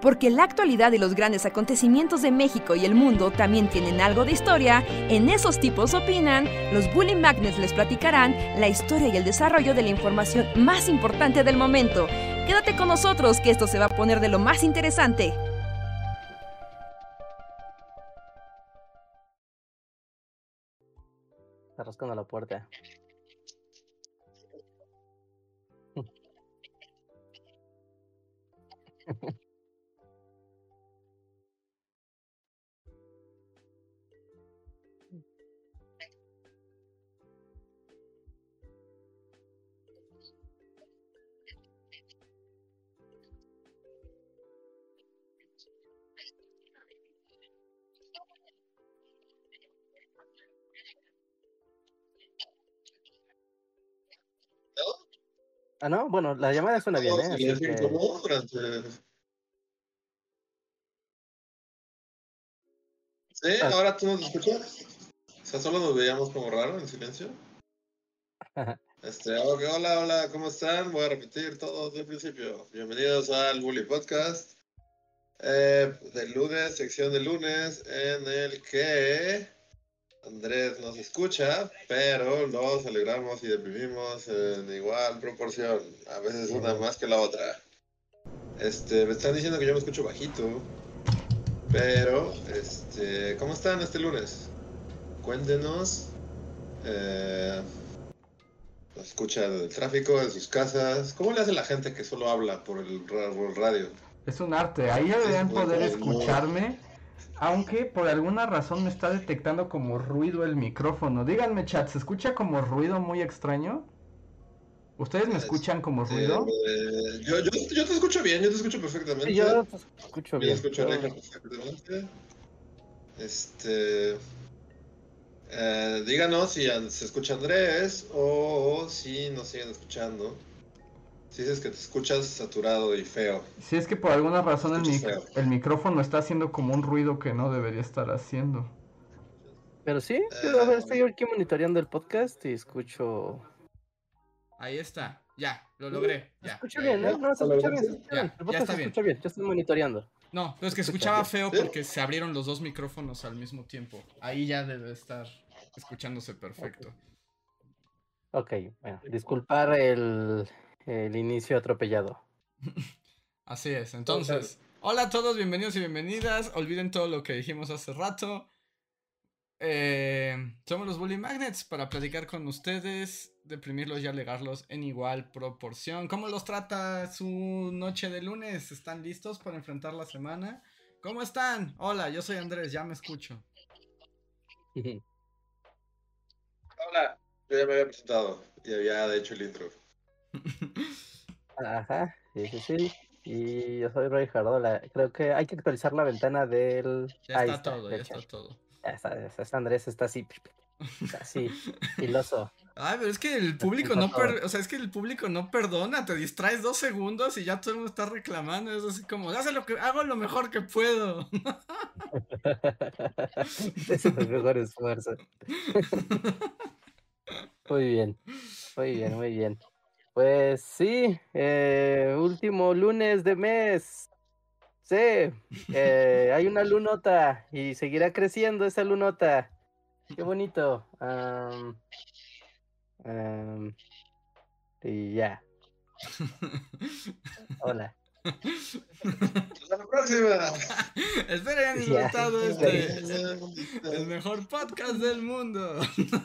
Porque la actualidad y los grandes acontecimientos de México y el mundo también tienen algo de historia, en Esos Tipos Opinan, los Bully Magnets les platicarán la historia y el desarrollo de la información más importante del momento. Quédate con nosotros que esto se va a poner de lo más interesante. Está rascando la puerta. Ah, no, bueno, la llamada suena bien, ¿eh? Así que... Sí, ahora tú nos escuchas. O sea, solo nos veíamos como raro en silencio. Okay, hola, ¿cómo están? Voy a repetir todo desde el principio. Bienvenidos al Bully Podcast. Del lunes, sección de lunes, en el que Andrés nos escucha, pero los alegramos y deprimimos en igual proporción. A veces una más que la otra. Me están diciendo que yo me escucho bajito. Pero, ¿cómo están este lunes? Cuéntenos. Nos escucha del tráfico, de sus casas. ¿Cómo le hace la gente que solo habla por el radio? Es un arte. Ahí deberían poder escucharme. Aunque por alguna razón me está detectando como ruido el micrófono. Díganme, chat, ¿se escucha como ruido muy extraño? ¿Ustedes me escuchan como ruido? Yo te escucho bien, yo te escucho perfectamente. Sí, yo te escucho bien. Yo escucho a Aleja perfectamente. Díganos si se escucha Andrés o si nos siguen escuchando. Si dices que te escuchas saturado y feo. Si es que por alguna razón el micrófono está haciendo como un ruido que no debería estar haciendo. Pero sí, yo a ver, estoy aquí monitoreando el podcast y escucho... Ahí está, ya, lo logré. Se escucha bien, ¿eh? No, se escucha bien, se escucha bien. El podcast se escucha bien, yo estoy monitoreando. No, pero es que escuchaba feo porque se abrieron los dos micrófonos al mismo tiempo. Ahí ya debe estar escuchándose perfecto. Ok, bueno, disculpar el inicio atropellado. Así es, entonces, hola a todos, bienvenidos y bienvenidas. Olviden todo lo que dijimos hace rato. Somos los Bully Magnets para platicar con ustedes, deprimirlos y alegarlos en igual proporción. ¿Cómo los trata su noche de lunes? ¿Están listos para enfrentar la semana? ¿Cómo están? Hola, yo soy Andrés, ya me escucho. Hola, yo ya me había presentado y había hecho el intro. Ajá, sí. Y yo soy Roy Jardola. Creo que hay que actualizar la ventana del... Ya está todo, ya está todo. Está Andrés, está así filoso. Ay, pero es que el público es que el público no perdona, te distraes 2 segundos y ya todo el mundo está reclamando, es así como, hago lo mejor que puedo. Es el mejor esfuerzo. Muy bien. Pues sí, último lunes de mes. Sí, hay una lunota y seguirá creciendo esa lunota. Qué bonito. Y ya. Hola. Hasta la próxima. Espero hayan disfrutado el mejor podcast del mundo.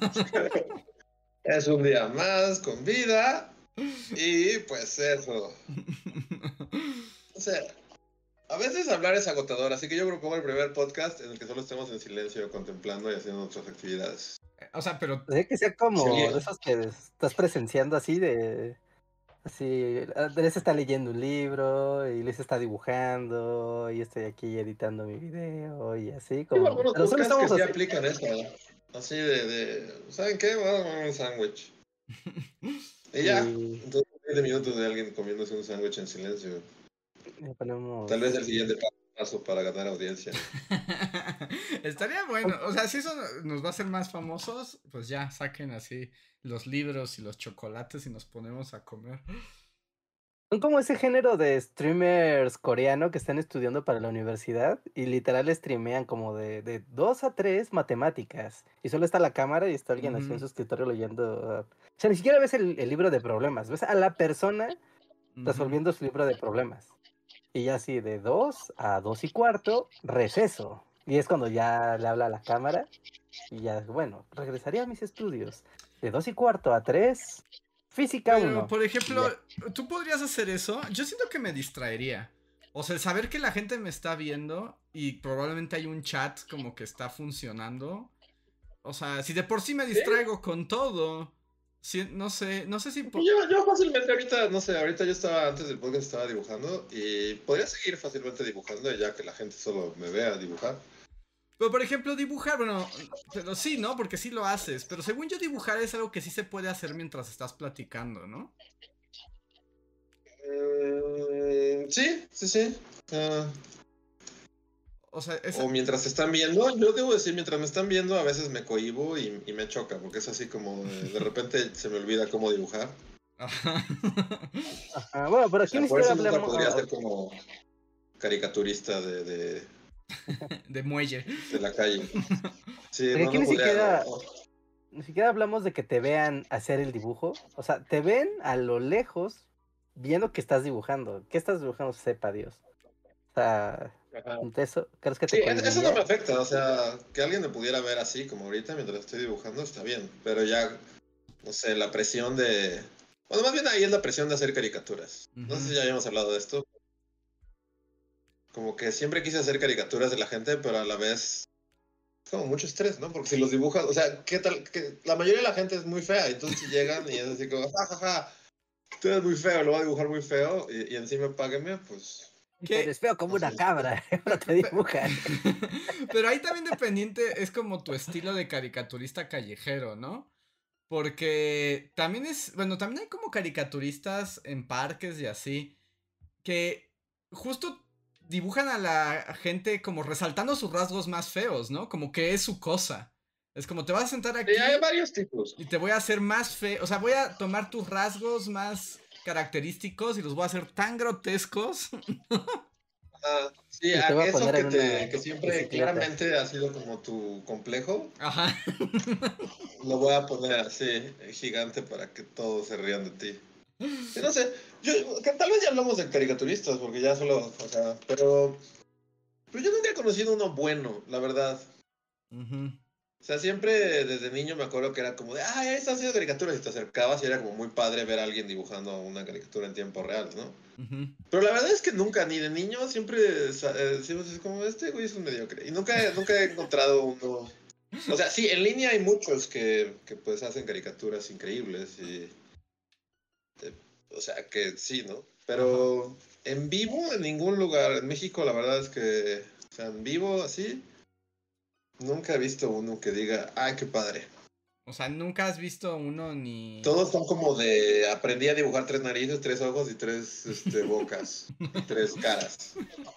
Es un día más con vida y pues eso. O sea, a veces hablar es agotador, así que yo propongo el primer podcast en el que solo estemos en silencio contemplando y haciendo nuestras actividades. O sea, pero... Que sea como de esos que estás presenciando así de... Así, Andrés está leyendo un libro y Luis está dibujando y estoy aquí editando mi video y así como... Tengo algunos podcasts que sí aplican eso, así ¿saben qué? Vamos a comer un sándwich. Y ya, entonces 20 minutos de alguien comiéndose un sándwich en silencio. Tal vez el siguiente paso para ganar audiencia. Estaría bueno, o sea, si eso nos va a hacer más famosos, pues ya saquen así los libros y los chocolates y nos ponemos a comer. Son como ese género de streamers coreano que están estudiando para la universidad y literal streamean como de 2 a 3 matemáticas. Y solo está la cámara y está alguien así en su escritorio leyendo. O sea, ni siquiera ves el libro de problemas. Ves a la persona resolviendo su libro de problemas. Y ya así de 2 a 2 y cuarto, receso. Y es cuando ya le habla a la cámara y ya, bueno, regresaría a mis estudios. De 2 y cuarto a 3, física Pero, 1. por ejemplo, ¿tú podrías hacer eso? Yo siento que me distraería. O sea, el saber que la gente me está viendo y probablemente hay un chat como que está funcionando. O sea, si de por sí me distraigo con todo. No sé si... Yo fácilmente ahorita, no sé, ahorita yo estaba, antes del podcast estaba dibujando y podría seguir fácilmente dibujando ya que la gente solo me vea dibujar. Pero, por ejemplo, dibujar, bueno, pero sí, ¿no? Porque sí lo haces. Pero según yo, dibujar es algo que sí se puede hacer mientras estás platicando, ¿no? Sí. O sea, O mientras te están viendo, yo debo decir, mientras me están viendo, a veces me cohíbo y me choca, porque es así como de repente se me olvida cómo dibujar. Ajá. Ajá, bueno, pero O aquí sea, ni por siquiera eso nunca podría hablamos ser como caricaturista De muelle. de la calle. Sí, porque aquí no ni podría, siquiera, no. ni siquiera hablamos de que te vean hacer el dibujo. O sea, te ven a lo lejos viendo que estás dibujando. ¿Qué estás dibujando? Sepa Dios. O sea, Ajá. ¿eso crees que Sí, te eso no me cohibiría? afecta, o sea, que alguien me pudiera ver así como ahorita mientras estoy dibujando está bien, pero ya, no sé, la presión de... Bueno, más bien ahí es la presión de hacer caricaturas. No sé si ya habíamos hablado de esto. Como que siempre quise hacer caricaturas de la gente, pero a la vez es como mucho estrés, ¿no? Porque si los dibujas, o sea, ¿qué tal? Que la mayoría de la gente es muy fea, entonces si llegan y es así como, jajaja, tú eres muy feo, lo voy a dibujar muy feo y encima págueme, pues... Eres feo como No una sé. cabra, no te dibujan. Pero ahí también dependiente es como tu estilo de caricaturista callejero, ¿no? Porque también es, bueno, también hay como caricaturistas en parques y así, que justo dibujan a la gente como resaltando sus rasgos más feos, ¿no? Como que es su cosa. Es como te vas a sentar Sí, aquí hay varios tipos. y te voy a hacer más feo, o sea, voy a tomar tus rasgos más característicos y los voy a hacer tan grotescos. Ah, sí, Y te voy a eso poner en una que siempre bicicleta. claramente ha sido como tu complejo, Ajá. lo voy a poner así, gigante, para que todos se rían de ti. Sí, no sé, que tal vez ya hablamos de caricaturistas, porque ya solo, o sea, pero yo nunca he conocido uno bueno, la verdad. Ujú. O sea, siempre desde niño me acuerdo que era como de, esta ha sido caricaturas, y te acercabas y era como muy padre ver a alguien dibujando una caricatura en tiempo real, ¿no? Ujú. Pero la verdad es que nunca, ni de niño, siempre decimos es como, este güey es un mediocre. Y nunca he encontrado uno. O sea, sí, en línea hay muchos que pues hacen caricaturas increíbles o sea, que sí, ¿no? Ajá. Pero en vivo, en ningún lugar. En México, la verdad es que, o sea, en vivo, así, nunca he visto uno que diga, ay, qué padre. O sea, nunca has visto uno ni... Todos son como de, aprendí a dibujar 3 narices, 3 ojos y 3 bocas y 3 caras.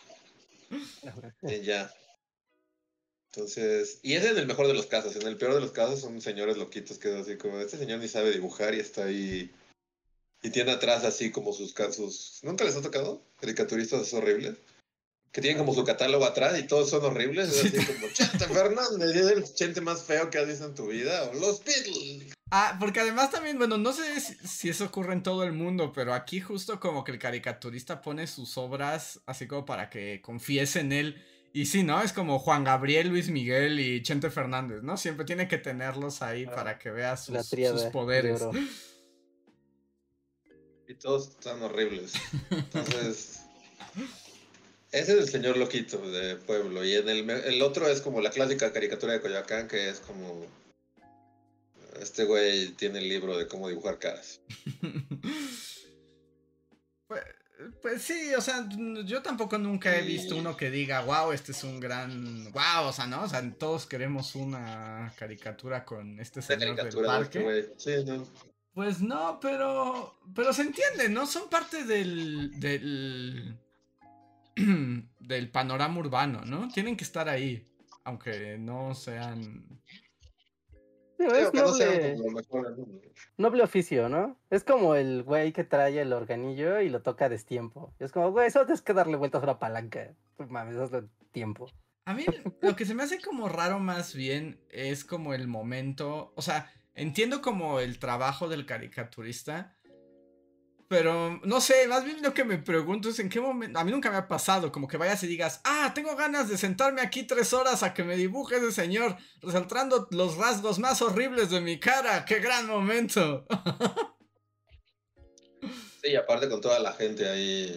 Y ya. Entonces, y ese es en el mejor de los casos. En el peor de los casos son señores loquitos que es así como, este señor ni sabe dibujar y está ahí. Y tiene atrás así como sus casos. ¿Nunca les ha tocado? Caricaturistas horribles. Que tienen como su catálogo atrás y todos son horribles. Es Sí, así como, Chente Fernández, es el chente más feo que has visto en tu vida. O los Beatles. Ah, porque además también, bueno, no sé si eso ocurre en todo el mundo, pero aquí justo como que el caricaturista pone sus obras así como para que confíes en él. Y sí, ¿no? Es como Juan Gabriel, Luis Miguel y Chente Fernández, ¿no? Siempre tiene que tenerlos ahí para que veas La sus tríada de poderes. oro. Y todos están horribles. Entonces, ese es el señor loquito de pueblo. Y en el otro es como la clásica caricatura de Coyoacán, que es como, este güey tiene el libro de cómo dibujar caras. Pues, pues sí, o sea, yo tampoco nunca he visto uno que diga, wow, este es un gran, wow, o sea, ¿no? O sea, todos queremos una caricatura con este Una señor del caricatura de este parque. güey. Sí, no. Pues no, pero se entiende, ¿no? Son parte del panorama urbano, ¿no? Tienen que estar ahí, aunque no sean... Sí, Es que no sean noble, como lo mejor del mundo. noble oficio, ¿no? Es como el güey que trae el organillo y lo toca a destiempo. Es como, güey, solo tienes que darle vueltas a una palanca. Pues mames, hazlo en tiempo. A mí lo que se me hace como raro más bien es como el momento, o sea, entiendo como el trabajo del caricaturista, pero no sé, más bien lo que me pregunto es en qué momento, a mí nunca me ha pasado, como que vayas y digas, tengo ganas de sentarme aquí 3 horas a que me dibuje ese señor, resaltando los rasgos más horribles de mi cara, qué gran momento. Sí, aparte con toda la gente ahí,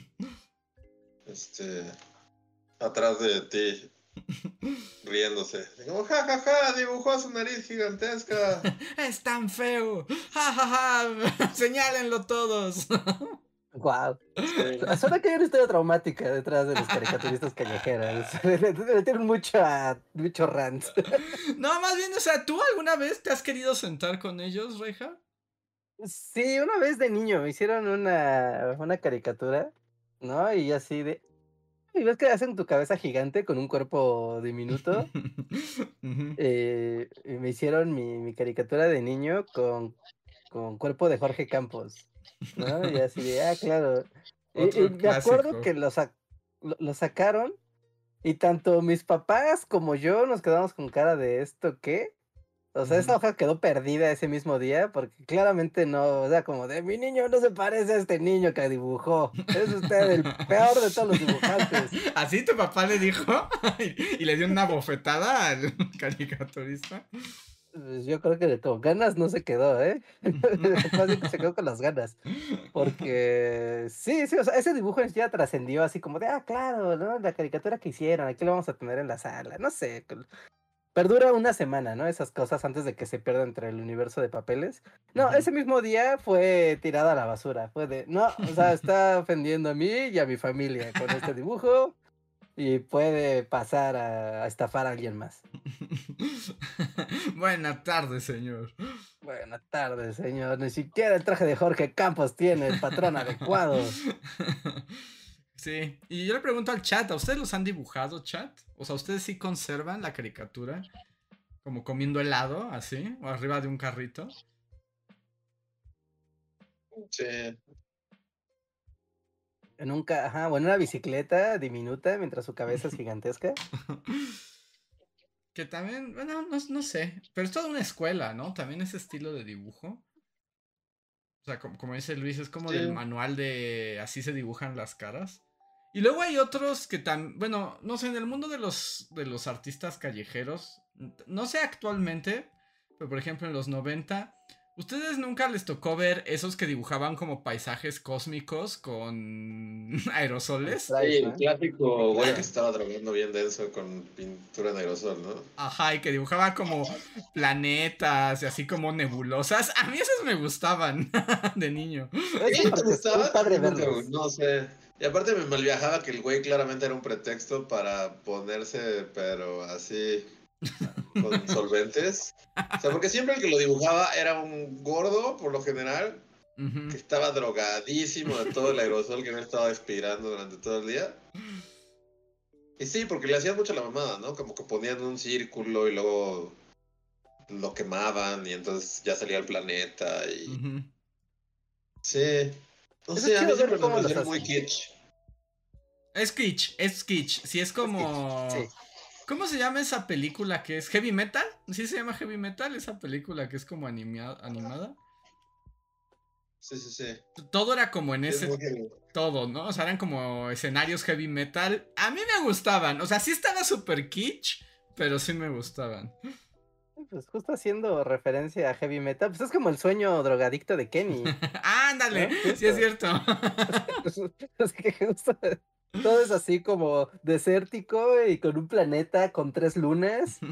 atrás de ti, riéndose. Como, ja, dibujó su nariz gigantesca. Es tan feo, ja, ja, ja, señálenlo todos. Guau. Sí. Suena que hay una historia traumática detrás de los caricaturistas callejeros. Le tienen mucho rant. No, más bien, o sea, ¿tú alguna vez te has querido sentar con ellos, Reja? Sí, una vez de niño me hicieron una caricatura, ¿no? Y así de... ¿Y ves que hacen tu cabeza gigante con un cuerpo diminuto? Ujú. Y me hicieron mi caricatura de niño con cuerpo de Jorge Campos, ¿no? Y así de, claro. Y Otro me acuerdo clásico. que lo sacaron y tanto mis papás como yo nos quedamos con cara de ¿esto qué? O sea, esa Ujú. hoja quedó perdida ese mismo día porque claramente no, o sea, como de mi niño no se parece a este niño que dibujó. Es usted el peor de todos los dibujantes. ¿Así tu papá le dijo? Y le dio una bofetada al caricaturista. Pues yo creo que con ganas no se quedó, ¿eh? Más bien que se quedó con las ganas. Porque sí, o sea, ese dibujo ya trascendió así como de, claro, ¿no? La caricatura que hicieron, aquí lo vamos a tener en la sala, no sé. Perdura una semana, ¿no? Esas cosas antes de que se pierda entre el universo de papeles. No, Ujú. ese mismo día fue tirada a la basura. Fue de, no, o sea, está ofendiendo a mí y a mi familia con este dibujo y puede pasar a estafar a alguien más. Buena tarde, señor. Buenas tardes, señor. Ni siquiera el traje de Jorge Campos tiene el patrón adecuado. Sí, y yo le pregunto al chat, ¿a ustedes los han dibujado, chat? O sea, ¿ustedes sí conservan la caricatura? Como comiendo helado, así, o arriba de un carrito. Sí. O en una bicicleta diminuta mientras su cabeza es gigantesca. Que también, bueno, no sé, pero es toda una escuela, ¿no? También ese estilo de dibujo. O sea, como dice Luis, es como del Sí. manual de así se dibujan las caras. Y luego hay otros que también, bueno, no sé, en el mundo de los artistas callejeros, no sé actualmente, pero por ejemplo en los 90, ¿ustedes nunca les tocó ver esos que dibujaban como paisajes cósmicos con Con aerosoles? Sí, sprays, el ¿no? Sí, clásico güey que claro. se estaba drogando bien denso con pintura en aerosol, ¿no? Ajá, y que dibujaba como planetas y así como nebulosas. A mí esos me gustaban de niño. Sí, ¿Te porque es muy gustaba? A padre mí nunca, verlos. no sé. Y aparte me malviajaba que el güey claramente era un pretexto para ponerse, pero así, con solventes. O sea, porque siempre el que lo dibujaba era un gordo, por lo general, que Ujú. estaba drogadísimo de todo el aerosol que no estaba expirando durante todo el día. Y sí, porque le hacían mucho la mamada, ¿no? Como que ponían un círculo y luego lo quemaban y entonces ya salía el planeta y... Ujú. Sí. No Eso es sé, a mí chido ver siempre me cómo los parecieron muy hacen. kitsch. Es kitsch, es kitsch. Si es Es kitsch, como... sí. ¿Cómo se llama esa película que es Heavy Metal? ¿Sí se llama Heavy Metal? Esa película que es como animada. Sí, sí, sí. Todo era como en Sí, es muy ese... genial. Todo, ¿no? O sea, eran como escenarios heavy metal. A mí me gustaban. O sea, sí estaba súper kitsch, pero sí me gustaban. Pues justo haciendo referencia a heavy metal, pues es como el sueño drogadicto de Kenny, Ándale, ¿no? sí es Justo. cierto. Es que justo todo es así como desértico y con un planeta con 3 lunas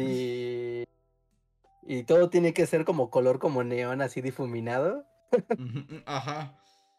y todo tiene que ser como color como neón así difuminado. Ajá.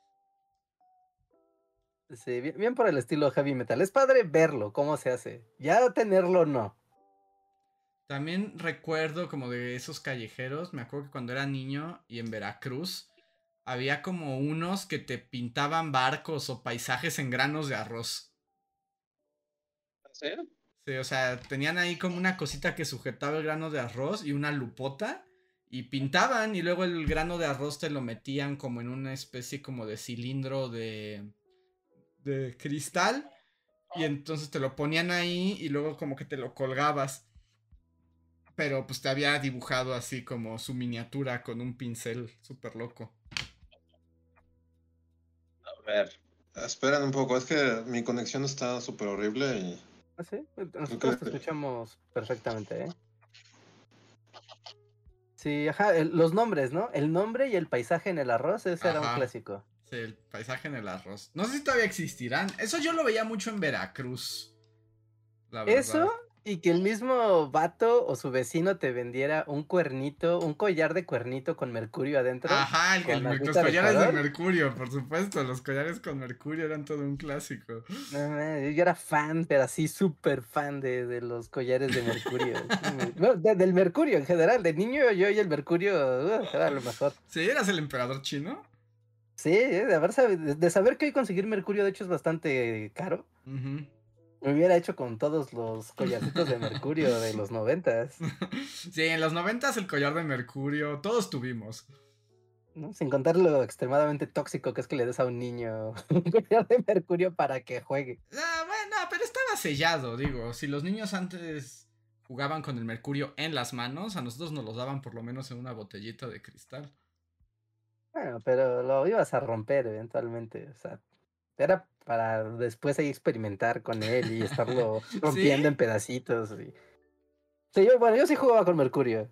Sí, bien por el estilo heavy metal. Es padre verlo, cómo se hace. Ya tenerlo no. También recuerdo como de esos callejeros, me acuerdo que cuando era niño y en Veracruz había como unos que te pintaban barcos o paisajes en granos de arroz. ¿Sí? Sí, o sea, tenían ahí como una cosita que sujetaba el grano de arroz y una lupota. Y pintaban y luego el grano de arroz te lo metían como en una especie como de cilindro de cristal. Y entonces te lo ponían ahí y luego como que te lo colgabas. Pero pues te había dibujado así como su miniatura con un pincel súper loco. A ver, esperen un poco, es que mi conexión está súper horrible y... ¿Ah, sí? creo Nosotros te que... escuchamos perfectamente, ¿eh? Sí, ajá, los nombres, ¿no? El nombre y el paisaje en el arroz, ese era un Ajá. clásico. Sí, el paisaje en el arroz. No sé si todavía existirán. Eso yo lo veía mucho en Veracruz. La Eso, verdad. y que el mismo vato o su vecino te vendiera un cuernito, un collar de cuernito con mercurio adentro, Ajá, con los agüita de collares de color. mercurio, por supuesto. Los collares con mercurio eran todo un clásico. No, yo era fan, pero así súper fan de los collares de mercurio. Bueno, del mercurio en general, de niño yo y el mercurio era lo mejor. ¿Sí? ¿Eras el emperador chino? Sí, de saber que hoy conseguir mercurio de hecho es bastante caro. Ujú. Me hubiera hecho con todos los collarcitos de mercurio de los 90s, Sí, en los 90 el collar de mercurio, todos tuvimos. ¿no? Sin contar lo extremadamente tóxico que es que le des a un niño un collar de mercurio para que juegue. Ah, bueno, pero estaba sellado, digo. Si los niños antes jugaban con el mercurio en las manos, a nosotros nos los daban por lo menos en una botellita de cristal. Bueno, pero lo ibas a romper eventualmente, o sea, era para después ahí experimentar con él y estarlo ¿Sí? rompiendo en pedacitos. Sí, yo sí jugaba con mercurio.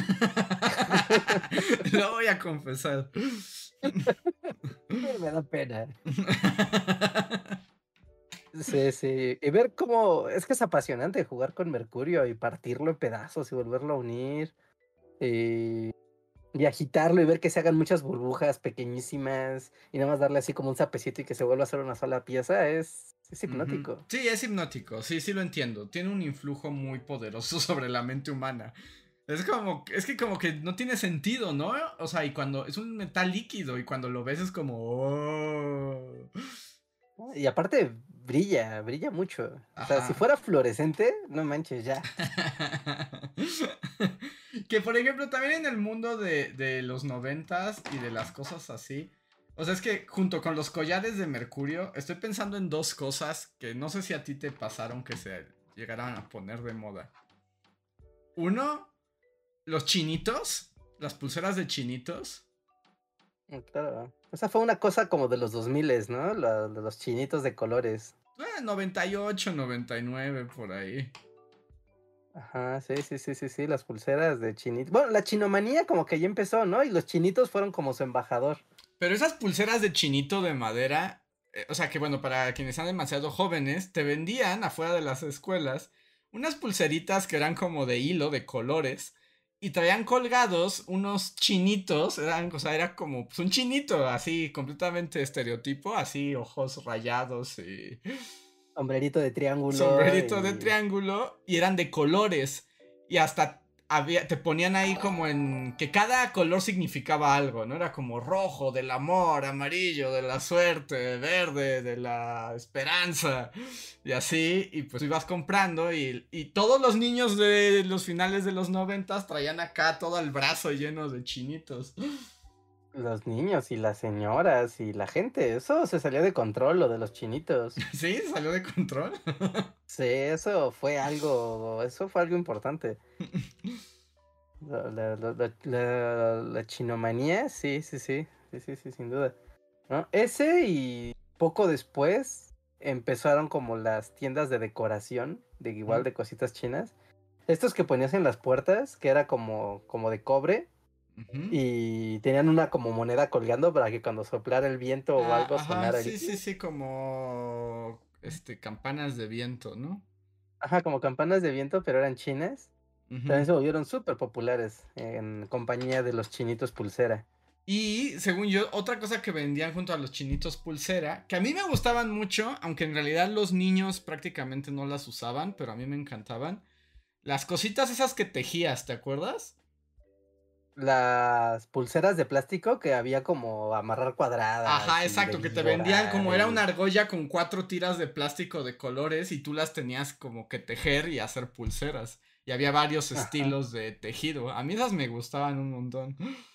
Lo voy a confesar. Me da pena. Sí, sí. Y ver cómo es que es apasionante jugar con mercurio y partirlo en pedazos y volverlo a unir. Y, y agitarlo y ver que se hagan muchas burbujas pequeñísimas y nada más darle así como un sapecito y que se vuelva a hacer una sola pieza es Ujú. hipnótico. Sí, es hipnótico, sí, sí lo entiendo. Tiene un influjo muy poderoso sobre la mente humana. Es que como que no tiene sentido, ¿no? O sea, y cuando es un metal líquido y cuando lo ves es como... "Oh". ¿No? Y aparte brilla mucho. O sea, si Ajá. fuera fluorescente, no manches ya. Que por ejemplo, también en el mundo de los 90s y de las cosas así. O sea, es que junto con los collares de mercurio, estoy pensando en dos cosas que no sé si a ti te pasaron que se llegaran a poner de moda. Uno, los chinitos, las pulseras de chinitos. Claro. Esa fue una cosa como de los 2000, ¿no? De los chinitos de colores. 98, 99, por ahí. Ajá, sí, sí, sí, sí, sí, las pulseras de chinitos. Bueno, la chinomanía como que ya empezó, ¿no? Y los chinitos fueron como su embajador. Pero esas pulseras de chinito de madera, o sea que bueno, para quienes sean demasiado jóvenes, te vendían afuera de las escuelas unas pulseritas que eran como de hilo, de colores, y traían colgados unos chinitos, o sea, era como pues, un chinito, así completamente estereotipo, así ojos rayados y Sombrerito de triángulo sombrerito de y... triángulo y eran de colores y hasta te ponían ahí como en que cada color significaba algo, ¿no? Era como rojo del amor, amarillo de la suerte, verde de la esperanza y así y pues ibas comprando y todos los niños de los finales de los 90 traían acá todo el brazo lleno de chinitos. Los niños y las señoras y la gente, eso se salió de control, lo de los chinitos. Sí, salió de control. Sí, eso fue algo importante. La chinomanía, sí, sí, sí, sí, sí, sí, sin duda. ¿No? Ese y poco después empezaron como las tiendas de decoración, de igual de cositas chinas. Estos que ponías en las puertas, que era como de cobre, Ujú. y tenían una como moneda colgando para que cuando soplara el viento o Ah, algo ajá, sonara sí, sí, sí, como campanas de viento, ¿no? Ajá, como campanas de viento, pero eran chinas. También Ujú. se volvieron súper populares en compañía de los chinitos pulsera. Y según yo, otra cosa que vendían junto a los chinitos pulsera, que a mí me gustaban mucho, aunque en realidad los niños prácticamente no las usaban, pero a mí me encantaban. Las cositas esas que tejías, ¿te acuerdas? las pulseras de plástico que había como amarrar cuadradas. Ajá, y exacto, de que te víbora vendían como era y- una argolla con 4 tiras de plástico de colores y tú las tenías como que tejer y hacer pulseras. Y había varios Ajá. estilos de tejido. A mí esas me gustaban un montón.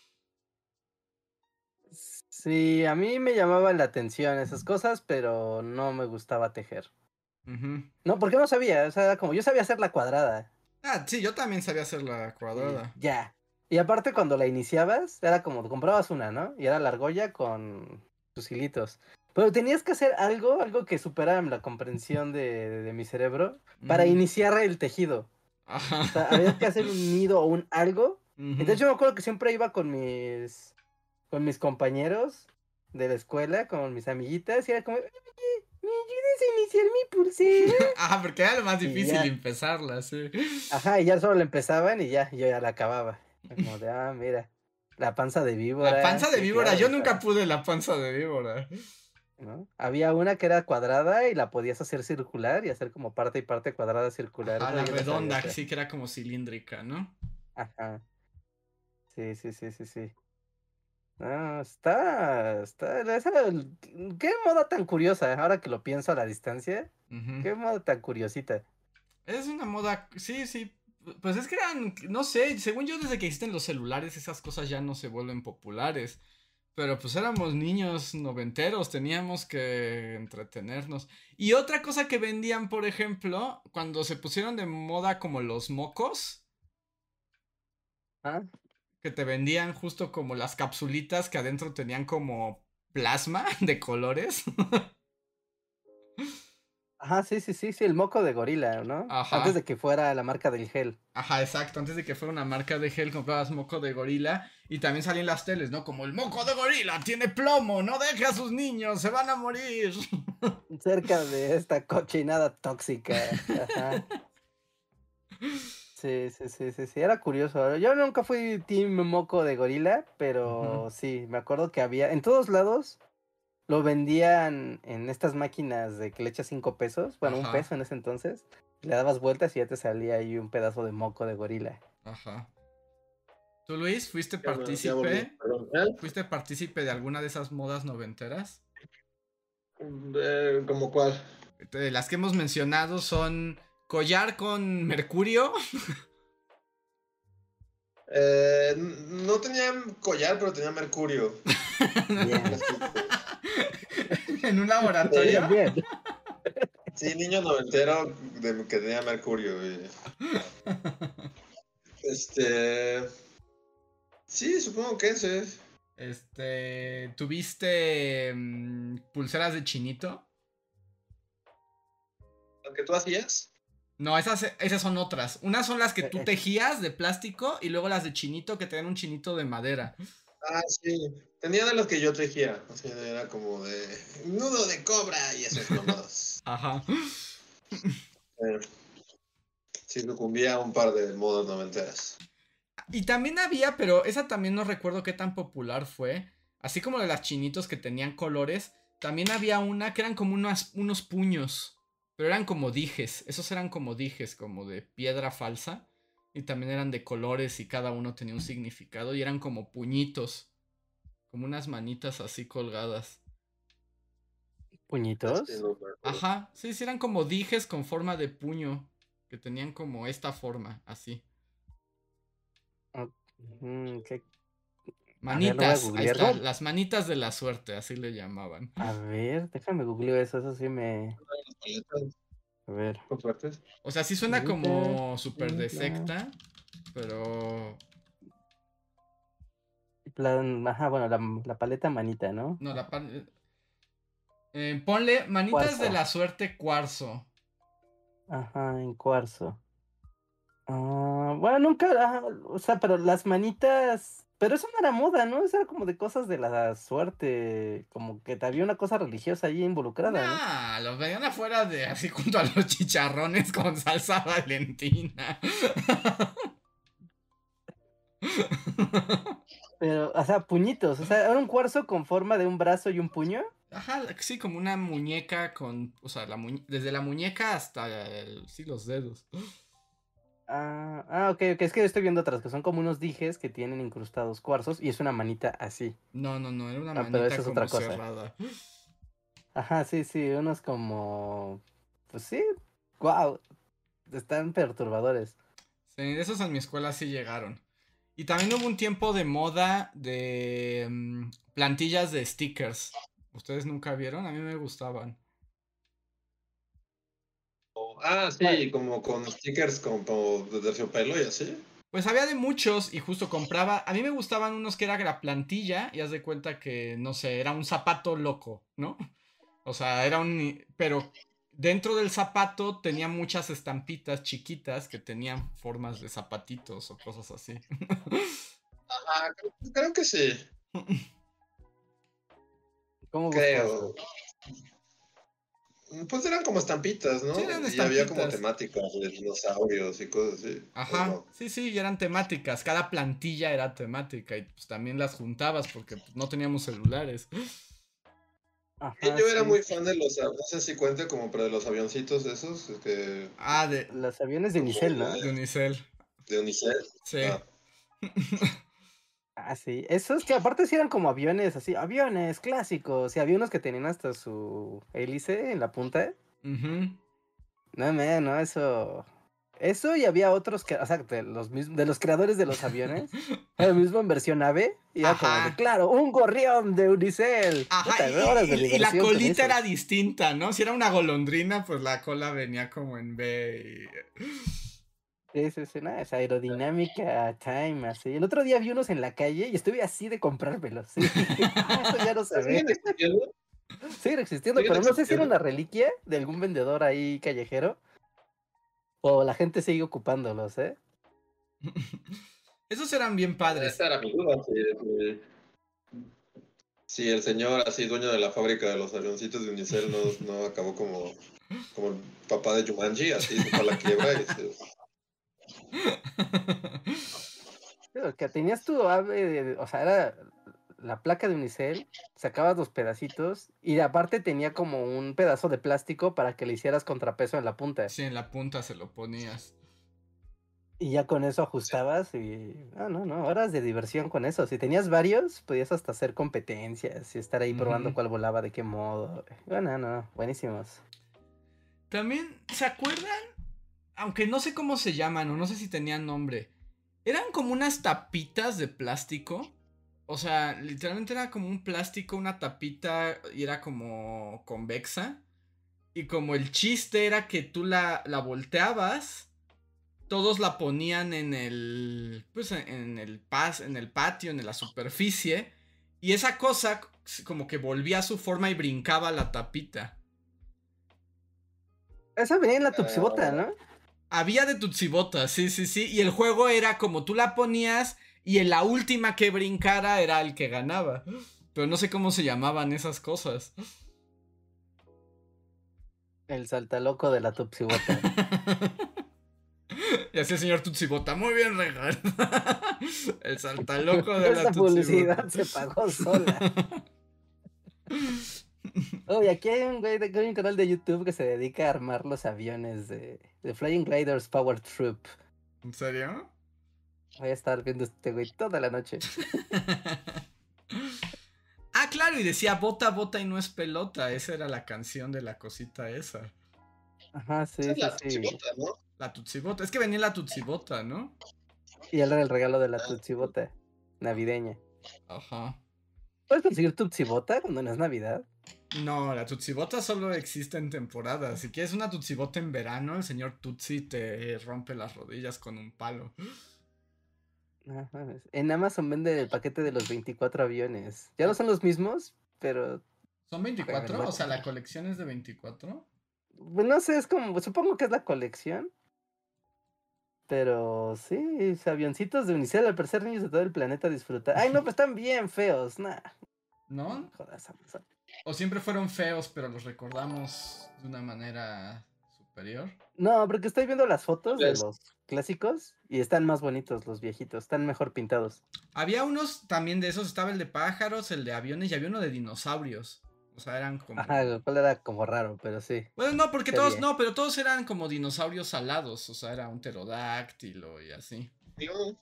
Sí, a mí me llamaban la atención esas cosas, pero no me gustaba tejer. Ujú. No, porque no sabía, o sea, era como yo sabía hacer la cuadrada Ah, sí, yo también sabía hacer la y cuadrada. ya. Y aparte cuando la iniciabas, era como comprabas una, ¿no? Y era la argolla con sus hilitos. Pero tenías que hacer algo que superara la comprensión de mi cerebro para Ujú. iniciar el tejido. Ajá. O sea, había que hacer un nido o un algo. Ujú. Entonces yo me acuerdo que siempre iba con mis compañeros de la escuela, con mis amiguitas, y era como, oye, ¿me ayudas a iniciar mi pulsera? Ajá, porque era lo más Y difícil ya, empezarla, sí. ajá, y ya solo la empezaban y ya, yo ya la acababa. Era como de, mira, la panza de La víbora, panza de sí, víbora, claro, yo esa, nunca pude la panza de víbora. ¿no? Había una que era cuadrada y la podías hacer circular y hacer como parte y parte cuadrada circular, Ajá, esa la yo la sabía redonda, que hacer. sí que era como cilíndrica, ¿no? Ajá, sí, sí, sí, sí, sí. Qué moda tan curiosa, ahora que lo pienso a la distancia. Ujú. Qué moda tan curiosita. Es una moda, sí, sí. Pues es que eran, no sé, según yo desde que existen los celulares esas cosas ya no se vuelven populares. Pero pues éramos niños noventeros, teníamos que entretenernos. Y otra cosa que vendían, por ejemplo, cuando se pusieron de moda como los mocos, Ah, que te vendían justo como las capsulitas que adentro tenían como plasma de colores. ajá, sí, sí, sí, sí, el moco de gorila, ¿no? Antes Ajá. de que fuera la marca del gel. Ajá, exacto. Antes de que fuera una marca de gel, comprabas moco de gorila. Y también salían las teles, ¿no? Como el moco de gorila tiene plomo, no deje a sus niños, se van a morir. Cerca de esta cochinada tóxica. Ajá. Sí, sí, sí, sí, sí. Era curioso. Yo nunca fui team moco de gorila, Ujú. pero sí, me acuerdo que había. En todos lados lo vendían en estas máquinas de que le echas 5 pesos. Bueno, un Ajá, peso en ese entonces. Le dabas vueltas y ya te salía ahí un pedazo de moco de gorila. ajá. ¿Tú, Luis, fuiste Ya volví, partícipe? perdón. ¿Fuiste partícipe de alguna de esas modas noventeras? ¿Cómo cuál? Las que hemos mencionado son collar con mercurio No tenía collar, pero tenía mercurio. Bien. Plástico. en un laboratorio. Bien, bien. Sí, niño noventero que tenía mercurio. Este. Sí, supongo que ese. ¿Tuviste pulseras de chinito? ¿Lo que tú hacías? No, esas son otras. Unas son las que Eh, tú eh, tejías de plástico y luego las de chinito que te dan un chinito de madera. Sí. Tenía de los que yo tejía. O sea, era como de nudo de cobra y esas mamadas. Ajá. Eh, sí, sucumbía a un par de modas noventeras. Y también había, pero esa también no recuerdo qué tan popular fue. Así como de las chinitos que tenían colores, también había una que eran como unos puños. Pero eran como dijes. Esos eran como dijes, como de piedra falsa. Y también eran de colores y cada uno tenía un significado. Y eran como puñitos. Como unas manitas así colgadas. Así ¿Puñitos? no me acuerdo. Ajá, sí, sí eran como dijes con forma de puño. Que tenían como esta forma, así. Ah, ¿qué? A ver, lo voy a Manitas, ahí googlear. está, ¿Cómo? las manitas de la suerte, así le llamaban. A ver, déjame googleo eso. Eso sí me. Las paletas A ver. con suertes. O sea, sí suena Manitas como súper de de secta, pero... Ajá, bueno, la paleta manita, ¿no? No, ponle manitas de Cuarzo. la suerte cuarzo. Ajá, en cuarzo. Bueno, nunca, o sea, pero las manitas, pero eso no era moda, ¿no? Eso era como de cosas de la suerte, como que había una cosa religiosa ahí involucrada, ¿no? Nah, los veían afuera de así junto a los chicharrones con salsa valentina. Pero, o sea, puñitos, o sea, era un cuarzo con forma de un brazo y un puño. Ajá, sí, como una muñeca con, o sea, desde la muñeca hasta sí, los dedos. Ok, es que estoy viendo otras que son como unos dijes que tienen incrustados cuarzos y es una manita así. No, era una Pero manita eso es como otra cosa. cerrada. Ajá, sí, unos como... Pues sí, wow, están perturbadores. Sí, esos en mi escuela sí llegaron. Y también hubo un tiempo de moda de plantillas de stickers. ¿Ustedes nunca vieron? A mí me gustaban. Sí, como con stickers como de terciopelo y así. Pues había de muchos y justo compraba. A mí me gustaban unos que era la plantilla y haz de cuenta que, no sé, era un zapato loco, ¿no? O sea, era un... Pero dentro del zapato tenía muchas estampitas chiquitas que tenían formas de zapatitos o cosas así. Ajá, creo que sí. ¿Cómo busco Creo. eso? Pues eran como estampitas, Sí, ¿no? eran Y había como estampitas. temáticas de dinosaurios y cosas así. ¿O Ajá, no? sí, y eran temáticas. Cada plantilla era temática y pues también las juntabas porque pues, no teníamos celulares. Y Ajá, yo era sí. muy fan de no sé si cuenta como para de los avioncitos esos, que Ah, de, Los aviones de como Unicel, ¿no? de Unicel. de Unicel. Sí. Ah, Ah, sí. Esos que aparte sí eran como aviones, así, aviones clásicos. Y había unos que tenían hasta su hélice en la punta. Ujú. No, man, no, eso. Eso y había otros que, o sea, de los creadores de los aviones. Era el mismo en versión ave. Y era como de, Ajá. claro, un gorrión de Unicel. Ajá, Puta, horas de y la diversión con colita era esos. distinta, ¿no? Si era una golondrina, pues la cola venía como en B. Sí, nada, es aerodinámica, time, así. El otro día vi unos en la calle y estuve así de comprármelos. Sí, dije, eso ya no se ¿pero siguen ve. existiendo? Siguen existiendo, ¿Siguen pero no sé si era existiendo? una reliquia de algún vendedor ahí callejero o la gente sigue ocupándolos, ¿eh? Esos eran bien padres. Esa era mi duda. Si el señor, así dueño de la fábrica de los avioncitos de Unicel, no acabó como el papá de Jumanji, así se fue a la quiebra y se... Pero que tenías tu ave, o sea, era la placa de Unicel, sacabas los pedacitos y aparte tenía como un pedazo de plástico para que le hicieras contrapeso en la punta. Sí, en la punta se lo ponías. Y ya con eso ajustabas y... No, horas de diversión con eso. Si tenías varios, podías hasta hacer competencias y estar ahí probando Ujú. cuál volaba de qué modo. No, buenísimos. También, ¿se acuerdan? Aunque no sé cómo se llaman o no sé si tenían nombre. Eran como unas tapitas de plástico. O sea, literalmente era como un plástico, una tapita y era como convexa. Y como el chiste era que tú la volteabas, todos la ponían en el, pues en el patio, en la superficie. Y esa cosa como que volvía a su forma y brincaba la tapita. Esa venía en la Tupsibota, Ah, ¿no? Había de Tutsibota, sí. Y el juego era como tú la ponías y en la última que brincara era el que ganaba. Pero no sé cómo se llamaban esas cosas. El saltaloco de la Tupsibota. Y así el señor Tutsibota, muy bien, Regal. El saltaloco de la Esa Tutsibota. publicidad se pagó sola. Oh, y aquí hay hay un canal de YouTube que se dedica a armar los aviones de Flying Gliders Power Troop. ¿En serio? Voy a estar viendo este güey toda la noche. Ah, claro, y decía bota, bota y no es pelota. Esa era la canción de la cosita esa. Ajá, esa sí, es sí, la sí. chibota, ¿no? La Tutsibota. Es que venía la Tutsibota, ¿no? Y él era el regalo de la Ah, Tupsibota navideña. Ajá. ¿Puedes conseguir Tupsibota cuando no es Navidad? No, la Tutsibota solo existe en temporada. Si quieres una Tutsibota en verano, el señor Tutsi te rompe las rodillas con un palo. Ajá. En Amazon vende el paquete de los 24 aviones. Ya no son los mismos, pero ¿Son juegan 24? O sea, mucho. la colección es de 24. Pues no sé, es como, supongo que es la colección. Pero sí, avioncitos de Unicel, al parecer niños de todo el planeta disfrutan. Ay, no, pues están bien feos, nah. ¿No? Jodas, Amazon. O siempre fueron feos, pero los recordamos de una manera superior. No, porque estoy viendo las fotos de pues, los clásicos y están más bonitos los viejitos, están mejor pintados. Había unos también de esos, estaba el de pájaros, el de aviones y había uno de dinosaurios. O sea, eran como... Ajá, lo cual era como raro, pero sí. Bueno, no, porque Sería. todos, no, pero todos eran como dinosaurios alados, o sea, era un pterodáctilo y así. No.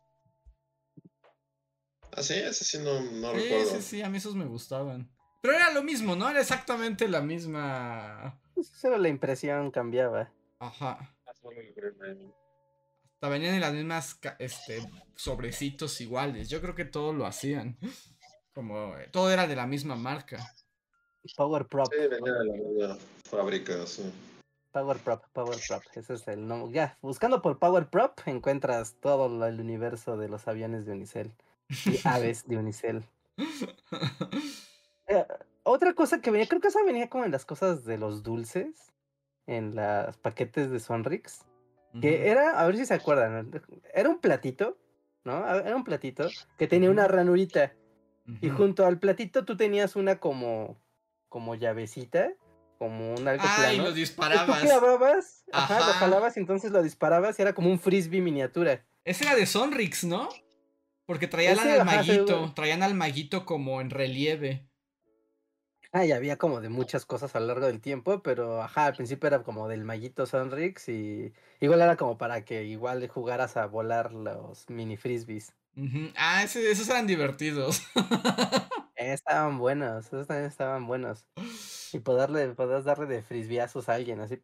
Ah, sí, ese sí no Sí, recuerdo. sí, a mí esos me gustaban. Pero era lo mismo, ¿no? Era exactamente la misma... Pues solo la impresión cambiaba. Ajá. Hasta venían en las mismas, sobrecitos iguales. Yo creo que todo lo hacían. Como, todo era de la misma marca. Power Prop. Sí, venía de la misma fábrica, sí. Power Prop. Ese es el nombre. Ya, buscando por Power Prop encuentras todo el universo de los aviones de Unicel. Y aves de Unicel. Otra cosa que venía, creo que esa venía como en las cosas de los dulces. En los paquetes de Sonrix. Que era, a ver si se acuerdan, era un platito, ¿no? Era un platito que tenía una ranurita. Y junto al platito tú tenías una como llavecita, como un algo Ay, plano. lo Y tú disparabas. clavabas, lo Ajá. jalabas y entonces lo disparabas y era como un frisbee miniatura. Ese era de Sonrix, ¿no? Porque traían Ese, al ajá, maguito, traían al maguito como en relieve. y había como de muchas cosas a lo largo del tiempo, pero ajá, al principio era como del maguito Sonrix y igual era como para que igual jugaras a volar los mini frisbees. Ah, esos eran divertidos. Estaban buenos, esos también estaban buenos. Y podías darle de frisbeazos a alguien, así.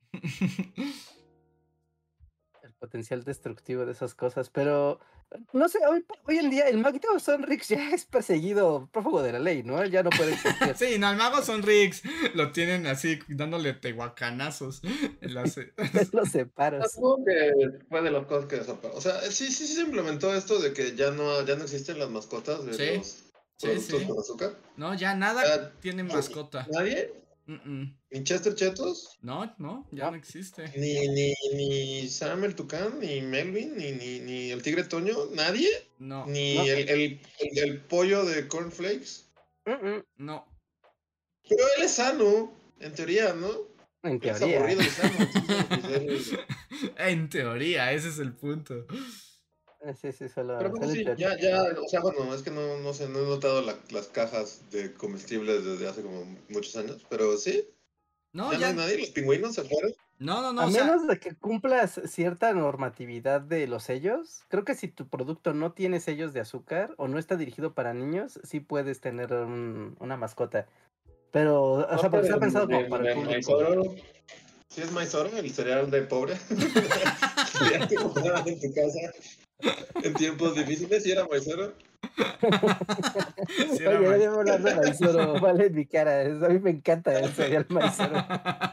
El potencial destructivo de esas cosas, pero no sé, hoy en día el maguito Sonrix ya es perseguido prófugo de la ley, ¿no? Él ya no puede existir. Sí, no, el mago Sonrix lo tienen así, dándole tehuacanazos. Los separos. Supongo que fue de las cosas que desapareció. O sea, sí se implementó esto de que ya no existen las mascotas de Sí, los productos con azúcar. No, ya nada Ya, tiene mascota. ¿Nadie? ¿Ni Chester Chetos? No, ya No. no existe. Ni Sam el Tucán, ni Melvin, ni el Tigre Toño, ¿nadie? No, Ni No. el pollo de Cornflakes. no. Pero él es sano, en teoría, ¿no? En Él es teoría. aburrido y sano. Entonces, En teoría, ese es el punto. Sí, solo pero bueno, en sí, teoría. o sea, bueno, es que no sé, no he notado las cajas de comestibles desde hace como muchos años, pero sí, No, ya no hay nadie, los pingüinos se fueron. No, A o sea, menos de que cumplas cierta normatividad de los sellos, creo que si tu producto no tiene sellos de azúcar o no está dirigido para niños, sí puedes tener una mascota. Pero, o sea, porque está pensado como para el público. Maizoro, ¿sí es Maizoro, el cereal de pobre? Cereal que compraban en tu casa en tiempos difíciles, ¿y era Maizoro? sí era Oye, ya más. debo hablar de Maizoro, vale en mi cara. A mí me encanta el cereal Maizoro.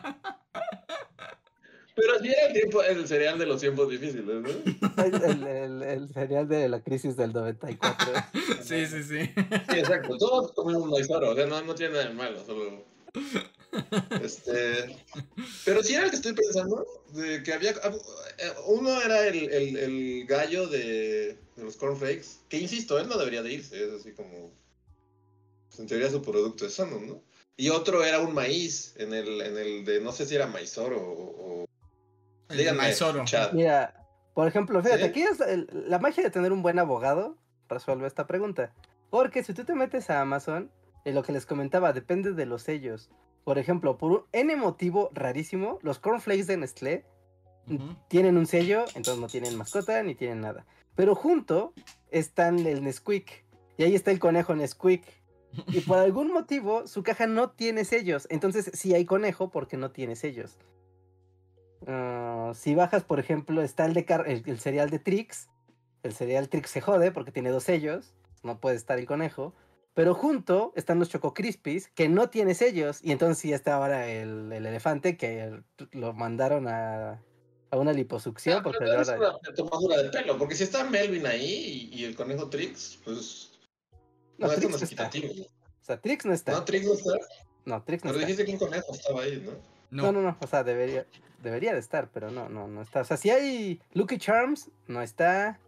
Pero sí era el cereal de los tiempos difíciles, ¿no? El cereal de la crisis del 94. Sí. Sí, exacto. Todos comemos Maizoro, o sea, no tiene nada de malo, solo... Pero sí era el que estoy pensando, de que había... Uno era el gallo de los cornflakes, que insisto, él no debería de irse, es así como... Pues, en teoría su producto es sano, ¿no? Y otro era un maíz, en el de, no sé si era Maizoro o... El de Díganme, Maizoro. chat. Mira, por ejemplo, fíjate, ¿Sí? aquí es la magia de tener un buen abogado resuelve esta pregunta. Porque si tú te metes a Amazon, lo que les comentaba, depende de los sellos. Por ejemplo, por un N motivo rarísimo, los cornflakes de Nestlé tienen un sello, entonces no tienen mascota ni tienen nada. Pero junto están el Nesquik, y ahí está el conejo Nesquik. Y por algún motivo su caja no tiene sellos, entonces sí hay conejo porque no tiene sellos. Si bajas, por ejemplo, está el cereal de Trix. El cereal Trix se jode porque tiene 2 sellos. No puede estar el conejo. Pero junto están los Choco Crispies, que no tiene sellos. Y entonces sí está ahora el elefante, que lo mandaron a una liposucción. Porque Pero es ahora... una tomadura de pelo, porque si está Melvin ahí y el conejo Trix, pues No, no es Trix tan no está. equitativo. O sea, Trix no está. No, Trix no está. No, Trix no Pero está. dijiste que un conejo estaba ahí, ¿no? No. O sea, debería de estar, pero no está. O sea, si hay Lucky Charms, no está.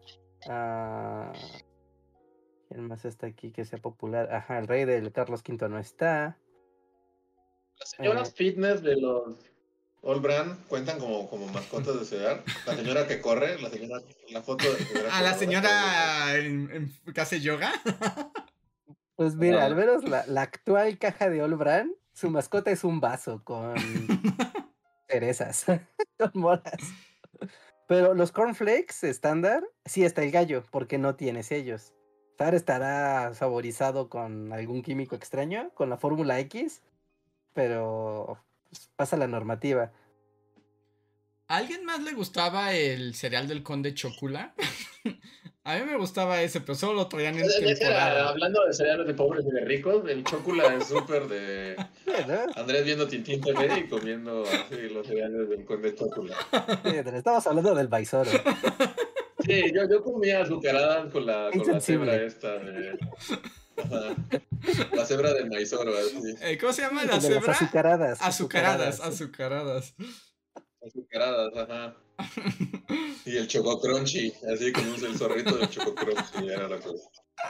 ¿Quién más está aquí que sea popular? Ajá, el rey del Carlos V no está. Las señoras fitness de los All Brand cuentan como mascotas de cereal. La señora que corre, la foto de la señora ¿A la señora que hace yoga? Pues mira, al menos la actual caja de All Brand, su mascota es un vaso con cerezas, con moras. Pero los cornflakes estándar, sí está el gallo, porque no tiene sellos. Ahora estará saborizado con algún químico extraño, con la fórmula X, pero pues, pasa la normativa. ¿A alguien más le gustaba el cereal del Conde Chocula? A mí me gustaba ese, pero solo lo traían en temporada. Hablando de cereales de pobres y de ricos, el Chocula es súper de Andrés viendo Tintín TV y comiendo así los cereales del Conde Chocula. Estamos hablando del Baisoro. Sí, yo comía azucaradas con la cebra esta de... Ajá. La cebra del Maizoro, así. ¿Cómo se llama la cebra? Azucaradas. Azucaradas. Azucaradas, ajá. Y el Choco Crunchy, así como el zorrito del Choco Crunchy, era la cosa.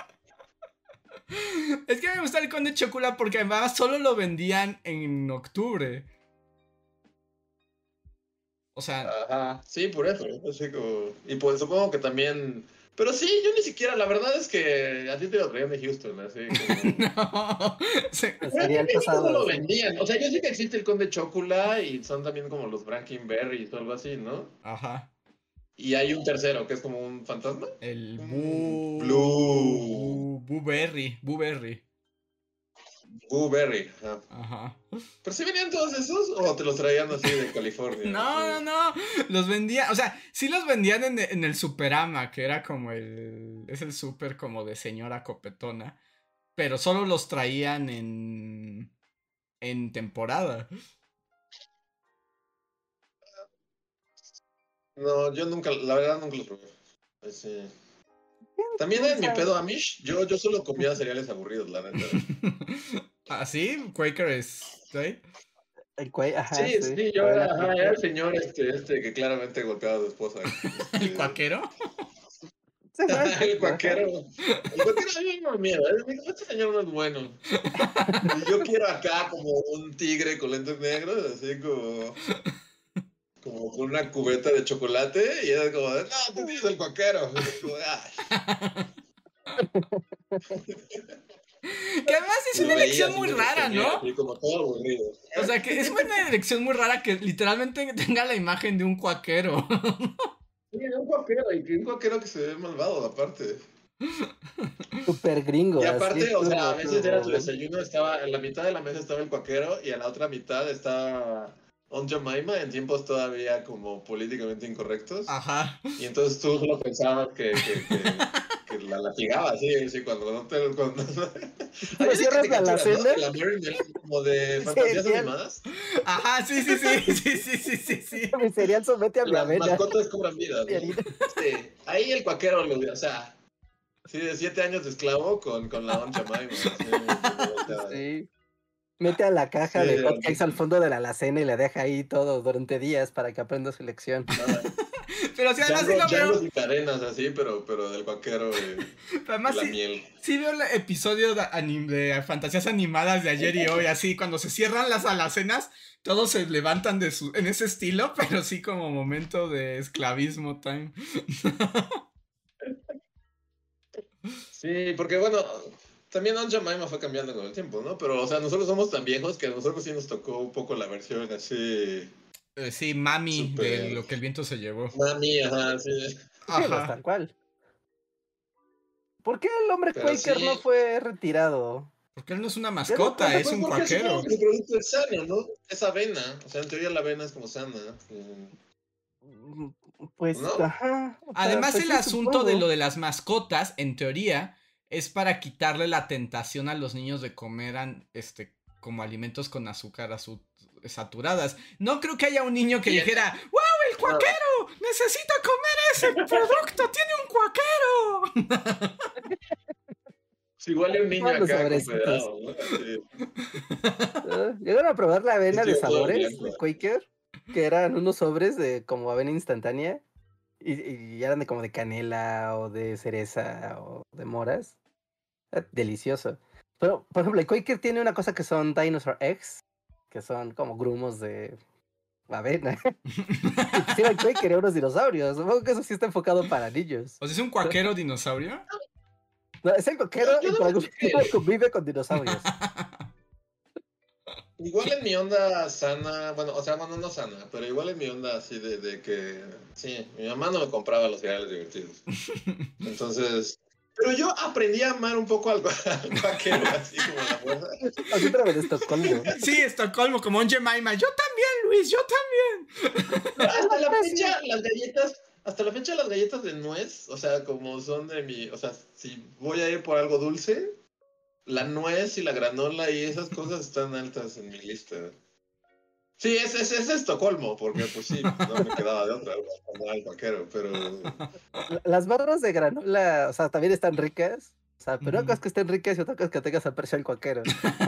Es que me gusta el Conde Chocula porque además solo lo vendían en octubre. O sea... Ajá, sí, por eso, así como... Y pues supongo que también... Pero sí, yo ni siquiera, la verdad es que a ti te lo traían de Houston, así como... No, sería el pasado. No lo vendían, o sea, yo sé que existe el Conde Chocula y son también como los Frankenberry y algo así, ¿no? Ajá. Y hay un tercero que es como un fantasma. El Blueberry. Blueberry, ajá. ¿Pero sí venían todos esos o te los traían así de California? No, los vendían, o sea, sí los vendían en el Superama, que era como es el super como de señora copetona, pero solo los traían en temporada. No, yo nunca, la verdad nunca los probé. Así. También en mi pedo Amish, yo solo comía cereales aburridos, la neta. ¿Ah, sí? ¿Quaker es ahí? Ajá, sí, yo era el señor este que claramente golpeaba a su esposa. ¿El cuaquero? El cuaquero. El cuaquero a mí me da miedo. Este señor no es bueno. Y yo quiero acá como un tigre con lentes negros, así como con una cubeta de chocolate, y era como de, no, tú tienes el cuaquero. Y como, que además es una elección muy rara, ¿no? Así como todo aburrido. O sea, que es una elección muy rara que literalmente tenga la imagen de un cuaquero. Sí, un cuaquero, y un cuaquero que se ve malvado, aparte. Super gringo. Y aparte, así, o sea, a veces era tu desayuno, estaba en la mitad de la mesa estaba el cuaquero y en la otra mitad estaba Aunt Jemima en tiempos todavía como políticamente incorrectos. Ajá. Y entonces tú solo pensabas que la latigaba, sí, cuando no te... ¿Pero cierras la alacena? La Mary como de fantasías animadas. Ajá, sí. Mi cereal somete a mi avena. Las mascotas cobran vida, ¿no? Sí, ahí el cuaquero, o sea, sí, de 7 años de esclavo con la Aunt Jemima. Sí. Mete a la caja de hotcakes al fondo de la alacena y le deja ahí todo durante días para que aprenda su lección. Pero si además sí lo veo. Y cadenas así, pero del cuaquero además la miel. Sí veo el episodio de fantasías animadas de ayer y hoy, así cuando se cierran las alacenas, todos se levantan en ese estilo, pero sí como momento de esclavismo time. Sí, porque bueno, también Aunt Jemima fue cambiando con el tiempo, ¿no? Pero, o sea, nosotros somos tan viejos que a nosotros sí nos tocó un poco la versión así... sí, mami, de lo que el viento se llevó. Mami, ajá, sí. Ajá. Tal cual. ¿Por qué el hombre Quaker no fue retirado? Porque él no es una mascota, es un cuaquero. El producto es sano, ¿no? Es avena. O sea, en teoría la avena es como sana. Pues, ¿no? Ajá. Además, pues, el asunto de lo de las mascotas, en teoría, es para quitarle la tentación a los niños de comer como alimentos con azúcar saturadas. No creo que haya un niño que dijera, ¡wow, el cuaquero! ¡Necesito comer ese producto! ¡Tiene un cuaquero! Si igual hay un niño acá confederado, ¿no? ¿Llegaron a probar la avena de sabores de Quaker? Que eran unos sobres de como avena instantánea y eran como de canela o de cereza o de moras. Delicioso. Pero, por ejemplo, el Quaker tiene una cosa que son dinosaur eggs, que son como grumos de avena. Sí, el Quaker era unos dinosaurios. Supongo que eso sí está enfocado para niños. ¿O sea, es un cuaquero dinosaurio? No, es el coquero Yo y no por algún sé qué. motivo convive con dinosaurios. Igual en mi onda sana, bueno, o sea, bueno, no sana, pero igual en mi onda así de que, sí, mi mamá no me compraba los cereales divertidos. Entonces, pero yo aprendí a amar un poco al vaquero, así como a la fuerza. Así pero en Estocolmo. Sí, Estocolmo, como un Jemima. Yo también, Luis, yo también. Hasta la fecha, las galletas de nuez, o sea, como son de mi, o sea, si voy a ir por algo dulce, la nuez y la granola y esas cosas están altas en mi lista. Sí, es Estocolmo, porque pues sí, no me quedaba de otra, andar al vaquero, pero... Las barras de granola, o sea, también están ricas. O sea, pero una cosa es Ujú. que estén ricas y otra cosa es que tengas al precio del cuaquero.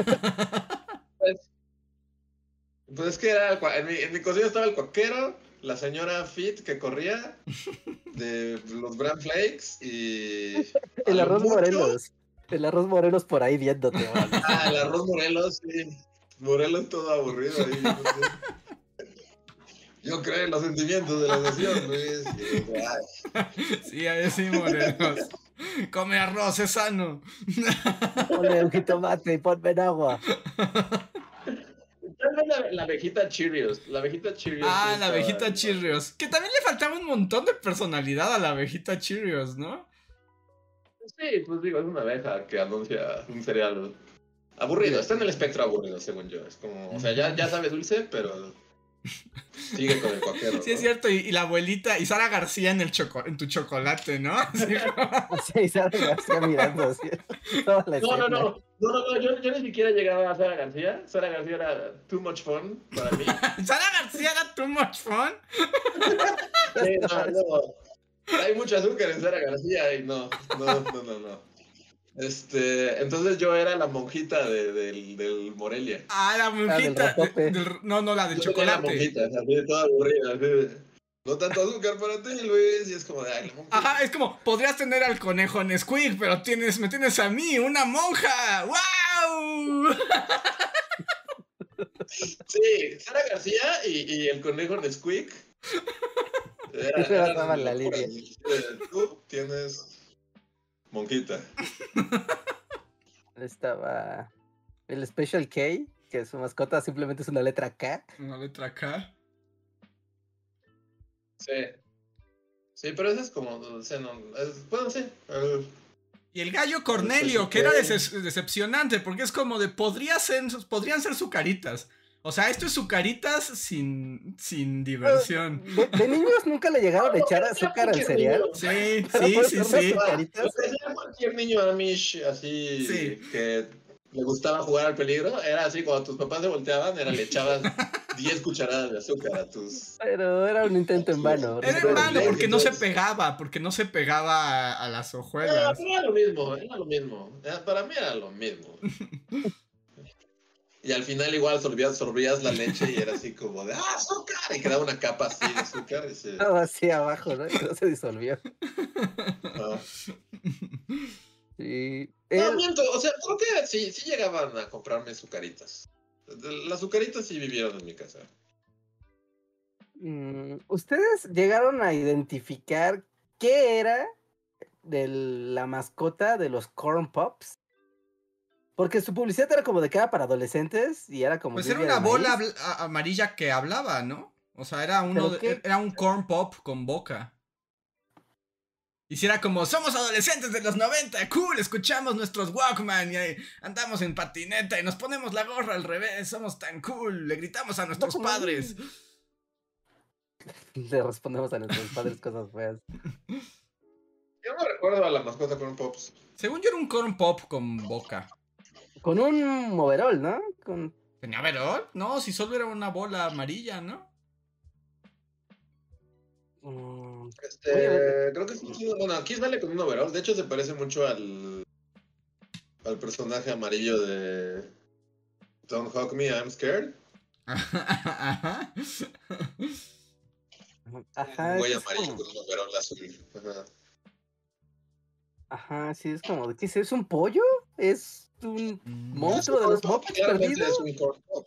Pues es que era, en mi cocina estaba el cuaquero, la señora Fit que corría, de los Bran Flakes y... a El lo arroz mucho, Morelos. El arroz Morelos por ahí viéndote, ¿vale? el arroz Morelos, sí. Morelos todo aburrido ahí. Yo, no sé. Yo creo en los sentimientos de la nación, Luis. Y, ay, Sí, ahí sí, Morelos. Come arroz, es sano. Ponle un jitomate y ponme en agua. tal vez la abejita Cheerios. La abejita Cheerios. Ah, sí la estaba abejita en- Cheerios. Que también le faltaba un montón de personalidad a la abejita Cheerios, ¿no? Sí, pues digo, es una abeja que anuncia un cereal aburrido. Está en el espectro aburrido, según yo. Es como, o sea, ya sabe dulce, pero sigue con el cuaquero. Sí, es ¿no? cierto. Y la abuelita, y Sara García en tu chocolate, ¿no? Así como- Así, Sara García mirando así. Toda la escena. No, yo ni siquiera llegaba a Sara García. Sara García era too much fun para mí. Sara García era too much fun. Sí, no. Hay mucho azúcar en Sara García y no. Entonces yo era la monjita del Morelia. Ah, la del monjita. ratope. No, la del Yo tenía la chocolate. monjita, así, toda aburrida, así de, no tanto azúcar para ti, Luis, y es como de, ay, la monjita. Ajá, es como, podrías tener al conejo Nesquik, pero me tienes a mí, una monja. ¡Wow! Sí, Sara García y el conejo Nesquik. Daban la locura. línea. Tú tienes monjita. Estaba el Special K, que su mascota simplemente es una letra K. Una letra K. Sí, pero eso es como, o sea, no, bueno, sí. Y el gallo Cornelio, que era decepcionante, porque es como de, podrían ser sucaritas. O sea, esto es sucaritas sin diversión. De niños nunca le llegaron a echar azúcar al cereal. Sí. Sucaritas. Cualquier niño Amish así Sí. que le gustaba jugar al peligro, era así, cuando tus papás se volteaban, le echabas 10 cucharadas de azúcar a tus... Pero era un intento en vano. Era en vano porque no se pegaba a las hojuelas. Pero era lo mismo. Para mí era lo mismo. Y al final igual sorbías la leche y era así como de ¡azúcar! Y quedaba una capa así de azúcar. Y se... Todo así abajo, ¿no? Y no se disolvió. Ah. Sí. No, miento, o sea, creo que sí llegaban a comprarme sucaritas. Las sucaritas sí vivieron en mi casa. ¿Ustedes llegaron a identificar qué era de la mascota de los Corn Pops? Porque su publicidad era como de que era para adolescentes y era como... Pues lluvia era una de bola maíz. amarilla que hablaba, ¿no? O sea, era ¿Pero un corn pop con boca. Y si era como, somos adolescentes de los 90, cool, escuchamos nuestros Walkman y andamos en patineta y nos ponemos la gorra al revés, somos tan cool, le gritamos a nuestros padres. Le respondemos a nuestros padres cosas feas. Yo no recuerdo a la mascota Corn Pops. Según yo era un corn pop con boca. Con un overol, ¿no? ¿Tenía verón? No, si solo era una bola amarilla, ¿no? Creo que sí. Bueno, aquí sale con un overall. De hecho, se parece mucho al personaje amarillo de Don't Hug Me, I'm Scared. Ajá. Ajá. Un güey es amarillo como... con un overall azul. Ajá. Ajá, sí, es como... ¿Qué es? ¿Es un pollo? ¿Es un monstruo de Corn los Pop, Muppets claramente perdido? es un Corn Pop.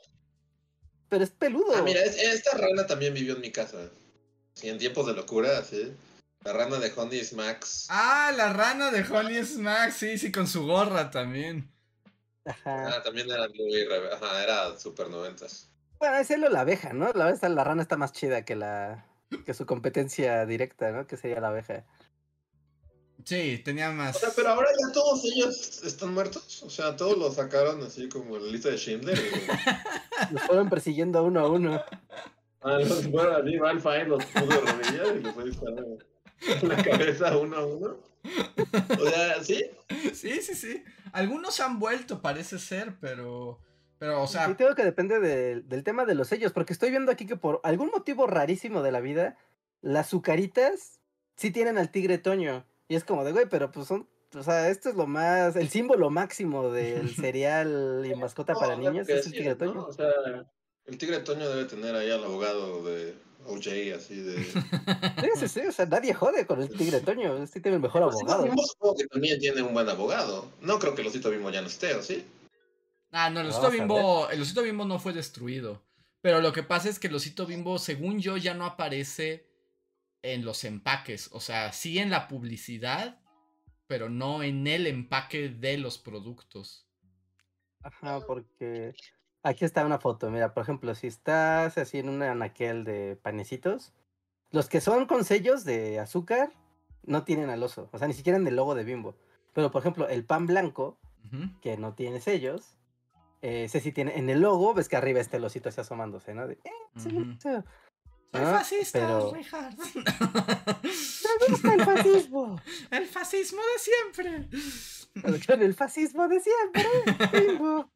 Pero es peludo. Ah, mira, esta rana también vivió en mi casa. Sí, en tiempos de locura, sí. La rana de Honey Smacks. Ah, la rana de Honey Smacks, sí, con su gorra también. Ajá. También era muy... Ajá, era super 90s. Bueno, es él o la abeja, ¿no? La rana está más chida que su competencia directa, ¿no? Que sería la abeja. Sí, tenía más. O sea, pero ahora ya todos ellos están muertos. O sea, todos los sacaron así como la lista de Schindler. Los fueron persiguiendo uno a uno. Los fueron así, Ralph Fiennes los puso de rodillas y los fue disparando en la cabeza uno a uno. O sea, ¿sí? Sí. Algunos han vuelto, parece ser, pero o sea... Sí, tengo que depende del tema de los sellos, porque estoy viendo aquí que por algún motivo rarísimo de la vida, las Zucaritas sí tienen al tigre Toño. Y es como de, güey, pero pues son, o sea, esto es lo más, el símbolo máximo del cereal y mascota para niños, es el tigre Toño. ¿no? O sea, el tigre Toño debe tener ahí al abogado de OJ, así de... Sí, o sea, nadie jode con el tigre Toño, sí tiene el mejor abogado. Bimbo supongo que también tiene un buen abogado. No creo que el osito Bimbo ya no esté, ¿o sí? Ah, no, el osito Bimbo no fue destruido. Pero lo que pasa es que el osito Bimbo, según yo, ya no aparece en los empaques. O sea, sí en la publicidad, pero no en el empaque de los productos. Ajá, porque aquí está una foto, mira, por ejemplo, si estás así en un anaquel de panecitos, los que son con sellos de azúcar no tienen al oso, o sea, ni siquiera en el logo de Bimbo. Pero, por ejemplo, el pan blanco, que no tiene sellos, ese sí tiene, en el logo ves que arriba está el osito así asomándose, ¿no? Soy fascista, pero... Richard. ¿Dónde está el fascismo? El fascismo de siempre. Con el fascismo de siempre, Bimbo.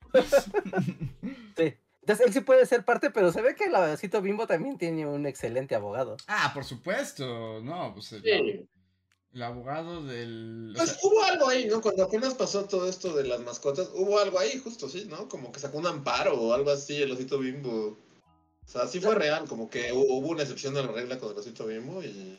Sí. Entonces él sí puede ser parte, pero se ve que el osito Bimbo también tiene un excelente abogado. Ah, por supuesto. No, pues Sí. el abogado del... Pues hubo algo ahí, ¿no? Cuando apenas pasó todo esto de las mascotas, hubo algo ahí, justo, sí, ¿no? Como que sacó un amparo o algo así, el osito Bimbo. O sea, sí fue real, como que hubo una excepción a la regla con el osito Bimbo y...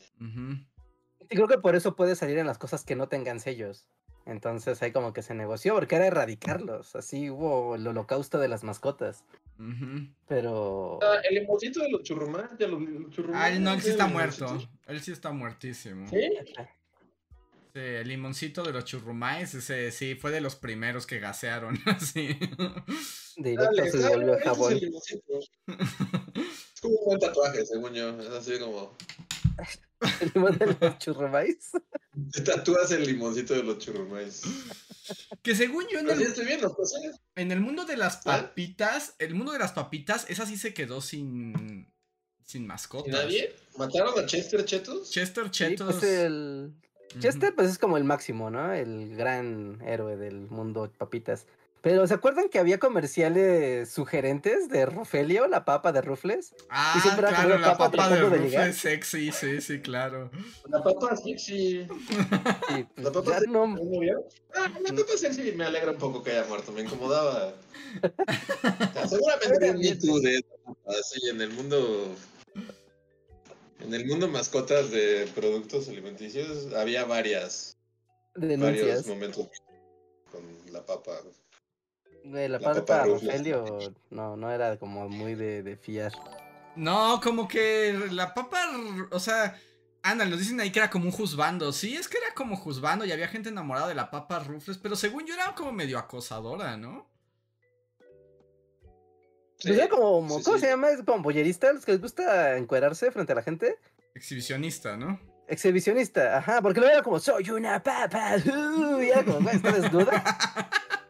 Y creo que por eso puede salir en las cosas que no tengan sellos. Entonces ahí como que se negoció, porque era erradicarlos. Así hubo el holocausto de las mascotas. Pero... el limoncito de los churrumás, no, él sí está muerto. Él sí está muertísimo. ¿Sí? Sí, el limoncito de los churrumais, ese sí, fue de los primeros que gasearon. Sí. Directo se volvió jabón. Es como un buen tatuaje, según yo. Es así como... ¿El limón de los churrumais? Te tatúas el limoncito de los churrumais. Que según yo en el mundo de las papitas, esa sí se quedó sin mascotas. ¿Nadie? ¿Mataron a Chester Chetos? Chester Chetos. Sí, pues Chester pues es como el máximo, ¿no? El gran héroe del mundo de papitas. Pero ¿se acuerdan que había comerciales sugerentes de Rufelio, la papa de Rufles? Ah, y siempre claro, la papa de Rufles sexy, sí, claro. La papa sexy. Sí, pues, la papa sexy. No... La papa sexy me alegra un poco que haya muerto, me incomodaba. Seguramente ni tú de eso, así en el mundo... En el mundo mascotas de productos alimenticios había varios momentos con la papa. La papa Rogelio no era como muy de fiar. No, como que la papa, o sea, anda, nos dicen ahí que era como un juzbando. Sí, es que era como juzbando y había gente enamorada de la papa Rufles, pero según yo era como medio acosadora, ¿no? Pues era como, ¿cómo se llama? Es como bollerista, los que les gusta encuerarse frente a la gente. Exhibicionista, ¿no? Exhibicionista, ajá, porque luego era como, soy una papa, y era como, está desnuda.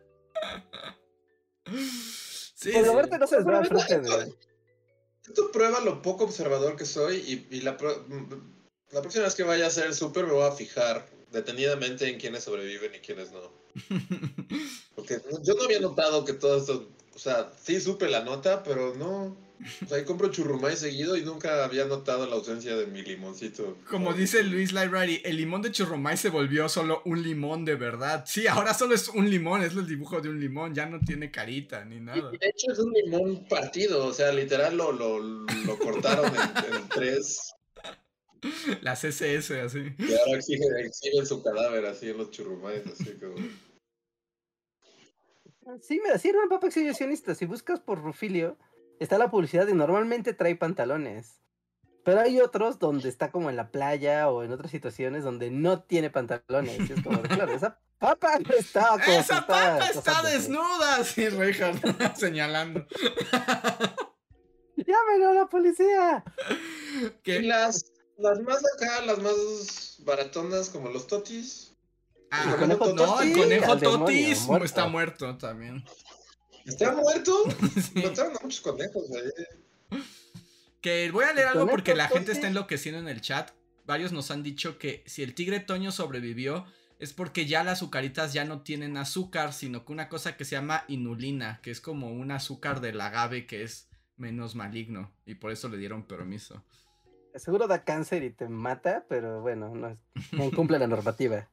Sí, pues Roberto no se desnuda frente de... Esto prueba lo poco observador que soy y la próxima vez que vaya a hacer el súper me voy a fijar detenidamente en quiénes sobreviven y quiénes no. Porque yo no había notado que todo esto, o sea, sí supe la nota, pero no. O sea, ahí compro churrumay seguido y nunca había notado la ausencia de mi limoncito. Como dice Luis Library, el limón de churrumay se volvió solo un limón de verdad. Sí, ahora solo es un limón, es el dibujo de un limón, ya no tiene carita ni nada. Y de hecho es un limón partido, o sea, literal lo cortaron en tres. Las SS, así. Y ahora exhiben su cadáver así en los churrumais, así como... Sí, mira, sí era una papa exhibicionista. Si buscas por Rufilio, está la publicidad y normalmente trae pantalones. Pero hay otros donde está como en la playa o en otras situaciones donde no tiene pantalones. Y es como, claro, esa papa no estaba como ¡Esa papa está desnuda! Sí, Reinhardt señalando. ¡Llámenlo a la policía! Y las más acá, las más baratonas, como los totis. Ah, el conejo no, el Totis, conejo al demonio, Totis muerto. está muerto también. ¿Está muerto? Sí. Mataron a muchos conejos ahí. Que voy a leer El algo porque conejo la gente Totis. está enloqueciendo en el chat. Varios nos han dicho que si el tigre Toño sobrevivió es porque ya las azucaritas ya no tienen azúcar, sino que una cosa que se llama inulina, que es como un azúcar del agave que es menos maligno y por eso le dieron permiso. Seguro da cáncer y te mata, pero bueno, no cumple la normativa.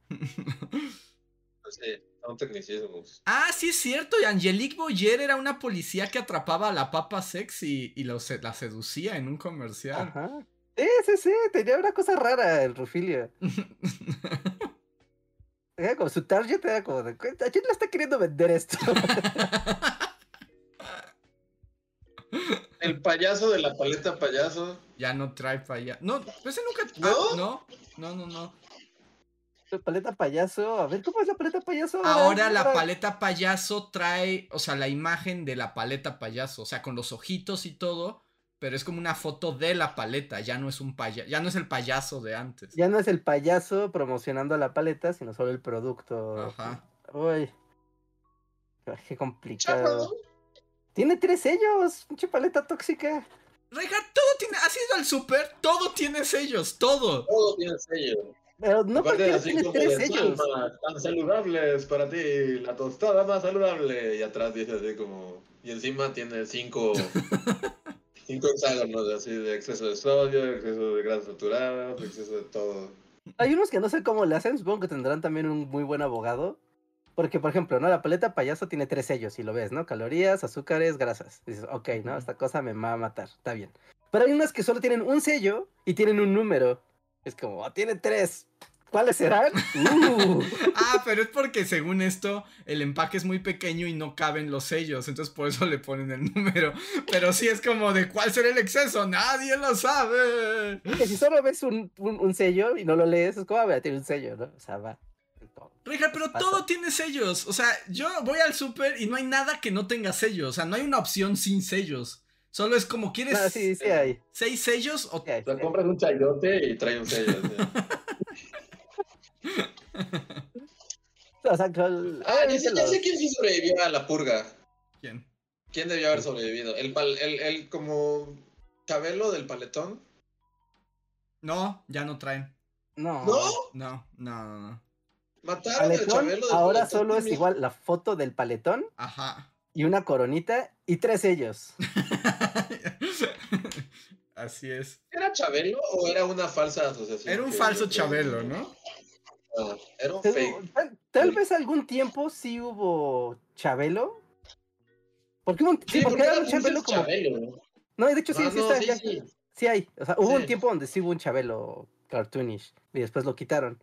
Sí, son tecnicismos. Ah, sí es cierto, y Angelique Boyer era una policía que atrapaba a la papa sexy y la seducía en un comercial. Ajá. Sí, tenía una cosa rara el Rufilio. Era como su target era como de, ¿a quién le está queriendo vender esto? El payaso de la paleta payaso. Ya no trae payaso. No, ese nunca. ¿No? No. La paleta payaso, a ver, ¿cómo es la paleta payaso? Ahora la paleta payaso trae, o sea, la imagen de la paleta payaso, o sea, con los ojitos y todo, pero es como una foto de la paleta, ya no es un payaso, ya no es el payaso de antes. Ya no es el payaso promocionando la paleta, sino solo el producto. Ajá. Uy, qué Chapa, complicado. ¿no? Tiene 3 sellos, pinche paleta tóxica. Reinhardt, todo tiene, ¿has ido al súper? Todo tiene sellos, todo. Todo tiene sello. Pero no Aparte cualquiera así tiene como 3 de sellos. Salma, tan saludables para ti, la tostada más saludable. Y atrás dice así como. Y encima tiene 5 hexágonos así de exceso de sodio, exceso de grasas saturadas, exceso de todo. Hay unos que no sé cómo le hacen, supongo que tendrán también un muy buen abogado. Porque, por ejemplo, ¿no? La paleta payaso tiene 3 sellos, y lo ves, ¿no? Calorías, azúcares, grasas. Dices, ok, ¿no? Esta cosa me va a matar, está bien. Pero hay unas que solo tienen un sello y tienen un número. Es como, tiene 3. ¿Cuáles serán? Ah, pero es porque según esto, el empaque es muy pequeño y no caben los sellos, entonces por eso le ponen el número. Pero sí es como de ¿cuál será el exceso? Nadie lo sabe. Que si solo ves un sello y no lo lees, es como, tiene un sello, ¿no? O sea, va. Reinhardt, pero Pasa. todo tiene sellos. O sea, yo voy al súper y no hay nada que no tenga sellos. O sea, no hay una opción sin sellos. Solo es como, ¿quieres No, sí hay. 6 sellos? O... Sí hay, O sea, sí hay. compras un chayote y trae un sello. O sea, Ya sé quién sí sobrevivió a la purga. ¿Quién? ¿Quién debió haber sobrevivido? El como Chabelo del paletón. No, ya no traen. No. No. Mataron al Paletón, Chabelo del ahora paletón. solo es igual la foto del paletón Ajá. y una coronita y 3 sellos. Así es. ¿Era Chabelo o era una falsa asociación? Era un falso Chabelo, ¿no? No, era un fake. Tal vez algún tiempo sí hubo Chabelo. Porque Sí, porque era un Chabelo como. Chabelo. No, de hecho sí, Ah, sí no, está. sí. Sí hay. O sea, hubo un Sí. tiempo donde sí hubo un Chabelo cartoonish y después lo quitaron.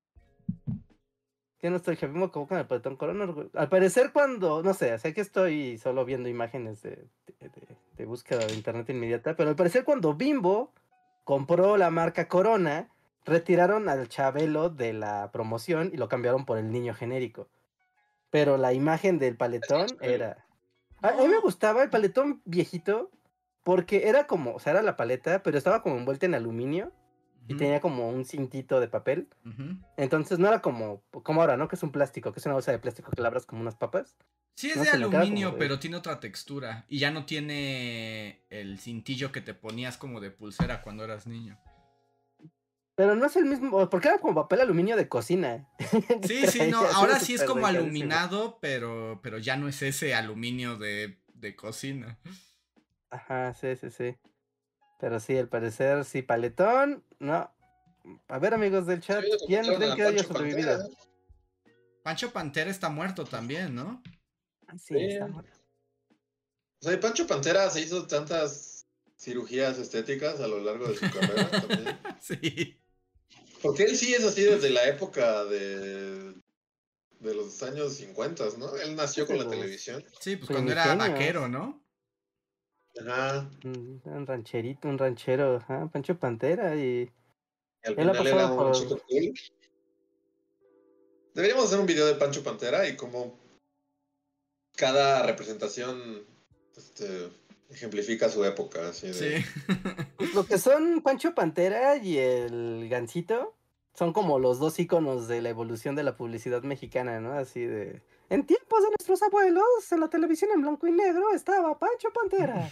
¿Qué nostalgia? Vimos como con el paletón corona. Al parecer cuando, no sé que estoy solo viendo imágenes de búsqueda de internet inmediata, pero al parecer cuando Bimbo compró la marca Corona, retiraron al Chabelo de la promoción y lo cambiaron por el niño genérico. Pero la imagen del paletón era... A mí me gustaba el paletón viejito porque era como, o sea, era la paleta, pero estaba como envuelta en aluminio. Y tenía como un cintito de papel. Entonces no era como ahora, ¿no? Que es un plástico, que es una bolsa de plástico que la abras como unas papas. Sí es No de sé, me queda aluminio, como de- pero tiene otra textura. Y ya no tiene el cintillo que te ponías como de pulsera cuando eras niño. Pero no es el mismo, porque era como papel aluminio de cocina. Sí, no, ahora sí es súper como delgadísimo. aluminado, pero ya no es ese aluminio de cocina. Ajá, sí. Pero sí, al parecer, sí, paletón, no. A ver, amigos del chat, ¿quién creen que haya sobrevivido? Pancho Pantera está muerto también, ¿no? Sí, está muerto. O sea, Pancho Pantera se hizo tantas cirugías estéticas a lo largo de su carrera también. Sí. Porque él sí es así desde la época de los años 50, ¿no? Él nació con la televisión. Sí, pues cuando era Primigenios. vaquero, ¿no? Ajá. Un rancherito, un ranchero, ajá, Pancho Pantera y Al él ha final era pasado un por... chico cool. Deberíamos hacer un video de Pancho Pantera y cómo cada representación ejemplifica su época, así de... Sí. Pues lo que son Pancho Pantera y el Gansito son como los dos íconos de la evolución de la publicidad mexicana, ¿no? Así de... En tiempos de nuestros abuelos, en la televisión en blanco y negro estaba Pancho Pantera.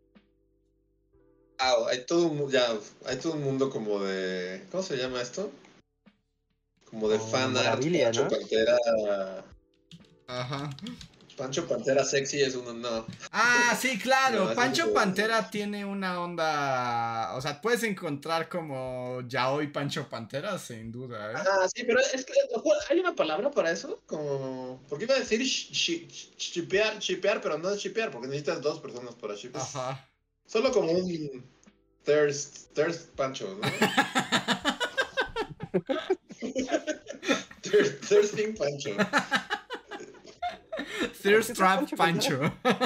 hay todo un mundo como de... ¿Cómo se llama esto? Como de O fan art, memorabilia, Pancho ¿no? Pantera... Ajá. Pancho Pantera sexy es uno, no. Ah, sí, claro. No, eso Pancho es Pantera tiene una onda. O sea, puedes encontrar como yaoi Pancho Pantera, sin duda, ¿eh? Ah, sí, pero es que hay una palabra para eso, como... Porque iba a decir shipear, pero no es shipear, porque necesitas dos personas para shipear. Ajá. Solo como un thirst Pancho, ¿no? Thirsting Pancho. Thirst Trap Pancho.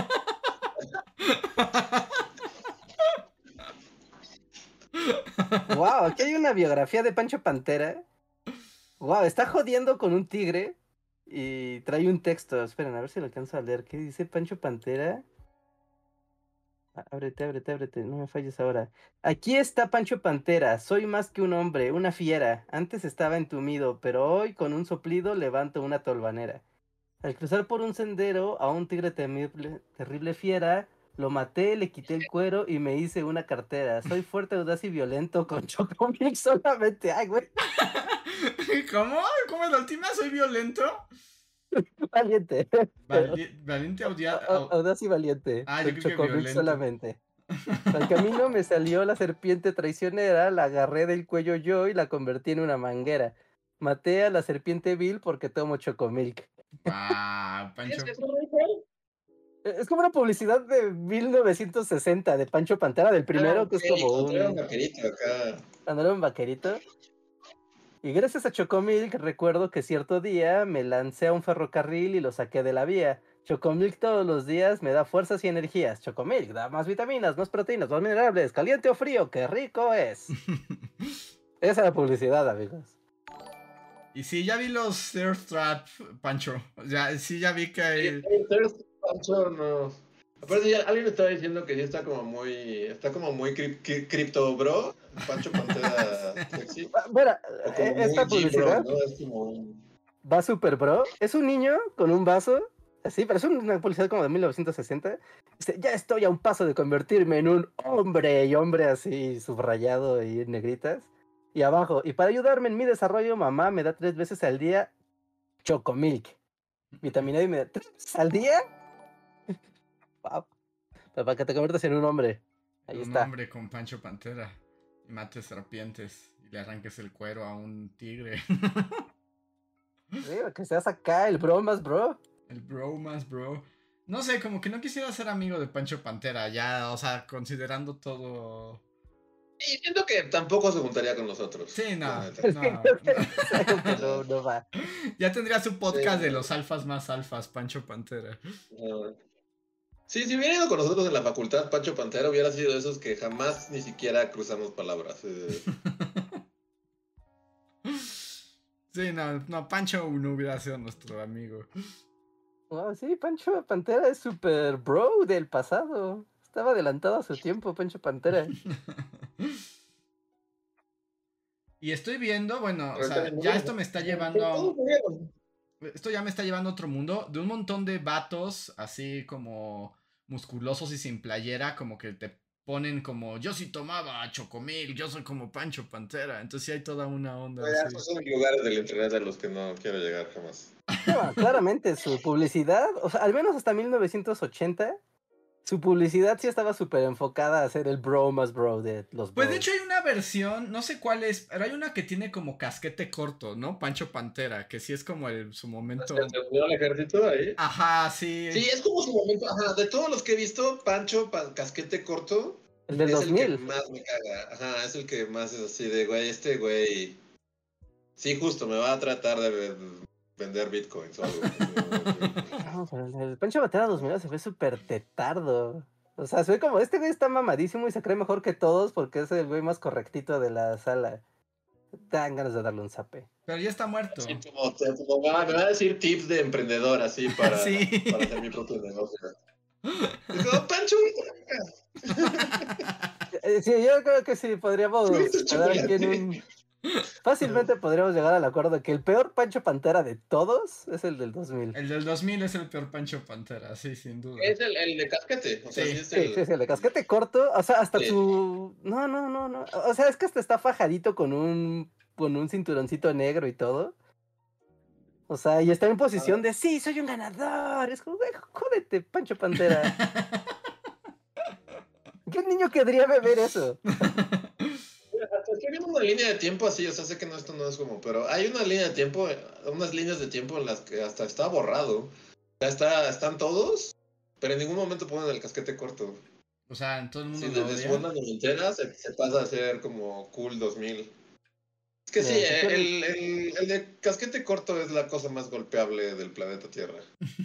Wow, aquí hay una biografía de Pancho Pantera. Wow, está jodiendo con un tigre y trae un texto. Esperen, a ver si lo alcanzo a leer. ¿Qué dice Pancho Pantera? Ábrete, no me falles ahora. Aquí está Pancho Pantera, soy más que un hombre, una fiera. Antes estaba entumido, pero hoy con un soplido levanto una tolvanera. Al cruzar por un sendero a un tigre temible, terrible fiera, lo maté, le quité el cuero y me hice una cartera. Soy fuerte, audaz y violento con Chocomil solamente. Ay, güey, ¿Cómo? ¿Cómo es la última? ¿Soy violento? valiente. Valiente Audaz y valiente. Ah, yo Con creo que Chocomil violento. solamente. Al camino me salió la serpiente traicionera, la agarré del cuello yo y la convertí en una manguera. Maté a la serpiente vil porque tomo Chocomilk. Ah, Pancho. Es como una publicidad de 1960 de Pancho Pantera, del primero, que es como Cuando era un un... vaquerito acá. Cuando era un vaquerito. Y gracias a Chocomilk recuerdo que cierto día me lancé a un ferrocarril y lo saqué de la vía. Chocomilk todos los días me da fuerzas y energías. Chocomilk da más vitaminas, más proteínas, más minerales, caliente o frío, ¡qué rico es! Esa es la publicidad, amigos. Y sí, ya vi los Thirst Trap, Pancho. Ya vi que hay... Pancho no. Aparte ya alguien me estaba diciendo que sí está como muy cripto bro, Pancho Pantera sexy. Bueno, O como esta muy G bro, publicidad ¿no? Es como un... va super bro. Es un niño con un vaso, así, pero es una publicidad como de 1960. Dice, ya estoy a un paso de convertirme en un hombre, y hombre así subrayado y en negritas. Y abajo, y para ayudarme en mi desarrollo, mamá me da 3 veces al día Chocomilk. Vitamina D me da 3 veces al día. Wow. Pero para que te conviertas en un hombre. Ahí un está. hombre con Pancho Pantera. Y mates serpientes. Y le arranques el cuero a un tigre. Mira, que seas acá el bro más bro. El bro más bro. No sé, como que no quisiera ser amigo de Pancho Pantera. Ya, o sea, considerando todo... Y siento que tampoco se juntaría con nosotros. Sí, no. No va. Ya tendría su podcast Sí, de no. los alfas más alfas, Pancho Pantera. Sí, si hubiera ido con nosotros en la facultad, Pancho Pantera hubiera sido de esos que jamás ni siquiera cruzamos palabras. Sí, no, Pancho no hubiera sido nuestro amigo. Oh, sí, Pancho Pantera es super bro del pasado. Estaba adelantado a su tiempo, Pancho Pantera. Y estoy viendo, bueno, o sea, ya esto me está llevando a... Esto ya me está llevando a otro mundo, de un montón de vatos así como musculosos y sin playera, como que te ponen como, yo sí tomaba Chocomil, yo soy como Pancho Pantera, entonces sí hay toda una onda así. Esos son lugares del internet a los que no quiero llegar jamás. No, claramente su publicidad, o sea, al menos hasta 1980, su publicidad sí estaba súper enfocada a ser el bro más bro de los bros. Pues de hecho hay una versión, no sé cuál es, pero hay una que tiene como casquete corto, ¿no? Pancho Pantera, que sí es como su momento. ¿Se unió al ejército ahí? Ajá, sí. Sí, es como su momento. Ajá, de todos los que he visto, Pancho casquete corto El del es 2000. el que más me caga. Ajá, es el que más es así de, güey, este güey. Sí, justo, me va a tratar de vender bitcoins o algo. No, pero el Pancho Pantera 2000 se fue súper tetardo. O sea, se ve como, este güey está mamadísimo y se cree mejor que todos porque es el güey más correctito de la sala. Te dan ganas de darle un zape. Pero ya está muerto. Sí, como me va a decir tips de emprendedor así para hacer mi propio negocio. Y como, Pancho, sí, yo creo que sí, podríamos quedar aquí en un... Fácilmente podríamos llegar al acuerdo de que el peor Pancho Pantera de todos es el del 2000. El del 2000 es el peor Pancho Pantera, sí, sin duda. es el de casquete. O sea, Sí. sí es Sí, el de casquete corto, o sea, hasta Sí. su... No. O sea, es que hasta está fajadito con un cinturoncito negro y todo. O sea, y está en posición de, sí, soy un ganador. Es como, güey, jódete, Pancho Pantera. ¿Qué niño querría beber eso? Estoy viendo una línea de tiempo así, o sea, sé que esto no es como, pero hay una línea de tiempo, unas líneas de tiempo en las que hasta está borrado. Están todos, pero en ningún momento ponen el casquete corto. O sea, en todo el mundo Sí, lo desde su odia. onda noventera se pasa a ser como cool 2000. Es que sí, el de casquete corto es la cosa más golpeable del planeta Tierra.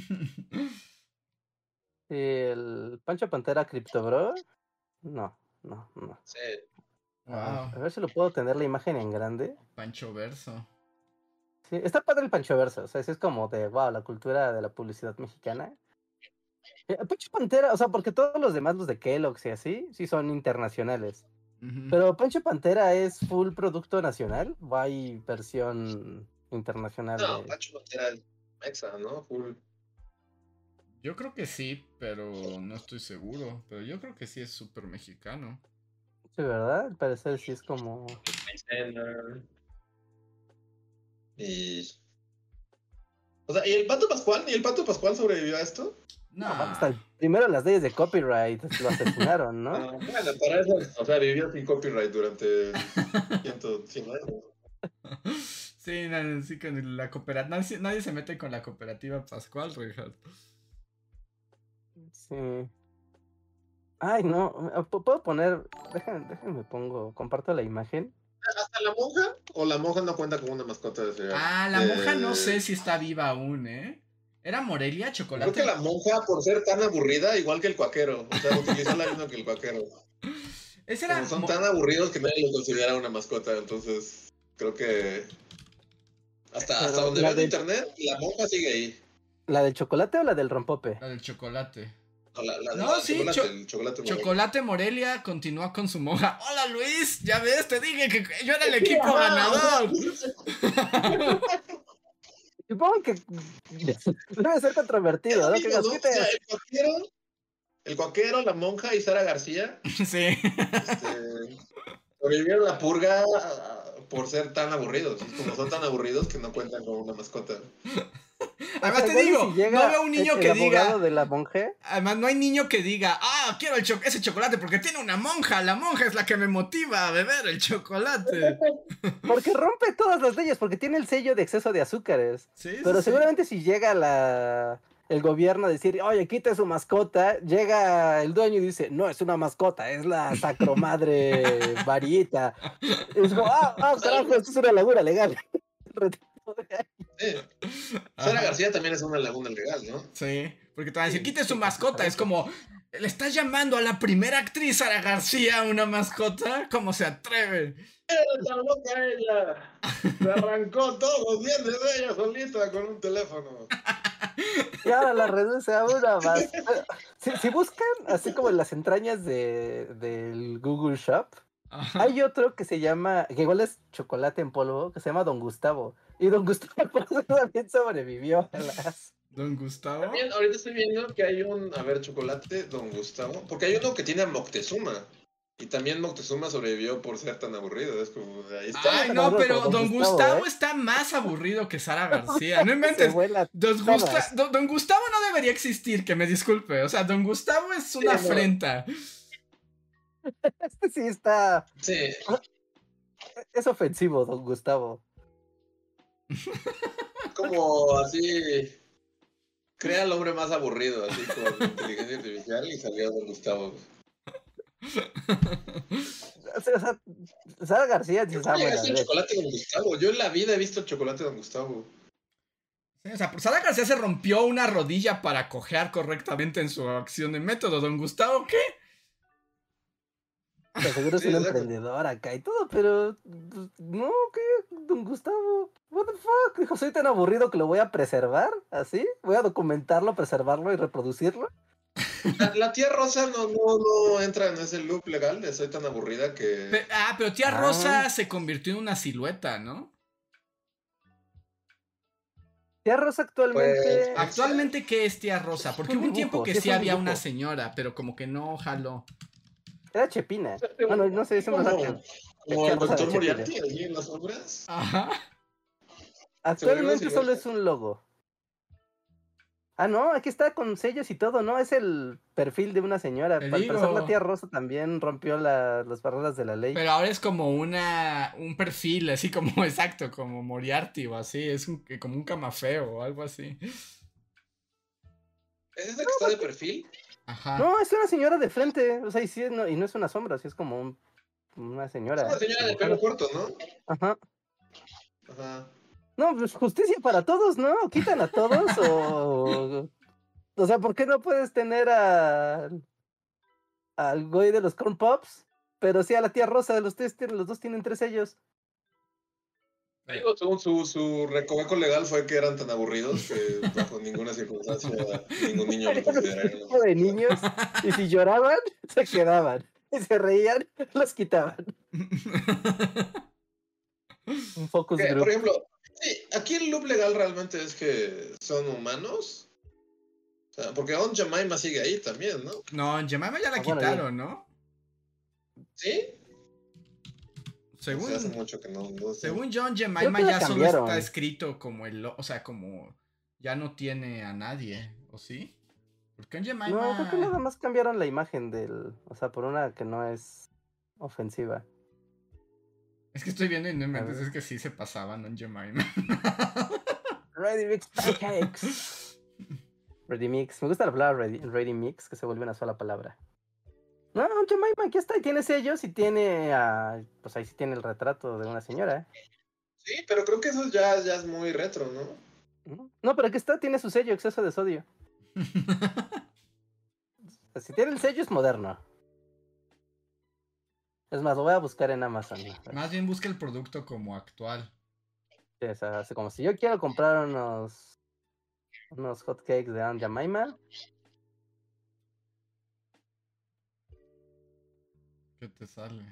El Pancho Pantera Crypto Bro. No. Sí. A Wow, ver si lo puedo tener la imagen en grande. Pancho Verso. Sí, está padre el Pancho Verso. O sea, ese es como de, wow, la cultura de la publicidad mexicana. Pancho Pantera, o sea, porque todos los demás, los de Kellogg's y así, sí son internacionales. Ujú. Pero Pancho Pantera es full producto nacional, o hay versión internacional No, de... Pancho Pantera es mexa, ¿no? Full. Yo creo que sí, pero no estoy seguro. Pero yo creo que sí es súper mexicano. Sí, ¿verdad? Al parecer sí es como... Y... O sea, ¿y el Pato Pascual? ¿Y el Pato Pascual sobrevivió a esto? No, Hasta primero las leyes de copyright lo asesinaron, ¿no? Bueno, para eso, o sea, vivió sin copyright durante 100 años. Sí, sí, con la cooperativa. Nadie se mete con la cooperativa Pascual, Richard. Sí. Ay, no, puedo poner... Déjenme comparto la imagen. ¿Hasta la monja? ¿O la monja no cuenta como una mascota de cereal? Ah, la monja no sé si está viva aún, ¿eh? ¿Era Morelia, Chocolate? Creo que la monja, por ser tan aburrida, igual que el cuaquero. O sea, utilizó la misma que el cuaquero. Ese era... Como son tan aburridos que nadie los considera una mascota, entonces creo que... Hasta donde veo en internet, la monja sigue ahí. ¿La del chocolate o la del rompope? La del chocolate. No, Sí, el chocolate Morelia. Chocolate Morelia continúa con su monja. Hola Luis, ya ves, te dije que yo era el equipo ganador. Supongo que debe ser controvertido, ¿no? Que ¿no? O Gasquete... sea, el cuaquero, la monja y Sara García Sí. sobrevivieron la purga por ser tan aburridos. Como son tan aburridos que no cuentan con una mascota. Además O sea, te igual y digo, si llega no veo un niño el que diga. abogado de la monje. Además, no hay niño que diga, quiero ese chocolate porque tiene una monja. La monja es la que me motiva a beber el chocolate. Porque rompe todas las leyes, porque tiene el sello de exceso de azúcares. Sí, Pero sí, seguramente si llega el gobierno a decir, oye, quita su mascota, llega el dueño y dice, no, es una mascota, es la sacromadre varita. Y es como, carajo, esto es una laguna legal. Sí. Sara García también es una laguna legal, ¿no? Sí, porque te van a decir, quite su mascota. Es como, ¿le estás llamando a la primera actriz Sara García una mascota? ¿Cómo se atreve? Era tan loca ella. Se arrancó todos los dientes de ella solita con un teléfono. Y ahora la reduce a una más. Si buscan, así como en las entrañas del Google Shop, Ajá. hay otro que se llama, que igual es chocolate en polvo, que se llama Don Gustavo. Y Don Gustavo también sobrevivió a las... Don Gustavo. También ahorita estoy viendo que hay chocolate Don Gustavo, porque hay uno que tiene a Moctezuma. Y también Moctezuma sobrevivió por ser tan aburrido. Es como, ahí está. Ay, no, pero Don Gustavo está más aburrido que Sara García. No inventes. Don Gustavo no debería existir, que me disculpe. O sea, Don Gustavo es una afrenta. Este sí está... Sí. Es ofensivo, Don Gustavo. Como así... Crea al hombre más aburrido, así con inteligencia artificial, y salió Don Gustavo. O sea, Sara García Yo el chocolate Don Gustavo. Yo en la vida he visto el chocolate Don Gustavo. Sí, o sea, Sara García se rompió una rodilla para cojear correctamente en su acción de método. ¿Don Gustavo qué? Te seguro es Sí, un exacto. emprendedor acá y todo, pero pues, no, ¿qué? Don Gustavo, what the fuck? Dijo, soy tan aburrido que lo voy a preservar, ¿así? Voy a documentarlo, preservarlo y reproducirlo. La tía Rosa no entra en ese loop legal de soy tan aburrida que... Pero tía Ah. Rosa se convirtió en una silueta, ¿no? Tía Rosa actualmente... Pues, Actualmente, ¿qué es tía Rosa? Porque un hubo un tiempo dibujo, que sí es sí un había una dibujo. señora, pero como que no jaló. Era Chepina. Bueno, no sé, eso me como, que como tía el Rosa de doctor Chepina. Moriarty allí en las obras. Ajá. Se volvió una Actualmente solo silueta. es un logo. Ah, no, aquí está con sellos y todo, ¿no? Es el perfil de una señora. Te Al parecer la digo. tía Rosa también rompió las barreras de la ley. Pero ahora es como un perfil, así como exacto, como Moriarty o así. Es como un camafeo o algo así. ¿Es ese que está de perfil? Ajá. No, es una señora de frente. O sea, y, sí, no, y no es una sombra, sí es como una Es señora. una señora de dibujada. pelo corto, ¿no? Ajá. Ajá. No, pues justicia para todos, ¿no? ¿O quitan a todos o... O sea, ¿por qué no puedes tener al güey de los Corn Pops? Pero sí a la tía Rosa, los dos tienen 3 sellos. Digo, según su recoveco legal fue que eran tan aburridos que bajo ninguna circunstancia ningún niño lo Eran un consideraría. grupo de niños y si lloraban, se quedaban. Y se reían, los quitaban. Un focus Que, por group. ejemplo, sí, aquí el loop legal realmente es que son humanos. O sea, porque Aunt Jemima sigue ahí también, ¿no? No, Jemima ya la Ah, bueno, quitaron, ¿no? ¿Sí? O sea, hace Según, mucho que no sé. según John, Creo Jemima que la ya solo está cambiaron. escrito como o sea, como ya no tiene a nadie, ¿o sí? Porque en No, creo que Jemima... nada más cambiaron la imagen o sea, por una que no es ofensiva. Es que estoy viendo y no A inventes, ver. es que sí se pasaban en Jemima. Ready Mix Pancakes. Ready Mix. Me gusta la palabra Ready Mix, que se vuelve una sola palabra. No, Jemima, aquí está. Y tiene sellos y tiene. Pues ahí sí tiene el retrato de una señora. Sí, pero creo que eso ya es muy retro, ¿no? No, pero aquí está. Tiene su sello, exceso de sodio. O sea, si tiene el sello, es moderno. Es más, lo voy a buscar en Amazon. Más bien busca el producto como actual. Sí, o sea, así como si yo quiero comprar unos hotcakes de Aunt Jemima. ¿Qué te sale?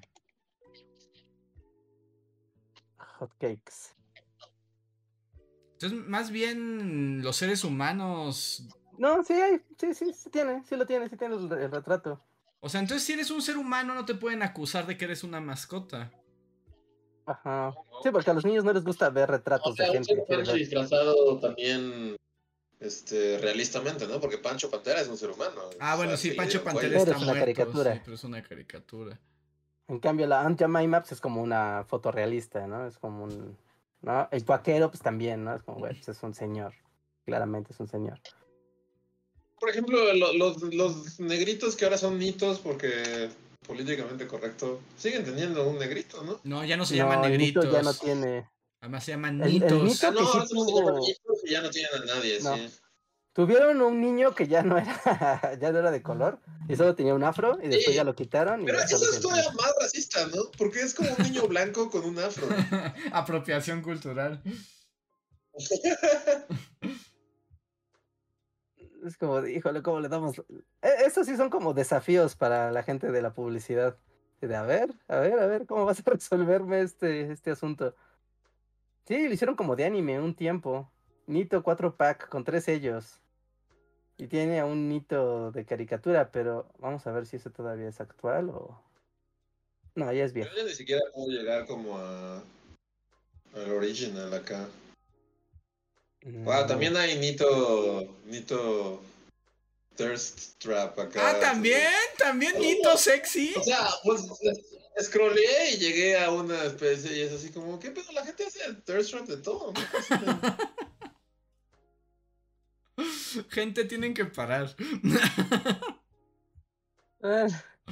Hotcakes. Entonces, más bien los seres humanos... No, sí hay, sí tiene, sí tiene el retrato. O sea, entonces si eres un ser humano no te pueden acusar de que eres una mascota. Ajá. Sí, porque a los niños no les gusta ver O retratos de sea, un ser gente. Quieren humano ver. disfrazado también realistamente, ¿no? Porque Pancho Pantera es un ser humano. Ah, bueno, sí, se le Pancho dieron Pantera cuello. Pero está es una muerto, caricatura. sí, pero es una caricatura. En cambio, la Aunt Jemima pues, es como una foto realista, ¿no? Es como un... ¿no? El vaquero, pues también, ¿no? Es como, güey, pues es un señor. Claramente es un señor. Por ejemplo, los negritos que ahora son nitos porque políticamente correcto, siguen teniendo un negrito, ¿no? No, ya no se llaman No, el Nito ya no negritos. tiene... Además se llaman El Ah, Nito nitos. no, que sí ahora solo se llaman tuvo... nitos y ya no tienen a nadie, No. sí. Tuvieron un niño que ya no era, ya no era de color y solo tenía un afro y después ya Sí, lo quitaron y pero ya eso solo es es el todavía Pancho. más racista, ¿no? Porque es como un niño blanco con un afro. Apropiación cultural. Es como, híjole, ¿cómo le damos? Estos sí son como desafíos para la gente de la publicidad. De a ver, ¿cómo vas a resolverme este asunto? Sí, lo hicieron como de anime un tiempo. Nito 4-pack con 3 sellos. Y tiene a un Nito de caricatura, pero vamos a ver si eso todavía es actual o... No, ya es Yo viejo. ya ni siquiera puedo llegar como al original acá. Wow, No. también hay Nito Thirst Trap Ah, acá. también nito sexy. O sea, pues scrollé y llegué a una especie y es así como, ¿qué pedo? La gente hace Thirst Trap de todo, ¿no? Gente, tienen que parar. Ah,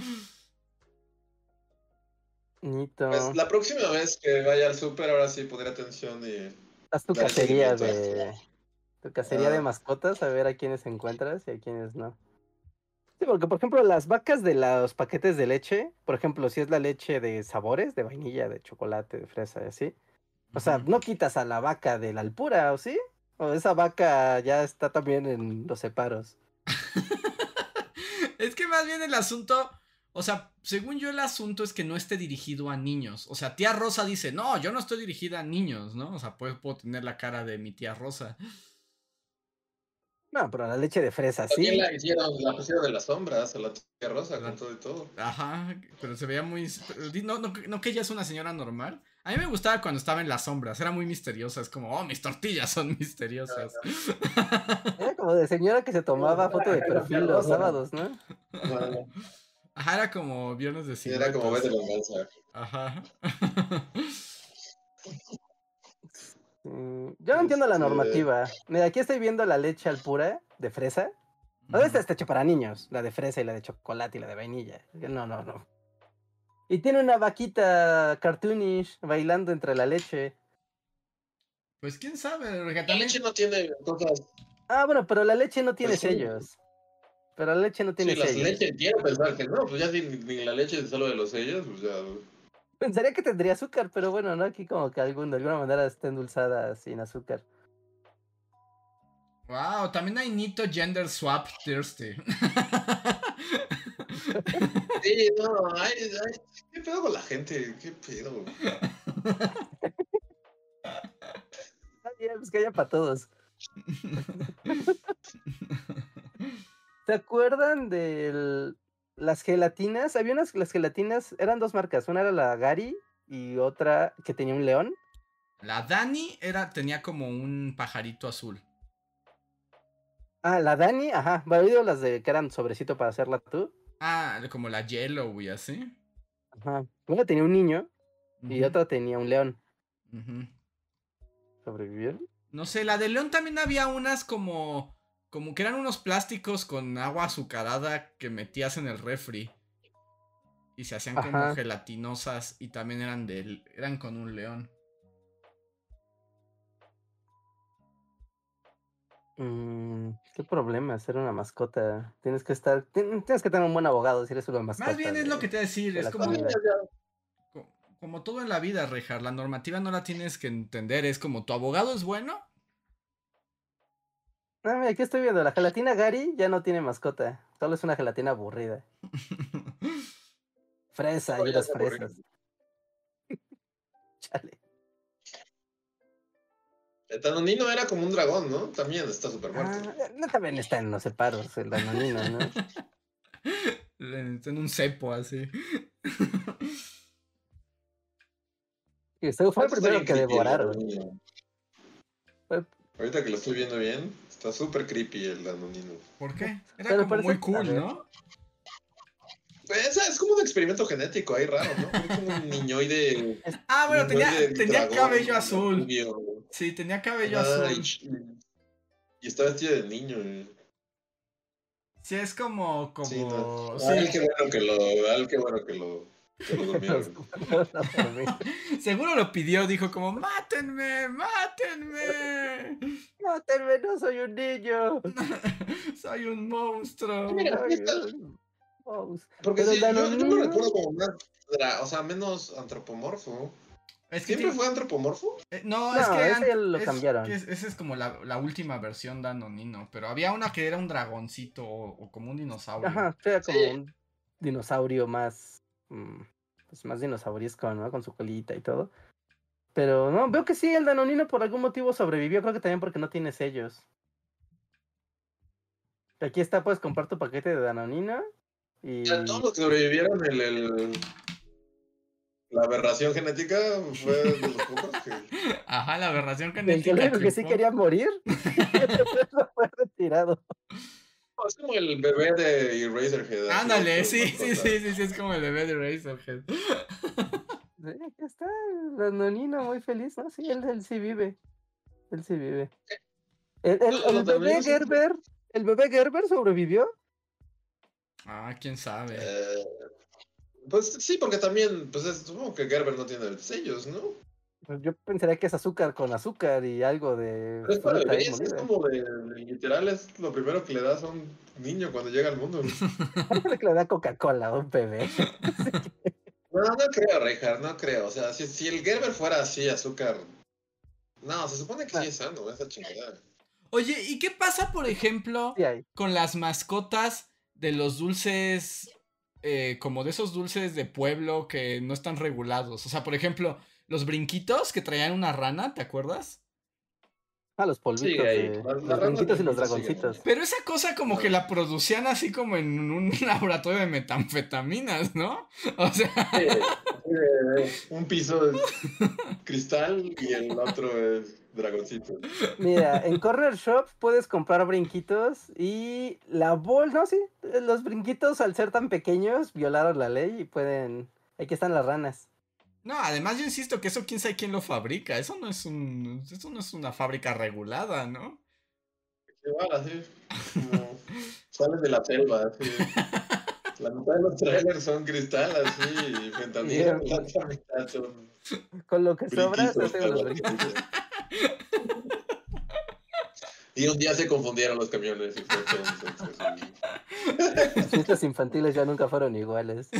Nito. Pues la próxima vez que vaya al súper, ahora sí pondré atención y Haz tu daré cacería seguimiento a de... esto. Tu cacería de mascotas, a ver a quiénes encuentras y a quiénes no. Sí, porque por ejemplo las vacas de los paquetes de leche, por ejemplo, si es la leche de sabores, de vainilla, de chocolate, de fresa y así. O sea, no quitas a la vaca de la Alpura, ¿o sí? O esa vaca ya está también en los separos. Es que más bien el asunto, o sea, según yo el asunto es que no esté dirigido a niños. O sea, tía Rosa dice, no, yo no estoy dirigida a niños, ¿no? O sea, puedo tener la cara de mi tía Rosa. No, pero la leche de fresa, También sí. la pusieron de las sombras, a la tía Rosa, con todo y todo. Ajá, pero se veía muy... No que ella es una señora normal. A mí me gustaba cuando estaba en las sombras, era muy misteriosa, es como, oh, mis tortillas son misteriosas. Era como de señora que se tomaba foto de perfil los sábados, ¿no? Ajá, era como viernes de Sí, era como siluetas. vete venganza. Ajá. Yo no entiendo la normativa. Mira, aquí estoy viendo la leche al pura de fresa. No, esta está hecha para niños, la de fresa y la de chocolate y la de vainilla. No. Y tiene una vaquita cartoonish bailando entre la leche. Pues quién sabe, porque La también... leche no tiene cosas. Ah, bueno, pero la leche no tiene Pues sí. sellos. Pero la leche no tiene Sí, la sellos. leche, quiero pensar que no, pues ya ni la leche es solo de los sellos, pues ya. Pensaría que tendría azúcar, pero bueno, ¿no? Aquí como que de alguna manera está endulzada sin azúcar. Wow, también hay Nito Gender Swap Thirsty. Sí, no, ¿qué pedo con la gente? ¿Qué pedo? Pues que haya para todos. ¿Se acuerdan de las gelatinas? Las gelatinas, eran dos marcas. Una era la Gary y otra que tenía un león. La Dani tenía como un pajarito azul. Ah, la Dani, ajá. ¿Me oído las de que eran sobrecito para hacerla tú? Ah, como la Yellow y así. Ajá. Una tenía un niño y otra tenía un león. ¿Sobrevivieron? No sé, la de león también había unas como que eran unos plásticos con agua azucarada que metías en el refri. Y se hacían como gelatinosas y también eran con un león. ¿Qué problema ser una mascota? Tienes que tener un buen abogado si eres una mascota. Más bien es lo que te voy a decir, es como todo en la vida, Rejar. La normativa no la tienes que entender, es como tu abogado es bueno. Ah, mira, aquí estoy viendo, la gelatina Gary ya no tiene mascota, solo es una gelatina aburrida. Fresa y unas fresas. Chale. El Danonino era como un dragón, ¿no? También está súper muerto. No, también está en los separos el Danonino, ¿no? En un cepo así. Y fue el primero que devoraron. Ahorita que lo estoy viendo bien, está súper creepy el Danonino. ¿Por qué? Era como muy cool, ¿no? Pues es como un experimento genético ahí raro, ¿no? Es como un niñoide. Ah, bueno, tenía dragón, cabello azul. Rubio. Sí, tenía cabello azul. Y está vestido de niño. Sí, es como... Sí, no. Sí. Qué bueno que lo durmieron. Seguro lo pidió, dijo como, ¡mátenme! ¡Mátenme! ¡No soy un niño! ¡Soy un monstruo! Mira, porque sí, yo lo recuerdo como más, menos antropomorfo. ¿Siempre fue antropomorfo? No, es que ese lo cambiaron. Esa es como la última versión de Danonino, pero había una que era un dragoncito o como un dinosaurio. Ajá, era como un dinosaurio más, pues más dinosauresco, ¿no? Con su colita y todo. Pero no, veo que sí, el Danonino por algún motivo sobrevivió, creo que también porque no tiene sellos. Aquí está, puedes comprar tu paquete de Danonino y... Todos los que sobrevivieron la aberración genética fue de los pocos que... Ajá, la aberración genética. El que sí quería morir, fue retirado. Es como el bebé de Eraserhead. Ándale, sí, es como el bebé de Eraserhead. Sí, aquí está, el Danonino muy feliz, ¿no? Sí, él sí vive. Él sí vive. El bebé Gerber, ¿el bebé Gerber sobrevivió? Ah, quién sabe. Pues sí, porque también, pues supongo que Gerber no tiene sellos, ¿no? Pues yo pensaría que es azúcar con azúcar y algo de Pero es para fruta ahí bebés, es molida. como literal, es lo primero que le das a un niño cuando llega al mundo. Parece que le da Coca-Cola a un bebé. No, no creo, Reinhardt, no creo. O sea, si el Gerber fuera así, azúcar. No, se supone que sí es sano, esa chingada. Oye, ¿y qué pasa, por ejemplo, Sí hay. con las mascotas de los dulces, como de esos dulces de pueblo que no están regulados? O sea, por ejemplo, los brinquitos que traían una rana, ¿te acuerdas? Los Sigue polvitos ahí. de La los rana brinquitos y los brinquito sigue ahí. dragoncitos. Pero esa cosa como que la producían así como en un laboratorio de metanfetaminas, ¿no? O sea, Un piso es cristal y el otro es dragoncito. Mira, en Corner Shop puedes comprar brinquitos y no, sí, los brinquitos al ser tan pequeños violaron la ley y pueden, aquí están las ranas. no, además yo insisto que eso quién sabe quién lo fabrica, eso no es una fábrica regulada, ¿no? Igual, así, como sales de la selva, así. La mitad de los trailers son cristal, así, y fentanilo, y la otra mitad son Con lo que sobra se brinquitos. hacen los brinquitos. Y un día se confundieron los camiones y fue todo un suceso. Las fiestas infantiles ya nunca fueron iguales.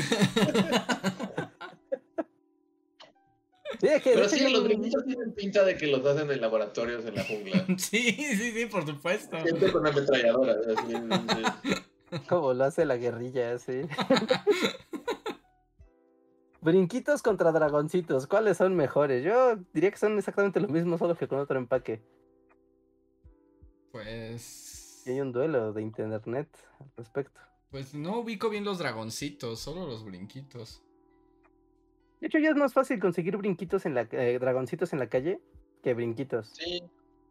Sí, de Pero hecho, sí, los brinquitos tienen pinta de que los hacen en laboratorios en la jungla. Sí, por supuesto. Gente con ametralladoras, así, sí. como lo hace la guerrilla, sí. Brinquitos contra dragoncitos, ¿cuáles son mejores? Yo diría que son exactamente lo mismo, solo que con otro empaque. Pues... Y hay un duelo de internet al respecto. Pues no ubico bien los dragoncitos, solo los brinquitos. De hecho, ya es más fácil conseguir brinquitos dragoncitos en la calle que brinquitos. Sí.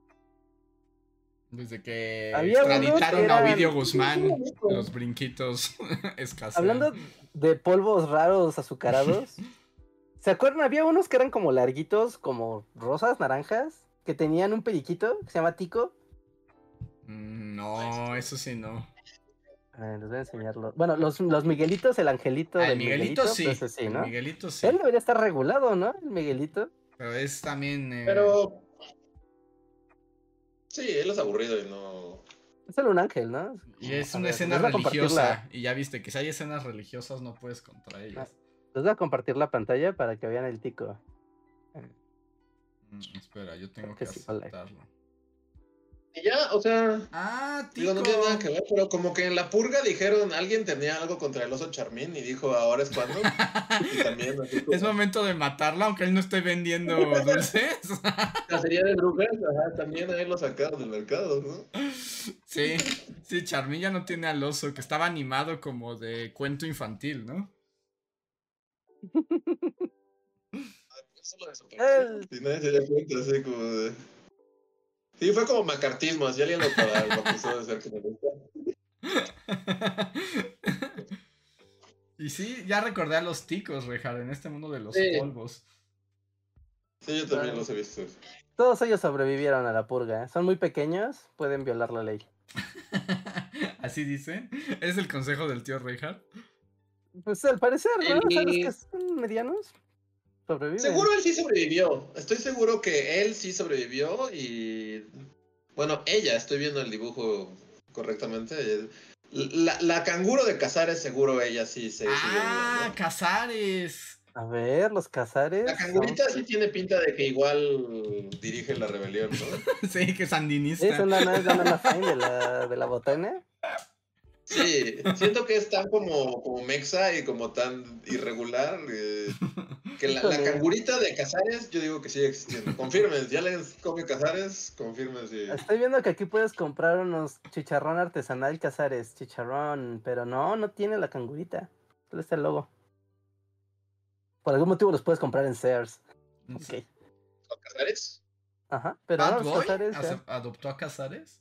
Desde que Había unos extraditaron que a eran- Ovidio Guzmán, los brinquitos escasean. Hablando de polvos raros azucarados, ¿se acuerdan? Había unos que eran como larguitos, como rosas, naranjas, que tenían un periquito que se llama Tico. No, eso sí no. Les voy a enseñarlo. Bueno, los Miguelitos, el angelito El del Miguelito sí. pues ese sí, El ¿no? Miguelito sí. Él debería estar regulado, ¿no? El Miguelito. Pero es también. Pero. Sí, él es aburrido y no. Es solo un ángel, ¿no? Y es A una ver, escena les voy a compartir religiosa. Y ya viste que si hay escenas religiosas no puedes contra ellas. Les voy a compartir la pantalla para que vean el Tico. Espera, yo tengo Creo que que sí, hola. aceptarlo. Y ya, o sea. Ah, Digo, Tico. no tiene nada que ver, pero como que en la purga dijeron, alguien tenía algo contra el oso Charmín y dijo, ahora es cuando. Y también, así como, Es momento de matarlo, aunque él no esté vendiendo dulces. cacería de brujas, ajá, también ahí lo sacaron del mercado, ¿no? Sí, Charmín ya no tiene al oso, que estaba animado como de cuento infantil, ¿no? Eso lo desapareció. El- Y nadie se dio cuenta, así como de. Sí, fue como macartismo, así alguien lo acusó de ser que me gusta. Y sí, ya recordé a los ticos, Rejar, en este mundo de los Sí. polvos. Sí, yo también los he visto. Todos ellos sobrevivieron a la purga. Son muy pequeños, pueden violar la ley. Así dicen. ¿Es el consejo del tío Rejar? Pues al parecer, ¿no? El- ¿Sabes que son medianos? Sobreviven. Seguro él sí sobrevivió. Estoy seguro que él sí sobrevivió y. Bueno, ella, estoy viendo el dibujo correctamente. La canguro de Casares, seguro ella sí se sigue viva, ¿no? Casares. A ver, los cazares. La cangurita sí tiene pinta de que igual dirige la rebelión, ¿no? Sí, que sandinista. Es una Nana Fine de la botana. Sí, siento que es tan como mexa y como tan irregular que la Híjole. cangurita de Casares yo digo que sigue existiendo. Confirmen, ¿ya les come Casares? Confirmen si... Estoy viendo que aquí puedes comprar unos chicharrón artesanal Casares. Chicharrón, pero no tiene la cangurita. Solo está el logo. Por algún motivo los puedes comprar en Sears. Ok. ¿Son Casares? Ajá, pero ¿Bad no, los Boy Casares ya- adoptó a Casares?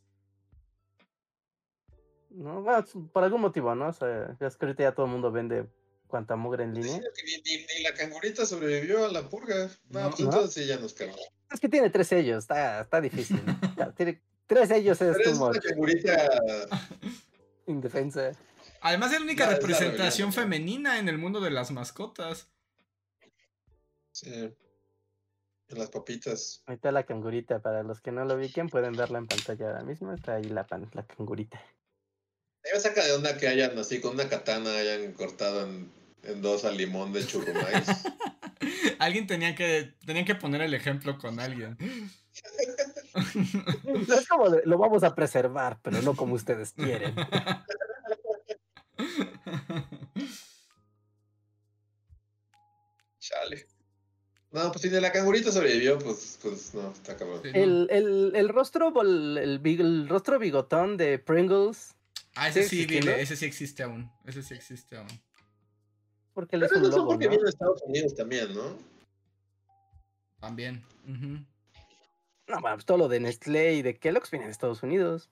No, bueno, por algún motivo, ¿no? O sea, es que ahorita ya todo el mundo vende cuanta mugre en línea. Diciendo que ni la cangurita sobrevivió a la purga. No, No. pues entonces sí ya nos calmó. Es que tiene 3 sellos, está difícil. Tiene 3 sellos es Pero too es una much. cangurita... Indefensa. Además es la única Ya, es la representación rebelión, ¿no? femenina en el mundo de las mascotas. Sí. En las papitas. Ahí está la cangurita. Para los que no lo ubiquen, pueden verla en pantalla ahora mismo. Está ahí la cangurita. A mí me saca de onda que hayan así con una katana hayan cortado en dos al limón de churrumais. Alguien tenían que poner el ejemplo con alguien. No es como lo vamos a preservar, pero no como ustedes quieren. Chale. No, pues si de la cangurita sobrevivió, pues no, está cabrón. Sí, no. El rostro el rostro bigotón de Pringles. Ese sí, existiendo? Vile, ese sí existe aún. Ese sí existe aún. Porque él es Pero un eso lobo, porque ¿no? viene de Estados Unidos también, ¿no? También. Ujú. No, bueno, pues todo lo de Nestlé y de Kellogg's viene de Estados Unidos.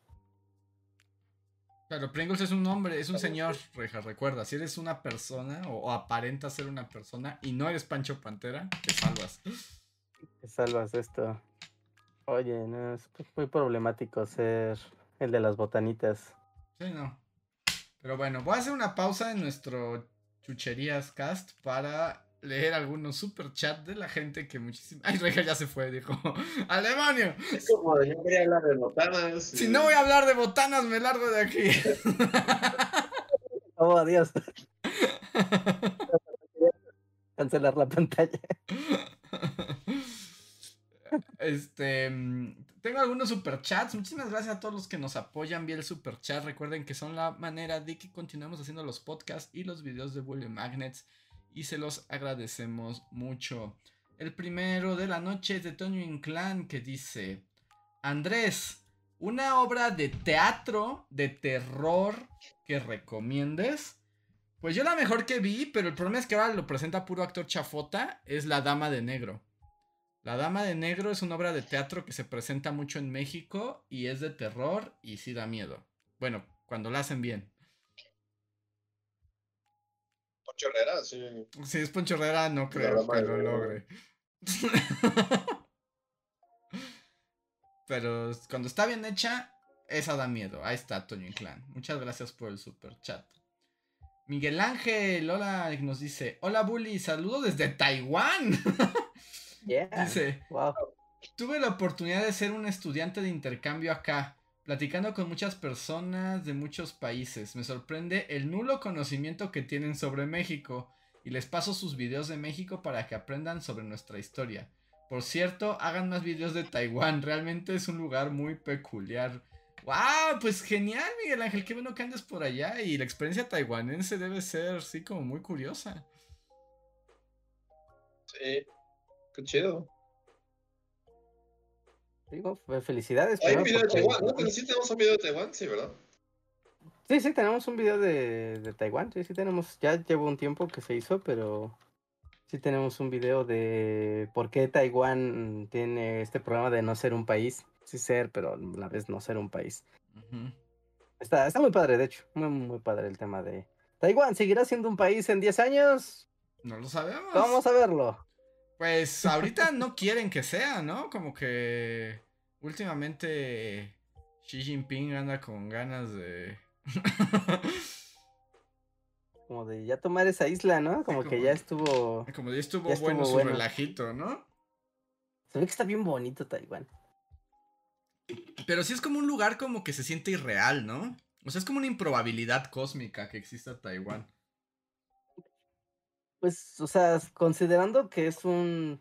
Pero Pringles es un hombre, es un señor, Reja, recuerda, si eres una persona o aparentas ser una persona y no eres Pancho Pantera, te salvas. Te salvas de esto. Oye, no, es muy problemático ser el de las botanitas. Sí, no. Pero bueno, voy a hacer una pausa en nuestro Chucherías Cast para leer algunos super chat de la gente que muchísimo... Ay, Reja ya se fue, dijo. ¡Al demonio! Es como de yo quería hablar de botanas. Si no voy a hablar de botanas, me largo de aquí. Oh, adiós. Cancelar la pantalla. Tengo algunos superchats. Muchísimas gracias a todos los que nos apoyan vía el superchat. Recuerden que son la manera de que continuemos haciendo los podcasts y los videos de Bully Magnets. Y se los agradecemos mucho. El primero de la noche es de Toño Inclán, que dice: Andrés, ¿una obra de teatro de terror que recomiendes? Pues yo la mejor que vi, pero el problema es que ahora lo presenta puro actor chafota, es La Dama de Negro. La Dama de Negro es una obra de teatro que se presenta mucho en México y es de terror y sí da miedo. Bueno, cuando la hacen bien. Poncho Herrera, sí. Si es Poncho Herrera, no creo que lo logre. Pero cuando está bien hecha, esa da miedo. Ahí está, Toño Inclán. Muchas gracias por el super chat. Miguel Ángel, hola, nos dice: Hola Bully, saludo desde Taiwán. Yeah. Dice: Wow. Tuve la oportunidad de ser un estudiante de intercambio acá, platicando con muchas personas de muchos países. Me sorprende el nulo conocimiento que tienen sobre México y les paso sus videos de México para que aprendan sobre nuestra historia. Por cierto, hagan más videos de Taiwán, realmente es un lugar muy peculiar. ¡Wow! Pues genial, Miguel Ángel, qué bueno que andes por allá y la experiencia taiwanense debe ser, sí, como muy curiosa. Sí, qué chido. Digo, felicidades. Hay un primero video de porque- Taiwán, ¿no? Sí tenemos un video de Taiwán, sí, ¿verdad? Sí, tenemos un video de Taiwán. Sí, tenemos. Ya llevo un tiempo que se hizo, pero sí tenemos un video de por qué Taiwán tiene este problema de no ser un país. Sí ser, pero a la vez no ser un país. Ujú. Está muy padre, de hecho. Muy padre el tema de... ¿Taiwán seguirá siendo un país en 10 años? No lo sabemos. Vamos a verlo. Pues ahorita no quieren que sea, ¿no? Como que últimamente Xi Jinping anda con ganas de... Como de ya tomar esa isla, ¿no? Como que ya estuvo... Como ya estuvo Ya estuvo bueno su bueno. relajito, ¿no? Se ve que está bien bonito Taiwán. Pero sí es como un lugar como que se siente irreal, ¿no? O sea, es como una improbabilidad cósmica que exista Taiwán. Pues, o sea, considerando que es un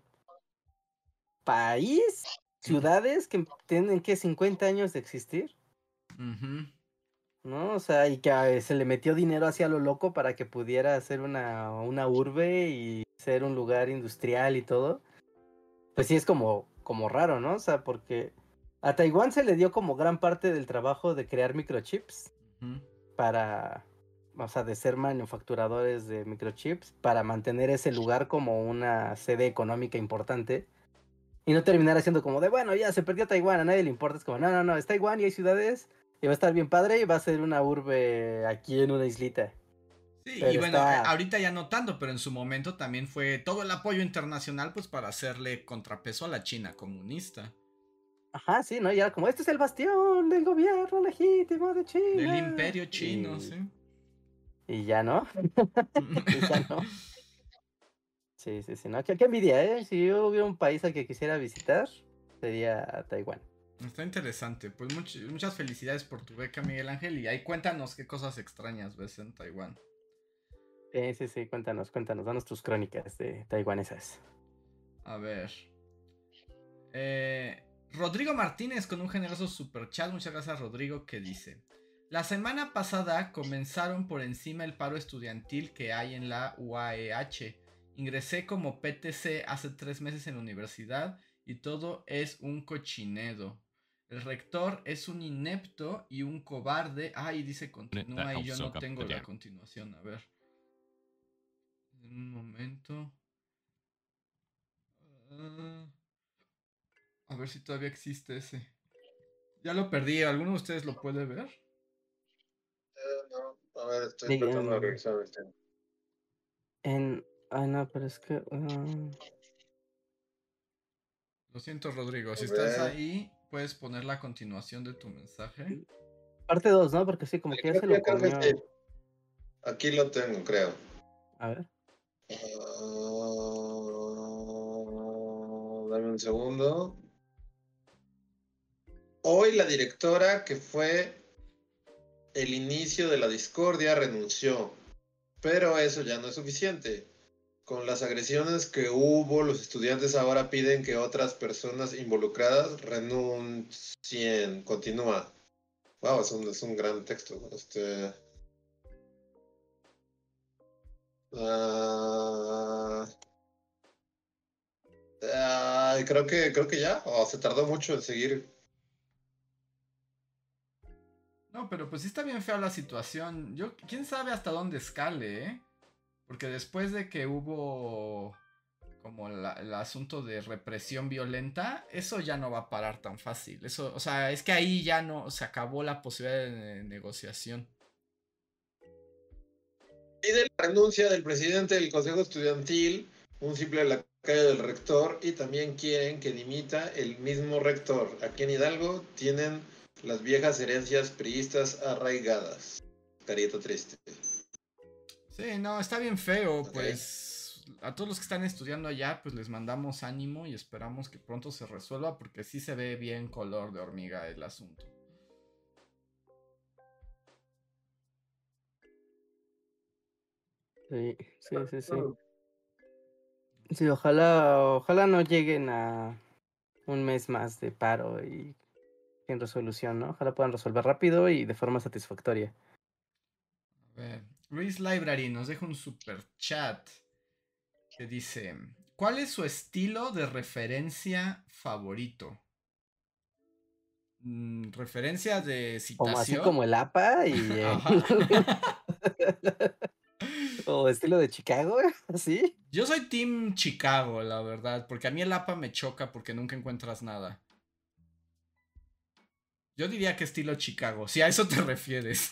país, ciudades que tienen que 50 años de existir, Ujú. ¿no? O sea, y que se le metió dinero hacia lo loco para que pudiera ser una urbe y ser un lugar industrial y todo. Pues sí es como raro, ¿no? O sea, porque a Taiwán se le dio como gran parte del trabajo de crear microchips Ujú. para, o sea, de ser manufacturadores de microchips para mantener ese lugar como una sede económica importante y no terminar haciendo como de, bueno, ya se perdió Taiwán, a nadie le importa, es como, no, es Taiwán y hay ciudades y va a estar bien padre y va a ser una urbe aquí en una islita. Sí, Pero y bueno, está- ahorita ya no tanto, pero en su momento también fue todo el apoyo internacional pues para hacerle contrapeso a la China comunista. Ajá, sí, ¿no? Y era como, este es el bastión del gobierno legítimo de China. Del imperio chino, y... sí. Y ya no. Y ya no. Sí, no, qué envidia, ¿eh? Si yo hubiera un país al que quisiera visitar, sería Taiwán. Está interesante. Pues muchas felicidades por tu beca, Miguel Ángel. Y ahí cuéntanos qué cosas extrañas ves en Taiwán. Sí, cuéntanos, danos tus crónicas de taiwanesas. A ver. Rodrigo Martínez con un generoso superchat. Muchas gracias, Rodrigo, que dice: la semana pasada comenzaron por encima el paro estudiantil que hay en la UAEH. Ingresé como PTC hace 3 meses en la universidad y todo es un cochinedo. El rector es un inepto y un cobarde. Y dice continúa y yo no tengo la continuación. A ver. En un momento. A ver si todavía existe ese. Ya lo perdí. ¿Alguno de ustedes lo puede ver? No. A ver, estoy tratando de revisar el tema. No, pero es que... Lo siento, Rodrigo. Si estás ahí, puedes poner la continuación de tu mensaje. Parte 2, ¿no? Porque sí, como que ya se lo comió. Sí. Aquí lo tengo, creo. A ver. Dame un segundo. Hoy la directora, que fue el inicio de la discordia, renunció. Pero eso ya no es suficiente. Con las agresiones que hubo, los estudiantes ahora piden que otras personas involucradas renuncien. Continúa. Wow, es un gran texto. Creo que ya. Se tardó mucho en seguir. No, pero pues sí está bien fea la situación. Quién sabe hasta dónde escale, ¿eh? Porque después de que hubo como el asunto de represión violenta, eso ya no va a parar tan fácil. Eso, o sea, es que ahí ya no se acabó la posibilidad de negociación. Pide la renuncia del presidente del Consejo Estudiantil, un simple lacayo del rector, y también quieren que dimita el mismo rector. Aquí en Hidalgo tienen las viejas herencias priistas arraigadas. Carita triste. Sí, no, está bien feo, pues a todos los que están estudiando allá, pues les mandamos ánimo y esperamos que pronto se resuelva porque sí se ve bien color de hormiga el asunto. Sí. Sí, ojalá no lleguen a un mes más de paro y sin resolución, ¿no? Ojalá puedan resolver rápido y de forma satisfactoria. A ver, Luis Library nos deja un super chat que dice: ¿cuál es su estilo de referencia favorito? Referencia de citación. Así como el APA y o estilo de Chicago, ¿sí? Yo soy Team Chicago, la verdad, porque a mí el APA me choca porque nunca encuentras nada. Yo diría que estilo Chicago, si a eso te refieres.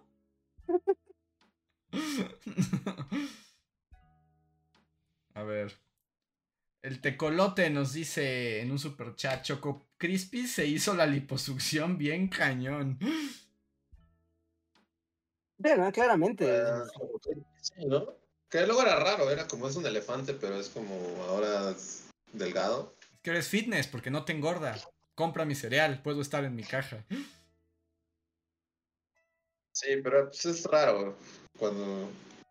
A ver. El Tecolote nos dice en un super chat: Choco Crispy se hizo la liposucción bien cañón. Bueno, claramente. Sí, ¿no? Que luego era raro, era como es un elefante, pero es como ahora delgado. Es que eres fitness porque no te engorda. Compra mi cereal, puedo estar en mi caja. Sí, pero pues es raro cuando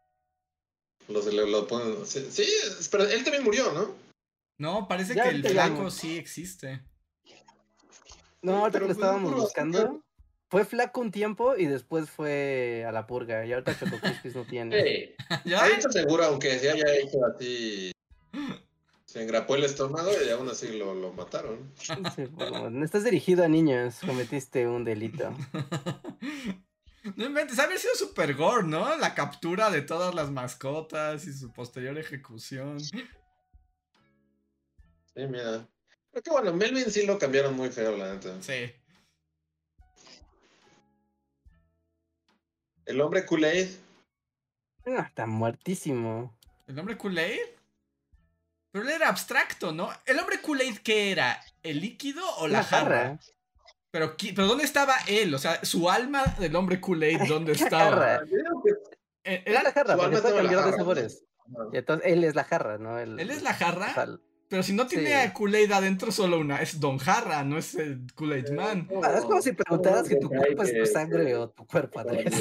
lo ponen. Sí, pero él también murió, ¿no? No, parece que el flaco sí existe. No, ahorita que lo estábamos buscando. Fue flaco un tiempo y después fue a la purga. Y ahorita Choco Crispis no tiene. Sí. Ahí está seguro, aunque se haya hecho así. Se engrapó el estómago y aún así lo mataron. Sí, no estás dirigido a niños. Cometiste un delito. No inventes, haber sido super gore, ¿no? La captura de todas las mascotas y su posterior ejecución. Sí, mira. Pero que bueno, Melvin sí lo cambiaron muy feo, la neta. Sí. El hombre Kool-Aid. Está muertísimo. ¿El hombre Kool-Aid? Pero él era abstracto, ¿no? ¿El hombre Kool-Aid qué era? ¿El líquido o la jarra? Pero ¿dónde estaba él? O sea, su alma del hombre Kool-Aid, ¿dónde estaba? Era la jarra, porque puede cambiar de sabores. Y entonces él es la jarra, ¿no? ¿Él es la jarra? O sea, pero si no tiene sí. Kool-Aid adentro, solo una. Es Don Jarra, no es el Kool-Aid Man. Es como si preguntaras que tu cuerpo es tu sangre o tu cuerpo, Andrés.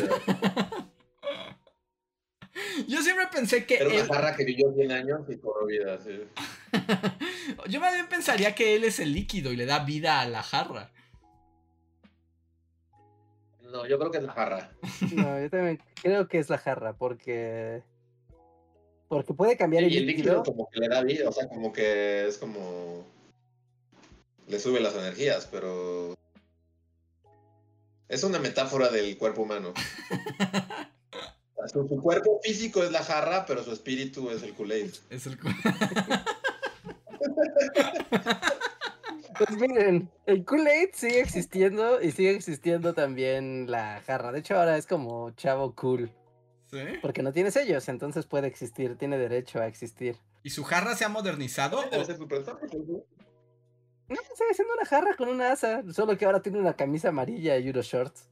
Yo siempre pensé que Era una él... jarra que vivió 100 años y cobró vida, sí. Yo más bien pensaría que él es el líquido y le da vida a la jarra. No, yo creo que es la jarra. No, yo también creo que es la jarra, porque puede cambiar Y el el líquido líquido. como que le da vida, o sea, como que es como... Le sube las energías, pero... Es una metáfora del cuerpo humano. Su cuerpo físico es la jarra, pero su espíritu es el Kool-Aid. Es el... Pues miren, el Kool-Aid sigue existiendo y sigue existiendo también la jarra. De hecho, ahora es como chavo cool, ¿Sí? porque no tiene sellos, entonces puede existir, tiene derecho a existir. ¿Y su jarra se ha modernizado? Debe ser súper tópico, ¿no? No, sigue siendo una jarra con una asa, solo que ahora tiene una camisa amarilla y unos shorts.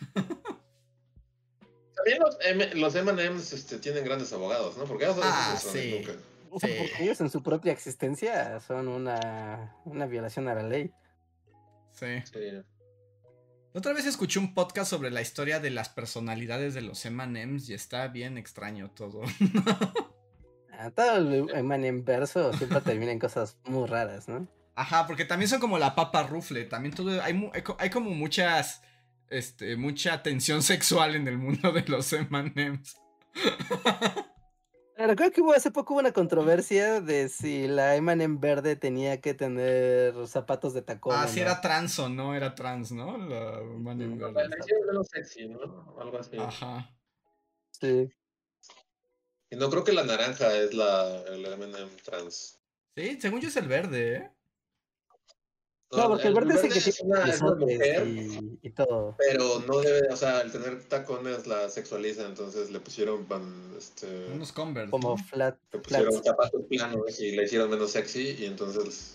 También los M&M's tienen grandes abogados, ¿no? Porque esos no son sí. nunca. Porque ellos en su propia existencia son una violación a la ley. Sí. Sí. Otra vez escuché un podcast sobre la historia de las personalidades de los M&M's y está bien extraño todo. Todo el M&M verso siempre termina en cosas muy raras, ¿no? Ajá, porque también son como la papa rufle. También todo. Hay como muchas. Mucha tensión sexual en el mundo de los M&M's. Recuerdo que hace poco hubo una controversia de si la M&M verde tenía que tener zapatos de tacón. Ah, o sí, no. era trans o no era trans, ¿no? La M&M verde. La hicieron menos sexy, ¿no? Algo así. Ajá. Sí. Y no creo que la naranja es el M&M trans. Sí, según yo es el verde, ¿eh? No, porque el verde es el que es tiene una calzones mujer, y todo. pero no debe, o sea, el tener tacones la sexualiza, entonces le pusieron Unos Converse, Como ¿no? flat. le pusieron flats. zapatos planos y le hicieron menos sexy y entonces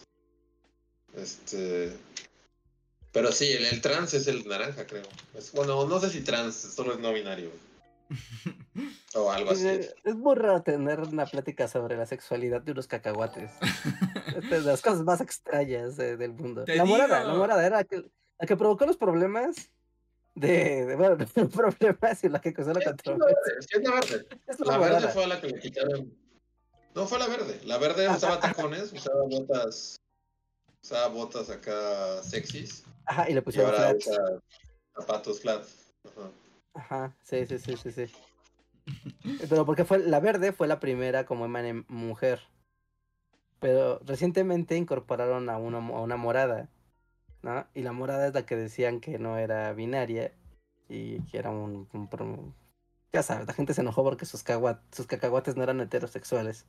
pero sí, el trans es el naranja, creo. Bueno, no sé si trans, solo es no binario. O algo así. Es muy raro tener una plática sobre la sexualidad de unos cacahuates. Es de las cosas más extrañas del mundo. Te La morada digo. era la que provocó los problemas bueno, los problemas y la que causó la controversia. Sí, es la verde. Es La verde morada. fue a la que le quitaron. No, fue la verde. La verde usaba tacones, usaba botas acá sexys. Ajá, y le Y pusieron ahora flats. usa zapatos flat. Ajá. Ajá, sí. Pero porque la verde fue la primera como mujer. Pero recientemente incorporaron a una morada, ¿no? Y la morada es la que decían que no era binaria y que era ya sabes, la gente se enojó porque sus cacahuates no eran heterosexuales.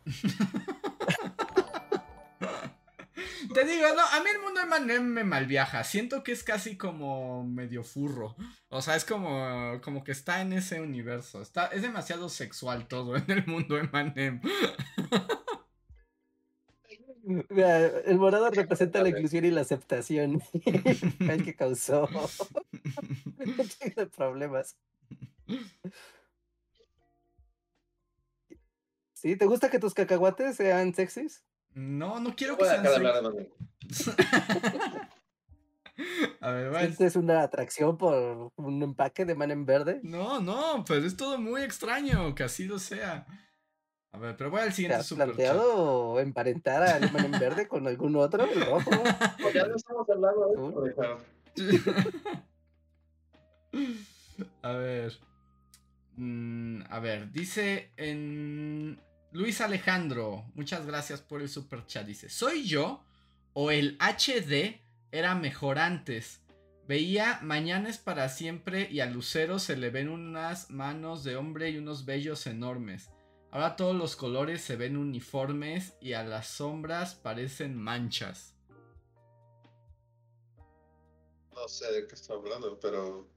Te digo, no, a mí el mundo M&M me malviaja. Siento que es casi como medio furro. O sea, es como que está en ese universo. Es demasiado sexual todo en el mundo M&M. Mira, el morado representa la inclusión y la aceptación. El que causó un chingo de problemas. ¿Sí? ¿Te gusta que tus cacahuates sean sexys? No quiero No que voy a sean dejar de hablar de sexy. A ver, ¿Sientes una atracción por un empaque de man en verde? No, pues es todo muy extraño que así lo sea. A ver, pero voy al ¿Te siguiente has superchat. planteado emparentar a Alemán en verde con algún otro, el rojo? Pues ya no estamos hablando de eso, A ver. A ver, dice en Luis Alejandro, muchas gracias por el super chat. Dice: ¿soy yo o el HD era mejor antes? Veía Mañana es para siempre y a Lucero se le ven unas manos de hombre y unos vellos enormes. Ahora todos los colores se ven uniformes y a las sombras parecen manchas. No sé de qué estoy hablando, pero...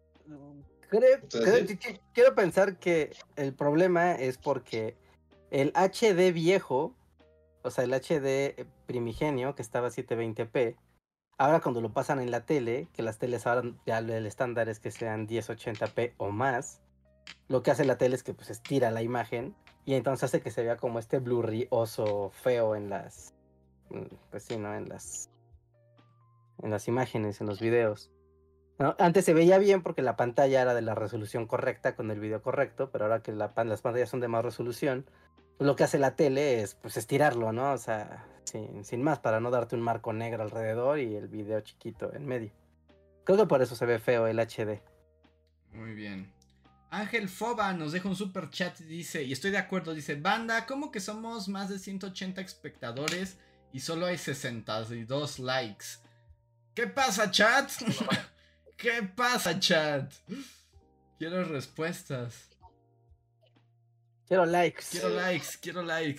Quiero pensar que el problema es porque el HD viejo, o sea, el HD primigenio que estaba a 720p, ahora cuando lo pasan en la tele, que las teles ahora ya el estándar es que sean 1080p o más, lo que hace la tele es que pues estira la imagen Y entonces hace que se vea como este blurrioso feo en las... Pues sí, ¿no? En las imágenes, en los videos. ¿No? Antes se veía bien porque la pantalla era de la resolución correcta con el video correcto, pero ahora que las pantallas son de más resolución, pues lo que hace la tele es pues estirarlo, ¿no? O sea, sin más, para no darte un marco negro alrededor y el video chiquito en medio. Creo que por eso se ve feo el HD. Muy bien. Ángel Foba nos deja un super chat y dice, y estoy de acuerdo, dice, banda, ¿cómo que somos más de 180 espectadores y solo hay 62 likes? ¿Qué pasa, chat? ¿Qué pasa, chat? Quiero respuestas. Quiero likes. Quiero likes.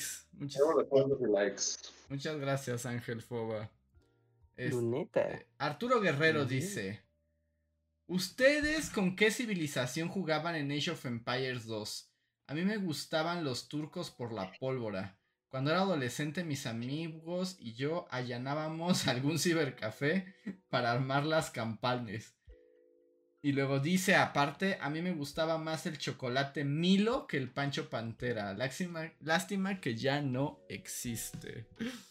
Muchas gracias, Ángel Foba. Luneta. Arturo Guerrero dice, ¿ustedes con qué civilización jugaban en Age of Empires 2? A mí me gustaban los turcos por la pólvora. Cuando era adolescente mis amigos y yo allanábamos algún cibercafé para armar las campanas. Y luego dice, aparte, a mí me gustaba más el chocolate Milo que el Pancho Pantera. Lástima que ya no existe.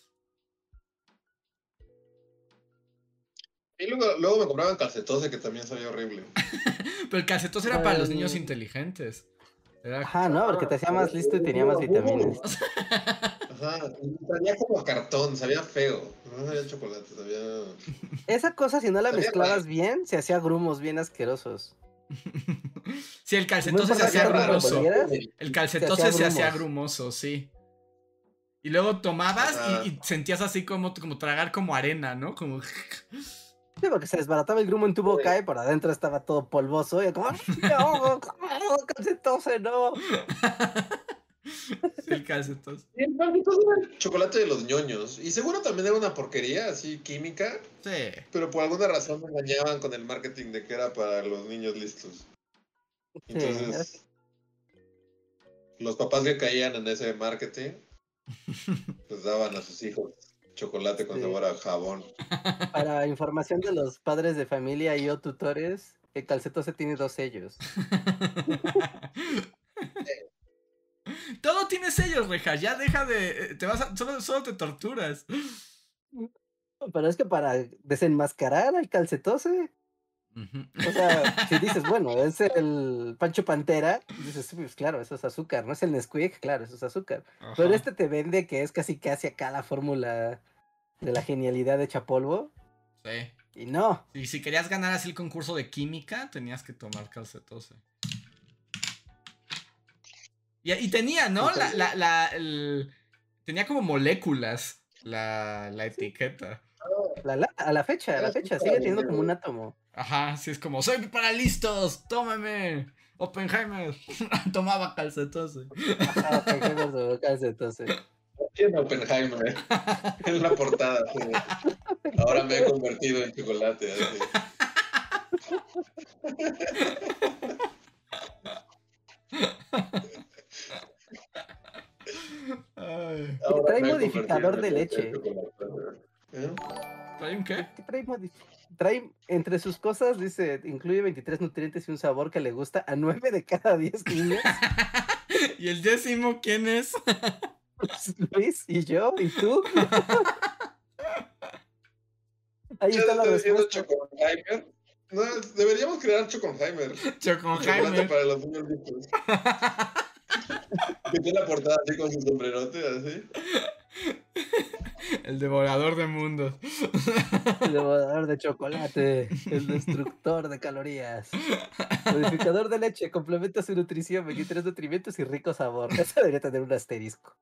Y luego me compraban calcetose, que también sabía horrible. Pero el calcetose era para los niños inteligentes. Ajá, no, porque te hacía más listo y tenía más vitaminas. Ajá, sabía como cartón, sabía feo. No sabía chocolate, sabía... Esa cosa, si no la Sabía mezclabas raro. bien, se hacía grumos bien asquerosos. Sí, el calcetose se hacía grumoso. El calcetose se hacía grumoso, sí. Y luego tomabas y sentías así como tragar como arena, ¿no? Como... Sí, porque se desbarataba el grumo en tu boca y por adentro estaba todo polvoso y como, no, calcetose, no. El calcetose. El calcetose era el chocolate de los ñoños. Y seguro también era una porquería, así, química. Sí. Pero por alguna razón me engañaban con el marketing de que era para los niños listos. Entonces, los papás que caían en ese marketing, pues daban a sus hijos chocolate con sabor a jabón. Para información de los padres de familia y o tutores, el calcetose tiene 2 sellos. Todo tiene sellos, Reja. Ya deja de... Solo te torturas. Pero es que para desenmascarar al calcetose. O sea, si dices, bueno, es el Pancho Pantera, dices, pues claro, eso es azúcar, no es el Nesquik, claro, eso es azúcar. Ajá. Pero este te vende que es casi acá la fórmula de la genialidad hecha polvo. Sí. Y no. Y si querías ganar así el concurso de química, tenías que tomar calcetose. Y tenía, ¿no? Tenía como moléculas la etiqueta. A la fecha sigue teniendo como un átomo. Ajá, sí, es como, soy para listos, tómame, Oppenheimer. Tomaba calcetose. Ajá, Oppenheimer tomó calcetose. ¿Quién Oppenheimer? En la portada. Sí. Ahora me he convertido en chocolate. Así. Trae modificador de leche. ¿Trae un qué? Trae entre sus cosas, dice, incluye 23 nutrientes y un sabor que le gusta a 9 de cada 10 niños. ¿Y el 10º quién es? Luis, y yo, y tú. Ahí está la respuesta. No, deberíamos crear Choconheimer. Chocolate para los niños listos. Que tiene la portada así con su sombrerote, así. El devorador de mundos. El devorador de chocolate. El destructor de calorías. Modificador de leche. Complementa su nutrición. 23 nutrimentos y rico sabor. Eso debería tener un asterisco.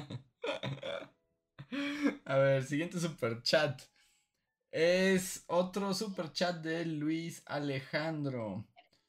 A ver, siguiente super chat. Es otro super chat de Luis Alejandro.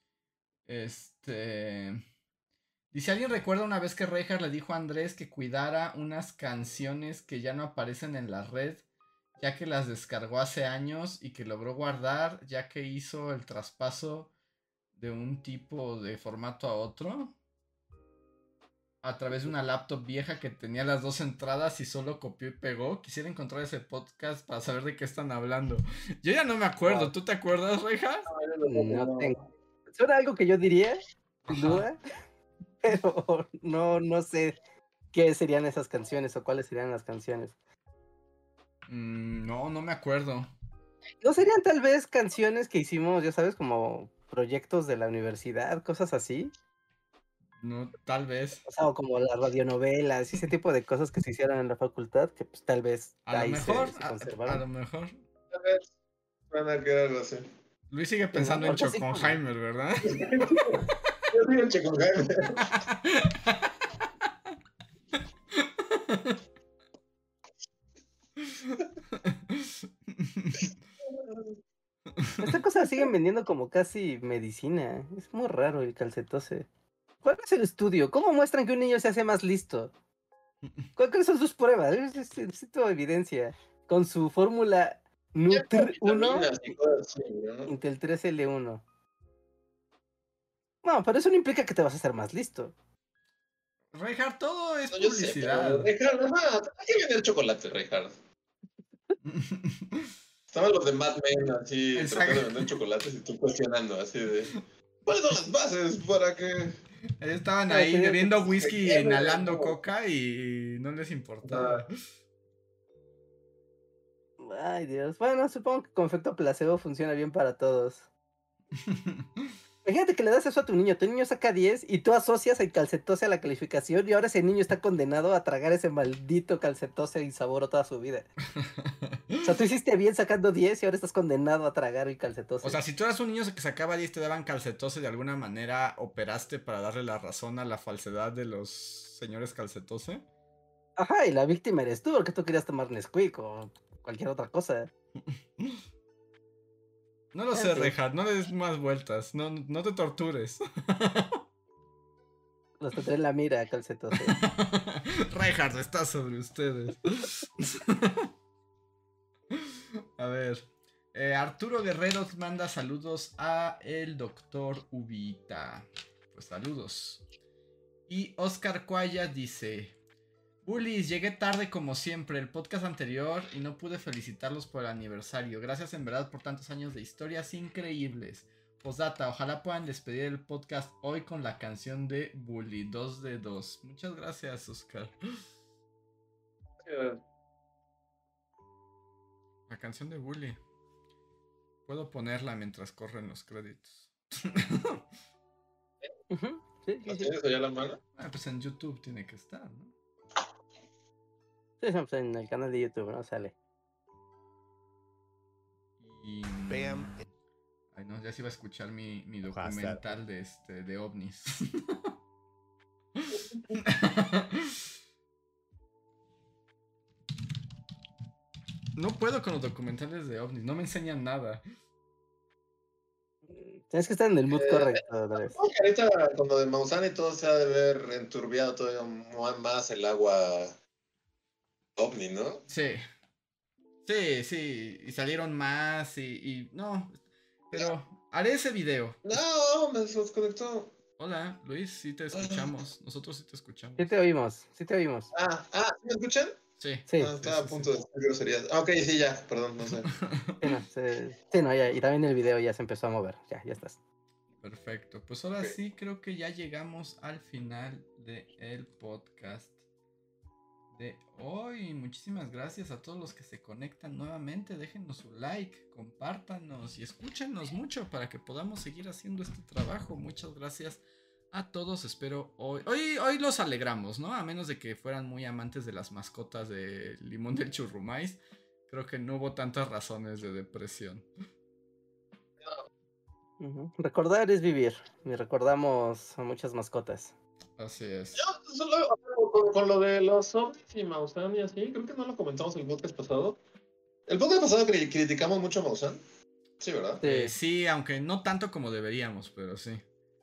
Dice, ¿alguien recuerda una vez que Reinhardt le dijo a Andrés que cuidara unas canciones que ya no aparecen en la red, ya que las descargó hace años y que logró guardar, ya que hizo el traspaso de un tipo de formato a otro? A través de una laptop vieja que tenía las 2 entradas y solo copió y pegó. Quisiera encontrar ese podcast para saber de qué están hablando. Yo ya no me acuerdo. ¿Tú te acuerdas, Reinhardt? No tengo. ¿Suena algo que yo diría? Sin duda. pero no sé qué serían esas canciones o cuáles serían las canciones. No me acuerdo. ¿No serían tal vez canciones que hicimos, ya sabes, como proyectos de la universidad, cosas así? No, tal vez. O sea, o como las radionovelas y ese tipo de cosas que se hicieron en la facultad, que pues tal vez A lo ahí mejor, se a conservaron. lo mejor. A ver, suena que era algo así. Luis sigue Sí, ¿no? pensando en Ahorita sí como- Choconheimer, ¿verdad? Yo soy el Checo Jaime. Esta cosa la siguen vendiendo como casi medicina. Es muy raro el calcetose. ¿Cuál es el estudio? ¿Cómo muestran que un niño se hace más listo? ¿Cuáles son sus pruebas? Necesito evidencia. Con su fórmula Nutr 1, Vitaminas y cosas así, ¿no? Intel 3L1. No, pero eso no implica que te vas a hacer más listo. Reinhardt, todo es No, yo sé, pero publicidad. Reinhardt, hay que vender chocolate, Reinhardt. Estaban los de Mad Men así Exacto. tratando de vender chocolates y tú cuestionando así de ¿cuáles son las bases para que Estaban Para ahí que- bebiendo whisky que e inhalando no? coca y no les importaba. Ay, Dios. Bueno, supongo que con efecto placebo funciona bien para todos. Imagínate que le das eso a tu niño saca 10 y tú asocias el calcetose a la calificación y ahora ese niño está condenado a tragar ese maldito calcetose y sabor toda su vida. O sea, tú hiciste bien sacando 10 y ahora estás condenado a tragar el calcetose. O sea, si tú eras un niño que sacaba 10 y te daban calcetose, de alguna manera operaste para darle la razón a la falsedad de los señores calcetose. Ajá, y la víctima eres tú, porque tú querías tomar Nesquik o cualquier otra cosa. No lo En sé, fin. Reinhardt, no le des más vueltas, no te tortures. Los tendré en la mira, calcetose. Reinhardt está sobre ustedes. A ver. Arturo Guerrero manda saludos a el doctor Ubita. Pues saludos. Y Oscar Cuaya dice: Bullies, llegué tarde como siempre, el podcast anterior, y no pude felicitarlos por el aniversario. Gracias en verdad por tantos años de historias increíbles. Postdata, ojalá puedan despedir el podcast hoy con la canción de Bully 2 de 2. Muchas gracias, Oscar. La canción de Bully. Puedo ponerla mientras corren los créditos. Ujú, sí, ¿La sí, sí. tienes allá a la mano? Pues en YouTube tiene que estar, ¿no? Sí, pues en el canal de YouTube, ¿no? Sale. Y... Bam. Ay, no, ya se iba a escuchar mi documental de ovnis. No puedo con los documentales de ovnis, no me enseñan nada. Tienes que estar en el mood correcto, Andrés. Ahorita con lo de Maussan y todo se ha de ver enturbiado todavía más el agua ovni, ¿no? Sí. Sí, y salieron más y no, pero haré ese video. No, me desconectó. Hola, Luis, sí te escuchamos, nosotros sí te escuchamos. Sí te oímos, sí te oímos. ¿Me escuchan? Sí. Sí. Estaba a punto de decir groserías. Ok, sí, ya, perdón, no sé. Sí, no, ya, y también el video ya se empezó a mover. Ya estás. Perfecto, pues ahora Ok. sí creo que ya llegamos al final del podcast de hoy. Muchísimas gracias a todos los que se conectan nuevamente. Déjenos su like, compártanos y escúchenos mucho para que podamos seguir haciendo este trabajo. Muchas gracias a todos. Espero hoy los alegramos, ¿no? A menos de que fueran muy amantes de las mascotas de Limón del Churrumais. Creo que no hubo tantas razones de depresión. Recordar es vivir. Y recordamos a muchas mascotas. Así es. Yo solo con lo de los ovnis y Maussan y así, creo que no lo comentamos el podcast pasado. El podcast pasado criticamos mucho a Maussan. Sí, ¿verdad? Sí, aunque no tanto como deberíamos, pero sí.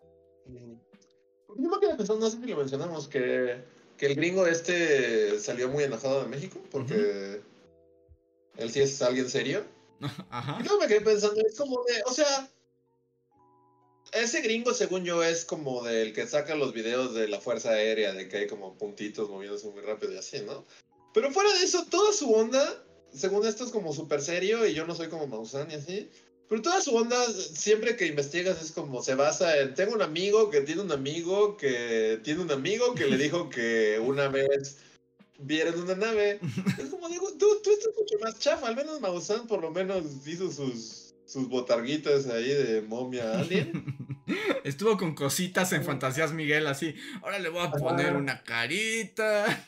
Yo me quedé pensando, no sé si lo mencionamos, que el gringo salió muy enojado de México porque él sí es alguien serio. Ajá. Y luego me quedé pensando, es como de, o sea, ese gringo según yo es como del que saca los videos de la Fuerza Aérea, de que hay como puntitos moviéndose muy rápido y así, ¿no? Pero fuera de eso, toda su onda, según esto es como súper serio y yo no soy como Maussan y así. Pero toda su onda, siempre que investigas, es como se basa en, tengo un amigo que tiene un amigo que tiene un amigo que le dijo que una vez vieron una nave. Es como digo, tú estás mucho más chafa, al menos Maussan por lo menos hizo sus botarguitas ahí de momia alien. Estuvo con cositas en Fantasías Miguel, así, ahora le voy a poner una carita.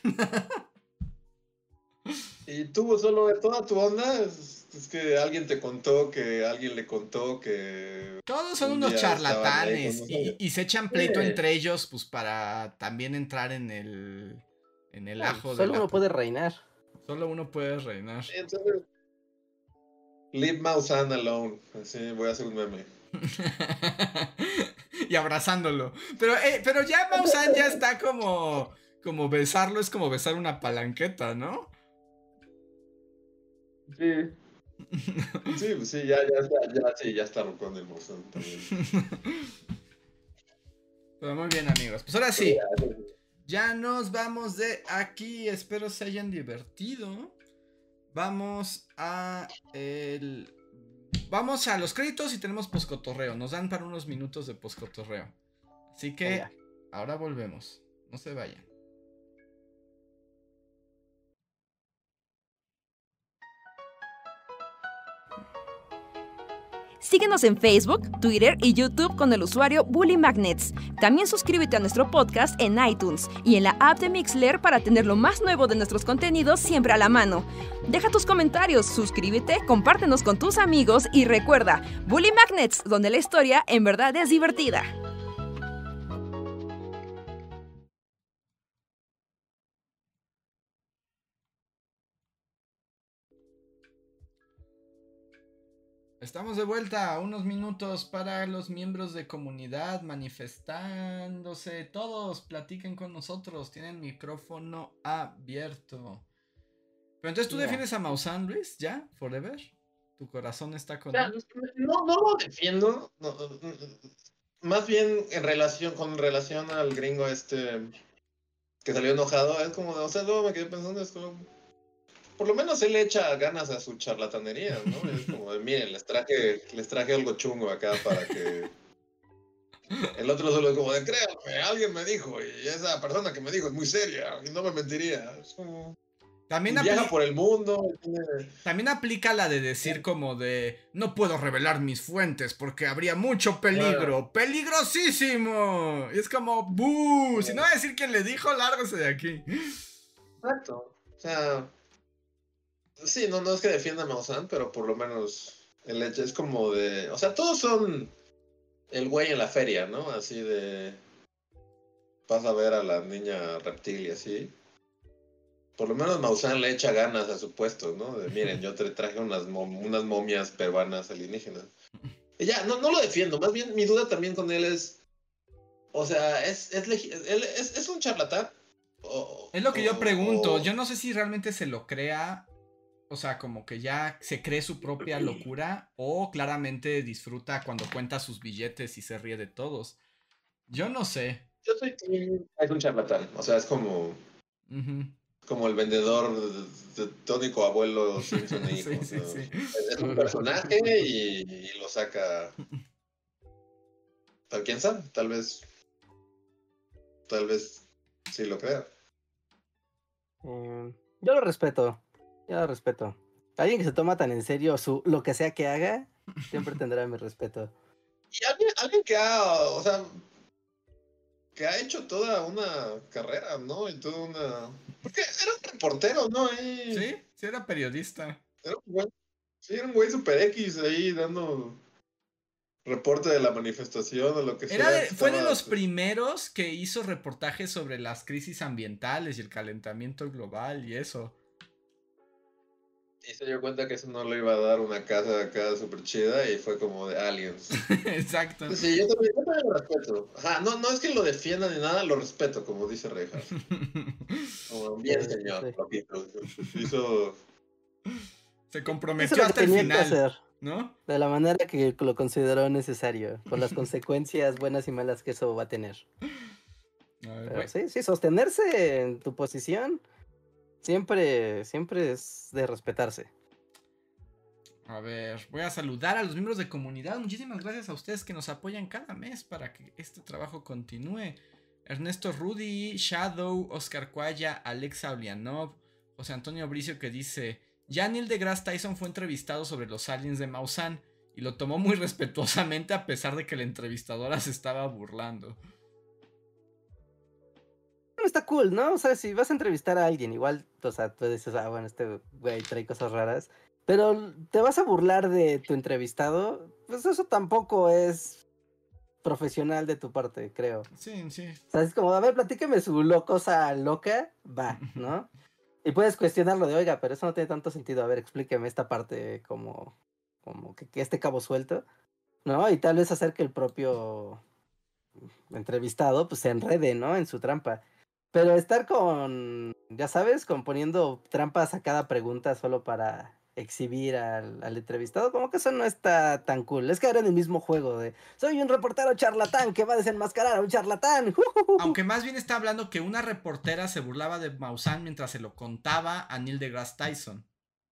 Y tuvo solo toda tu onda, es que alguien te contó, que alguien le contó que... Todos son un unos día estaban ahí charlatanes con nosotros. y se echan pleito entre ellos, pues para también entrar en el ajo de Solo uno puede reinar. Solo uno puede reinar. Entonces, leave Maussan alone. Así voy a hacer un meme. Y abrazándolo. Pero ya Maussan ya está como besarlo, es como besar una palanqueta, ¿no? Sí. Sí, pues sí, ya está con el Maussan también. Pero muy bien, amigos. Pues ahora sí. Ya nos vamos de aquí. Espero se hayan divertido. Vamos a los créditos y tenemos poscotorreo. Nos dan para unos minutos de poscotorreo. Así que ahora volvemos. No se vayan. Síguenos en Facebook, Twitter y YouTube con el usuario Bully Magnets. También suscríbete a nuestro podcast en iTunes y en la app de Mixler para tener lo más nuevo de nuestros contenidos siempre a la mano. Deja tus comentarios, suscríbete, compártenos con tus amigos y recuerda, Bully Magnets, donde la historia en verdad es divertida. Estamos de vuelta, unos minutos para los miembros de comunidad manifestándose. Todos platiquen con nosotros, tienen micrófono abierto. Pero entonces tú defiendes a Maussan, Luis, ¿ya? ¿Forever? ¿Tu corazón está con él? No lo defiendo. No, más bien con relación al gringo que salió enojado, es como, o sea, luego me quedé pensando, es como... Por lo menos él le echa ganas a su charlatanería, ¿no? Es como de, miren, les traje algo chungo acá para que... El otro solo es como de, créanme, alguien me dijo, y esa persona que me dijo es muy seria, y no me mentiría. Es como... También viaja por el mundo. También aplica la de decir como de, no puedo revelar mis fuentes porque habría mucho peligro. ¡Peligrosísimo! Y es como, ¡buh! Si no va a decir quién le dijo, lárguese de aquí. Exacto. O sea... Sí, no es que defienda a Maussan, pero por lo menos el hecho es como de... O sea, todos son el güey en la feria, ¿no? Así de... Vas a ver a la niña reptil y así. Por lo menos Maussan le echa ganas a su puesto, ¿no? De, miren, yo te traje unas momias peruanas alienígenas. Y ya, no lo defiendo. Más bien, mi duda también con él es... O sea, ¿es un charlatán? Es lo que yo pregunto. Yo no sé si realmente se lo crea... O sea, como que ya se cree su propia locura o claramente disfruta cuando cuenta sus billetes y se ríe de todos. Yo no sé. Yo soy es un charlatán. O sea, es como... Como el vendedor de tónico abuelo Simpson e hijo. Sí. Es un personaje y lo saca... ¿Quién sabe? Tal vez sí lo crea. Yo lo respeto. Alguien que se toma tan en serio lo que sea que haga, siempre tendrá mi respeto. Y alguien que ha hecho toda una carrera, ¿no? Y toda una... Porque era un reportero, ¿no? Sí era periodista. Era un güey super X ahí dando reporte de la manifestación o lo que sea. Fue de los primeros que hizo reportajes sobre las crisis ambientales y el calentamiento global y eso. Y se dio cuenta que eso no le iba a dar una casa acá súper chida y fue como de aliens. Exacto. Sí, yo también lo respeto. Ajá, no es que lo defienda ni nada, lo respeto, como dice Rejas. Como, bien, señor. Hizo... Se comprometió hasta el final, ¿no? De la manera que lo consideró necesario, con las consecuencias buenas y malas que eso va a tener. Pero sí, sostenerse en tu posición siempre es de respetarse. A ver, voy a saludar a los miembros de comunidad. Muchísimas gracias a ustedes que nos apoyan cada mes para que este trabajo continúe. Ernesto Rudy, Shadow, Oscar Cuaya, Alexa Olianov, José Antonio Bricio que dice: ya Neil deGrasse Tyson fue entrevistado sobre los aliens de Maussan y lo tomó muy respetuosamente a pesar de que la entrevistadora se estaba burlando. Está cool, ¿no? O sea, si vas a entrevistar a alguien, igual, o sea, tú dices, bueno, este güey trae cosas raras, pero te vas a burlar de tu entrevistado, pues eso tampoco es profesional de tu parte, creo. Sí, sí. O sea, es como, a ver, platíqueme su cosa loca, va, ¿no? Y puedes cuestionarlo de, oiga, pero eso no tiene tanto sentido, a ver, explíqueme esta parte como que este cabo suelto, ¿no? Y tal vez hacer que el propio entrevistado, pues se enrede, ¿no? En su trampa. Pero estar ya sabes, poniendo trampas a cada pregunta solo para exhibir al entrevistado, como que eso no está tan cool. Es caer en el mismo juego de, soy un reportero charlatán que va a desenmascarar a un charlatán. Aunque más bien está hablando que una reportera se burlaba de Maussan mientras se lo contaba a Neil deGrasse Tyson.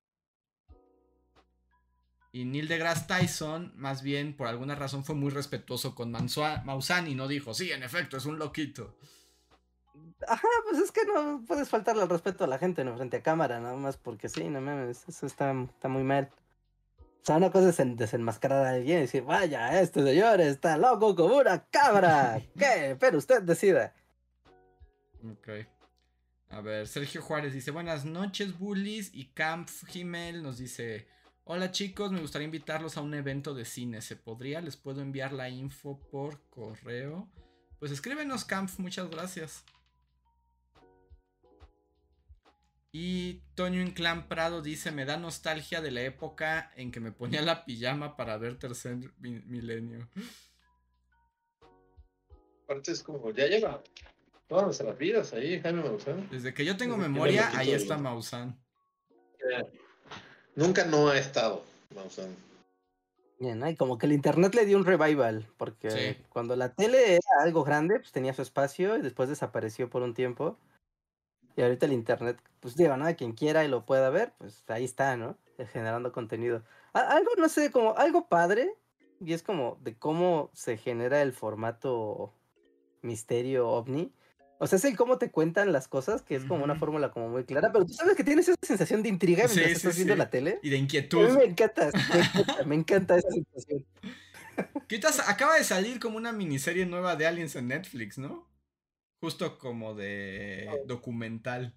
Y Neil deGrasse Tyson, más bien, por alguna razón, fue muy respetuoso con Maussan y no dijo, sí, en efecto, es un loquito. Ajá, pues es que no puedes faltarle al respeto a la gente, no, frente a cámara, nada más porque sí, no mames, eso está muy mal. O sea, una cosa es desenmascarar a alguien y decir, vaya, este señor está loco como una cabra. ¿Qué? Pero usted decida. Ok. A ver, Sergio Juárez dice, buenas noches, bullies. Y Camp Himmel nos dice, hola chicos, me gustaría invitarlos a un evento de cine. ¿Se podría? ¿Les puedo enviar la info por correo? Pues escríbenos, Camp, muchas gracias. Y Toño Inclán Prado dice, me da nostalgia de la época en que me ponía la pijama para ver Tercer Milenio. Aparte es como, ya lleva todas nuestras vidas ahí, Jaime Maussan. Desde que yo tengo memoria, ahí está Maussan. Nunca no ha estado Maussan. Bien, ¿no? Y como que el internet le dio un revival, porque Sí. cuando la tele era algo grande, pues tenía su espacio y después desapareció por un tiempo. Y ahorita el internet, pues digo, ¿no? Quien quiera y lo pueda ver, pues ahí está, ¿no? Generando contenido. Algo, no sé, como algo padre, y es como de cómo se genera el formato misterio ovni. O sea, es el cómo te cuentan las cosas, que es como una fórmula como muy clara, pero tú sabes que tienes esa sensación de intriga mientras estás viendo la tele. Y de A inquietud. mí me encanta esa sensación. Acaba de salir como una miniserie nueva de Aliens en Netflix, ¿no? Justo como de documental.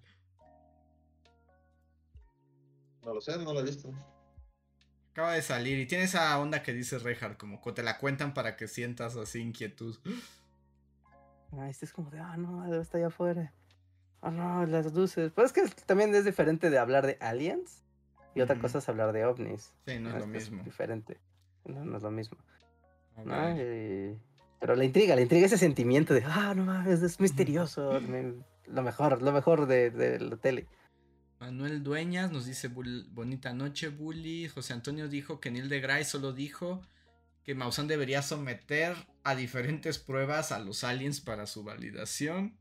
No lo sé, no lo he visto. Acaba de salir y tiene esa onda que dice Reinhardt, como que te la cuentan para que sientas así inquietud. Este es como de, no, está allá afuera. No, las luces. Pues es que también es diferente de hablar de aliens y otra cosa es hablar de ovnis. Sí, no es lo mismo. Es diferente. No es lo mismo. Okay. ¿No? Pero la intriga, ese sentimiento de, no mames, es misterioso. Lo mejor de la tele. Manuel Dueñas nos dice, bonita noche, bully. José Antonio dijo que Neil deGrasse solo dijo que Maussan debería someter a diferentes pruebas a los aliens para su validación.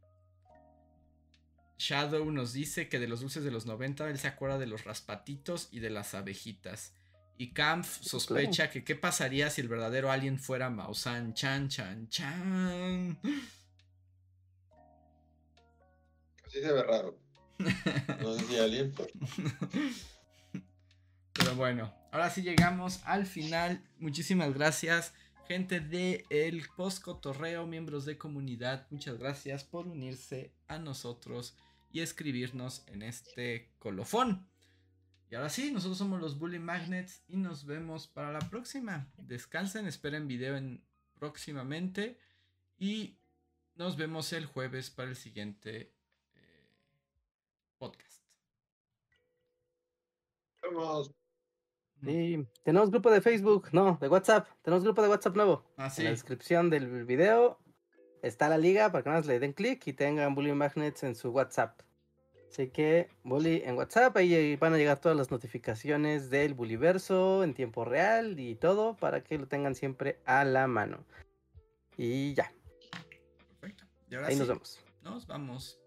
Shadow nos dice que de los dulces de los 90 él se acuerda de los raspatitos y de las abejitas. Y Kampf sospecha que qué pasaría si el verdadero alien fuera Maussan. Chan, chan, chan. Así se ve raro. No sé si alien, pero bueno, ahora sí llegamos al final. Muchísimas gracias, gente de el Post Cotorreo, miembros de comunidad. Muchas gracias por unirse a nosotros y escribirnos en este colofón. Y ahora sí, nosotros somos los Bully Magnets y nos vemos para la próxima. Descansen, esperen video próximamente y nos vemos el jueves para el siguiente podcast. Vamos. Sí, tenemos grupo de Facebook, no, de WhatsApp. Tenemos grupo de WhatsApp nuevo. Sí. En la descripción del video está la liga para que nada más le den clic y tengan Bully Magnets en su WhatsApp. Así que Bully en WhatsApp, ahí van a llegar todas las notificaciones del Bullyverso en tiempo real y todo para que lo tengan siempre a la mano. Y ya. Perfecto. Y ahora ahí sí, nos vemos. Nos vamos.